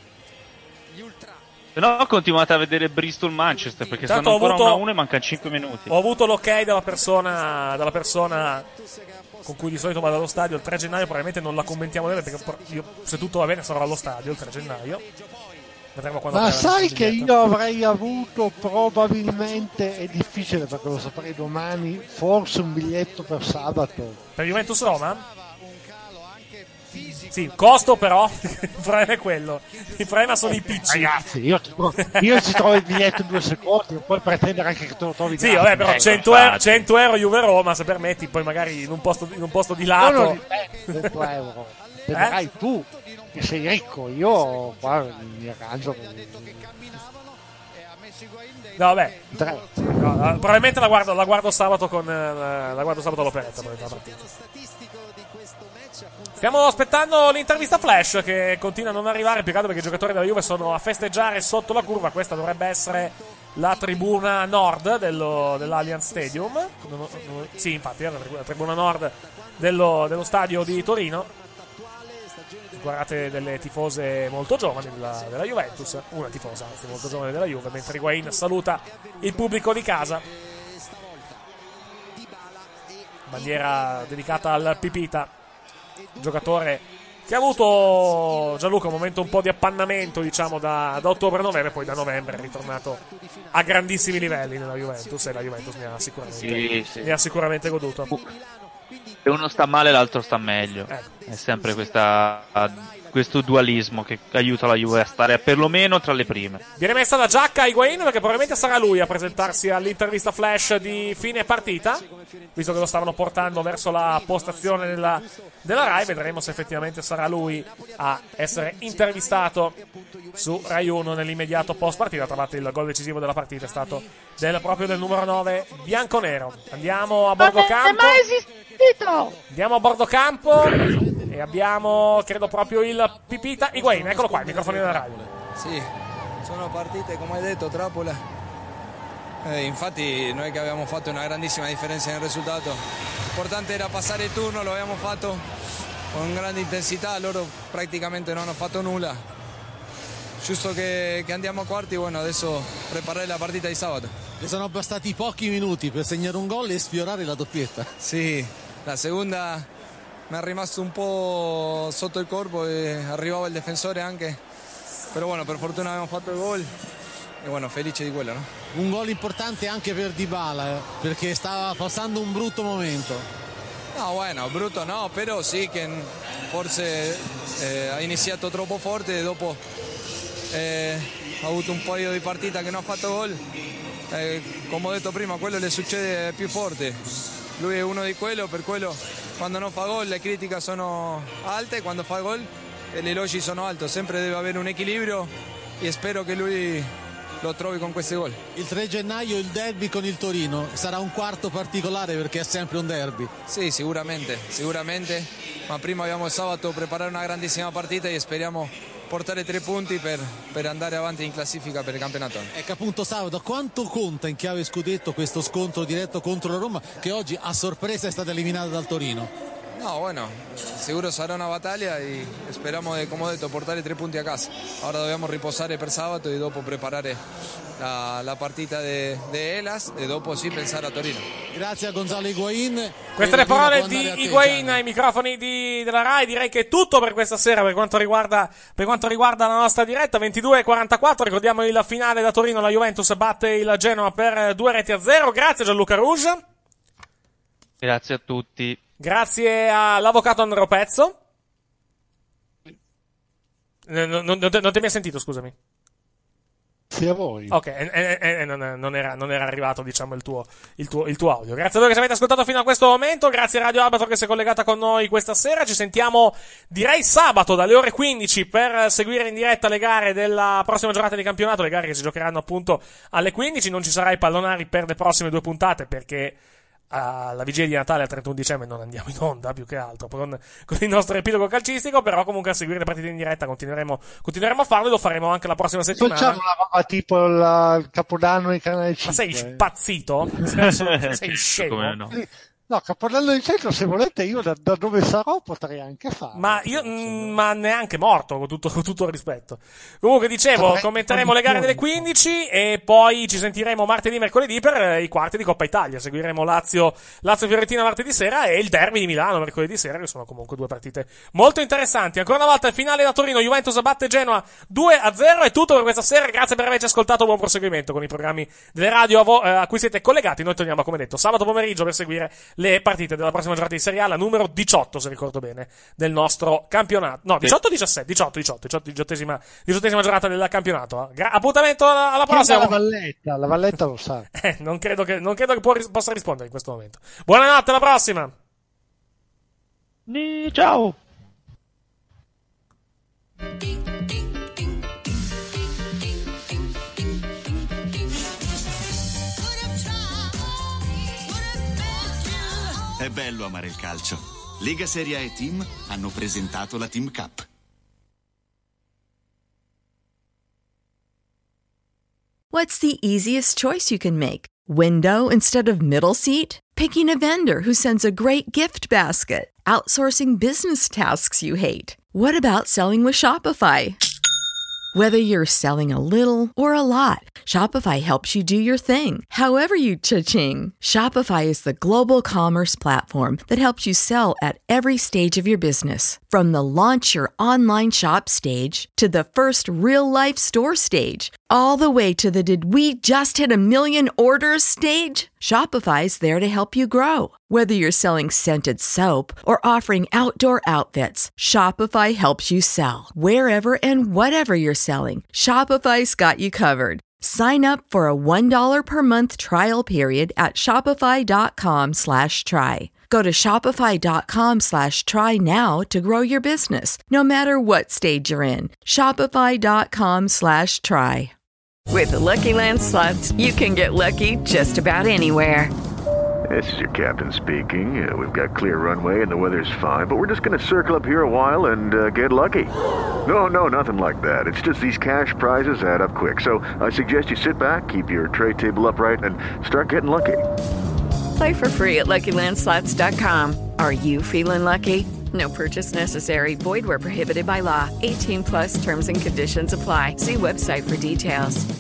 Se no continuate a vedere Bristol-Manchester, perché Intanto sono ancora ho avuto- uno a uno e mancano cinque minuti. Ho avuto l'ok dalla persona, dalla persona con cui di solito vado allo stadio il tre gennaio. Probabilmente non la commentiamo bene, perché io, se tutto va bene, sarò allo stadio il tre gennaio. Vedremo quando. Ma sai che io avrei avuto probabilmente, è difficile perché lo saprei domani, forse un biglietto per sabato. Per Juventus Roma? Sì, costo però, il problema è quello. Il problema sono i P C. Ragazzi, io, io ci trovo il biglietto in due secondi e puoi pretendere anche che te lo trovi. Sì, vabbè, però cento euro, cento euro Juve Roma, se permetti, poi magari in un posto, in un posto di lato. No, no, cento euro. Vedrai eh? tu che sei ricco, io qua mi arrangio. No, vabbè. No, probabilmente la guardo, la guardo sabato con la guardo sabato all'operetta. Stiamo aspettando l'intervista flash, che continua a non arrivare, più che altro perché i giocatori della Juve sono a festeggiare sotto la curva. Questa dovrebbe essere la tribuna nord dello, dell'Allianz Stadium. Non, non, sì, infatti è la tribuna nord dello, dello stadio di Torino. Guardate delle tifose molto giovani della, della Juventus, una tifosa anzi molto giovane della Juve, mentre Higuain saluta il pubblico di casa. Bandiera dedicata al Pipita, giocatore che ha avuto, Gianluca, un momento un po' di appannamento, diciamo, da, da ottobre-novembre, poi da novembre è ritornato a grandissimi livelli nella Juventus, e la Juventus ne ha sicuramente, sì, sì. ne ha sicuramente goduto. Se uno sta male l'altro sta meglio. È sempre questa, questo dualismo che aiuta la Juve a stare perlomeno tra le prime. Viene messa la giacca a Higuain perché probabilmente sarà lui a presentarsi all'intervista flash di fine partita, visto che lo stavano portando verso la postazione della, della Rai. Vedremo se effettivamente sarà lui a essere intervistato su Rai uno nell'immediato post partita. Tra l'altro il gol decisivo della partita è stato del, proprio del numero nove bianconero. Andiamo a bordo campo. Andiamo a bordo campo e abbiamo, credo, proprio il Pipita Higuain. Eccolo qua, il microfono della Rai. Sì, sono partite, come hai detto, trappola. Eh, infatti noi che abbiamo fatto una grandissima differenza nel risultato. L'importante era passare il turno, lo abbiamo fatto con grande intensità, loro praticamente non hanno fatto nulla. Giusto che, che andiamo a quarti, bueno, adesso preparare la partita di sabato. Le sono bastati pochi minuti per segnare un gol e sfiorare la doppietta. Sì, la seconda mi è rimasto un po' sotto il corpo e arrivava il difensore anche, però bueno, per fortuna abbiamo fatto il gol e bueno, felice di quello, no? Un gol importante anche per Dybala, perché stava passando un brutto momento. No, bueno, brutto no, però sì che forse eh, ha iniziato troppo forte e dopo eh, ha avuto un paio di partite che non ha fatto gol. Eh, come ho detto prima, quello le succede più forte. Lui è uno di quello, per quello quando non fa gol le critiche sono alte, quando fa gol gli elogi sono alti. Sempre deve avere un equilibrio e spero che lui lo trovi con questi gol. Il tre gennaio il derby con il Torino sarà un quarto particolare perché è sempre un derby. Sì, sicuramente, sicuramente, ma prima abbiamo il sabato preparare una grandissima partita e speriamo portare tre punti per, per andare avanti in classifica per il campionato. Ecco, appunto, sabato quanto conta in chiave scudetto questo scontro diretto contro la Roma, che oggi a sorpresa è stata eliminata dal Torino? No, bueno, seguro sarà una battaglia e speriamo di, come ho detto, portare tre punti a casa. Ora dobbiamo riposare per sabato e dopo preparare la, la partita di Elas e dopo sì pensare a Torino. Grazie a Gonzalo Higuain. Queste le parole di Higuain ai microfoni di, della Rai. Direi che è tutto per questa sera per quanto riguarda, per quanto riguarda la nostra diretta. ventidue e quarantaquattro, ricordiamo il finale da Torino, la Juventus batte il Genoa per due reti a zero. Grazie Gianluca Rouge. Grazie a tutti. Grazie all'avvocato Andrea Pezzo. Non, non, non, non ti mi hai sentito, scusami. Sì, a voi. Ok, eh, eh, eh, non, non, era, non era arrivato, diciamo, il tuo, il, tuo, il tuo audio. Grazie a voi che ci avete ascoltato fino a questo momento. Grazie a Radio Albatro che si è collegata con noi questa sera. Ci sentiamo, direi, sabato dalle ore quindici per seguire in diretta le gare della prossima giornata di campionato. Le gare che si giocheranno appunto alle quindici. Non ci sarà i pallonari per le prossime due puntate perché alla vigilia di Natale al trentuno dicembre non andiamo in onda più che altro con, con il nostro epilogo calcistico, però comunque a seguire le partite in diretta continueremo, continueremo a farlo e lo faremo anche la prossima settimana. Facciamo una roba tipo il, il Capodanno in Canale cinque. Ma sei spazzito? Sei scemo? No. No, Capodanno in centro, se volete, io da, da dove sarò potrei anche farlo. Ma io, mh, ma neanche morto, con tutto, con tutto il rispetto. Comunque, dicevo, Vabbè, commenteremo le gare delle quindici e poi ci sentiremo martedì e mercoledì per i quarti di Coppa Italia. Seguiremo Lazio, Lazio Fiorentina martedì sera e il derby di Milano mercoledì sera, che sono comunque due partite molto interessanti. Ancora una volta il finale da Torino, Juventus batte Genoa due a zero. È tutto per questa sera, grazie per averci ascoltato, buon proseguimento con i programmi delle radio a, vo- a cui siete collegati. Noi torniamo, come detto, sabato pomeriggio per seguire le partite della prossima giornata di Serie A, la numero diciotto, se ricordo bene, del nostro campionato. No, diciotto diciassette, diciotto, diciotto, diciotto, diciottesima, diciottesima giornata del campionato. Gra- appuntamento alla, alla prossima. La Valletta, la Valletta lo sa. Eh, non credo che, non credo che può, possa rispondere in questo momento. Buonanotte, alla prossima. Ciao. È bello amare il calcio. Lega Serie A e Team hanno presentato la Team Cup. What's the easiest choice you can make? Window instead of middle seat? Picking a vendor who sends a great gift basket? Outsourcing business tasks you hate? What about selling with Shopify? Whether you're selling a little or a lot, Shopify helps you do your thing, however you cha-ching. Shopify is the global commerce platform that helps you sell at every stage of your business. From the launch your online shop stage to the first real-life store stage, all the way to the did we just hit a million orders stage? Shopify's there to help you grow. Whether you're selling scented soap or offering outdoor outfits, Shopify helps you sell. Wherever and whatever you're selling, Shopify's got you covered. Sign up for a one dollar per month trial period at shopify.com slash try. Go to shopify.com slash try now to grow your business, no matter what stage you're in. Shopify.com slash try. With the Lucky Land Slots, you can get lucky just about anywhere. This is your captain speaking. Uh, we've got clear runway and the weather's fine, but we're just going to circle up here a while and uh, get lucky. No, no, nothing like that. It's just these cash prizes add up quick. So I suggest you sit back, keep your tray table upright, and start getting lucky. Play for free at Lucky Land Slots dot com. Are you feeling lucky? No purchase necessary. Void where prohibited by law. eighteen plus terms and conditions apply. See website for details.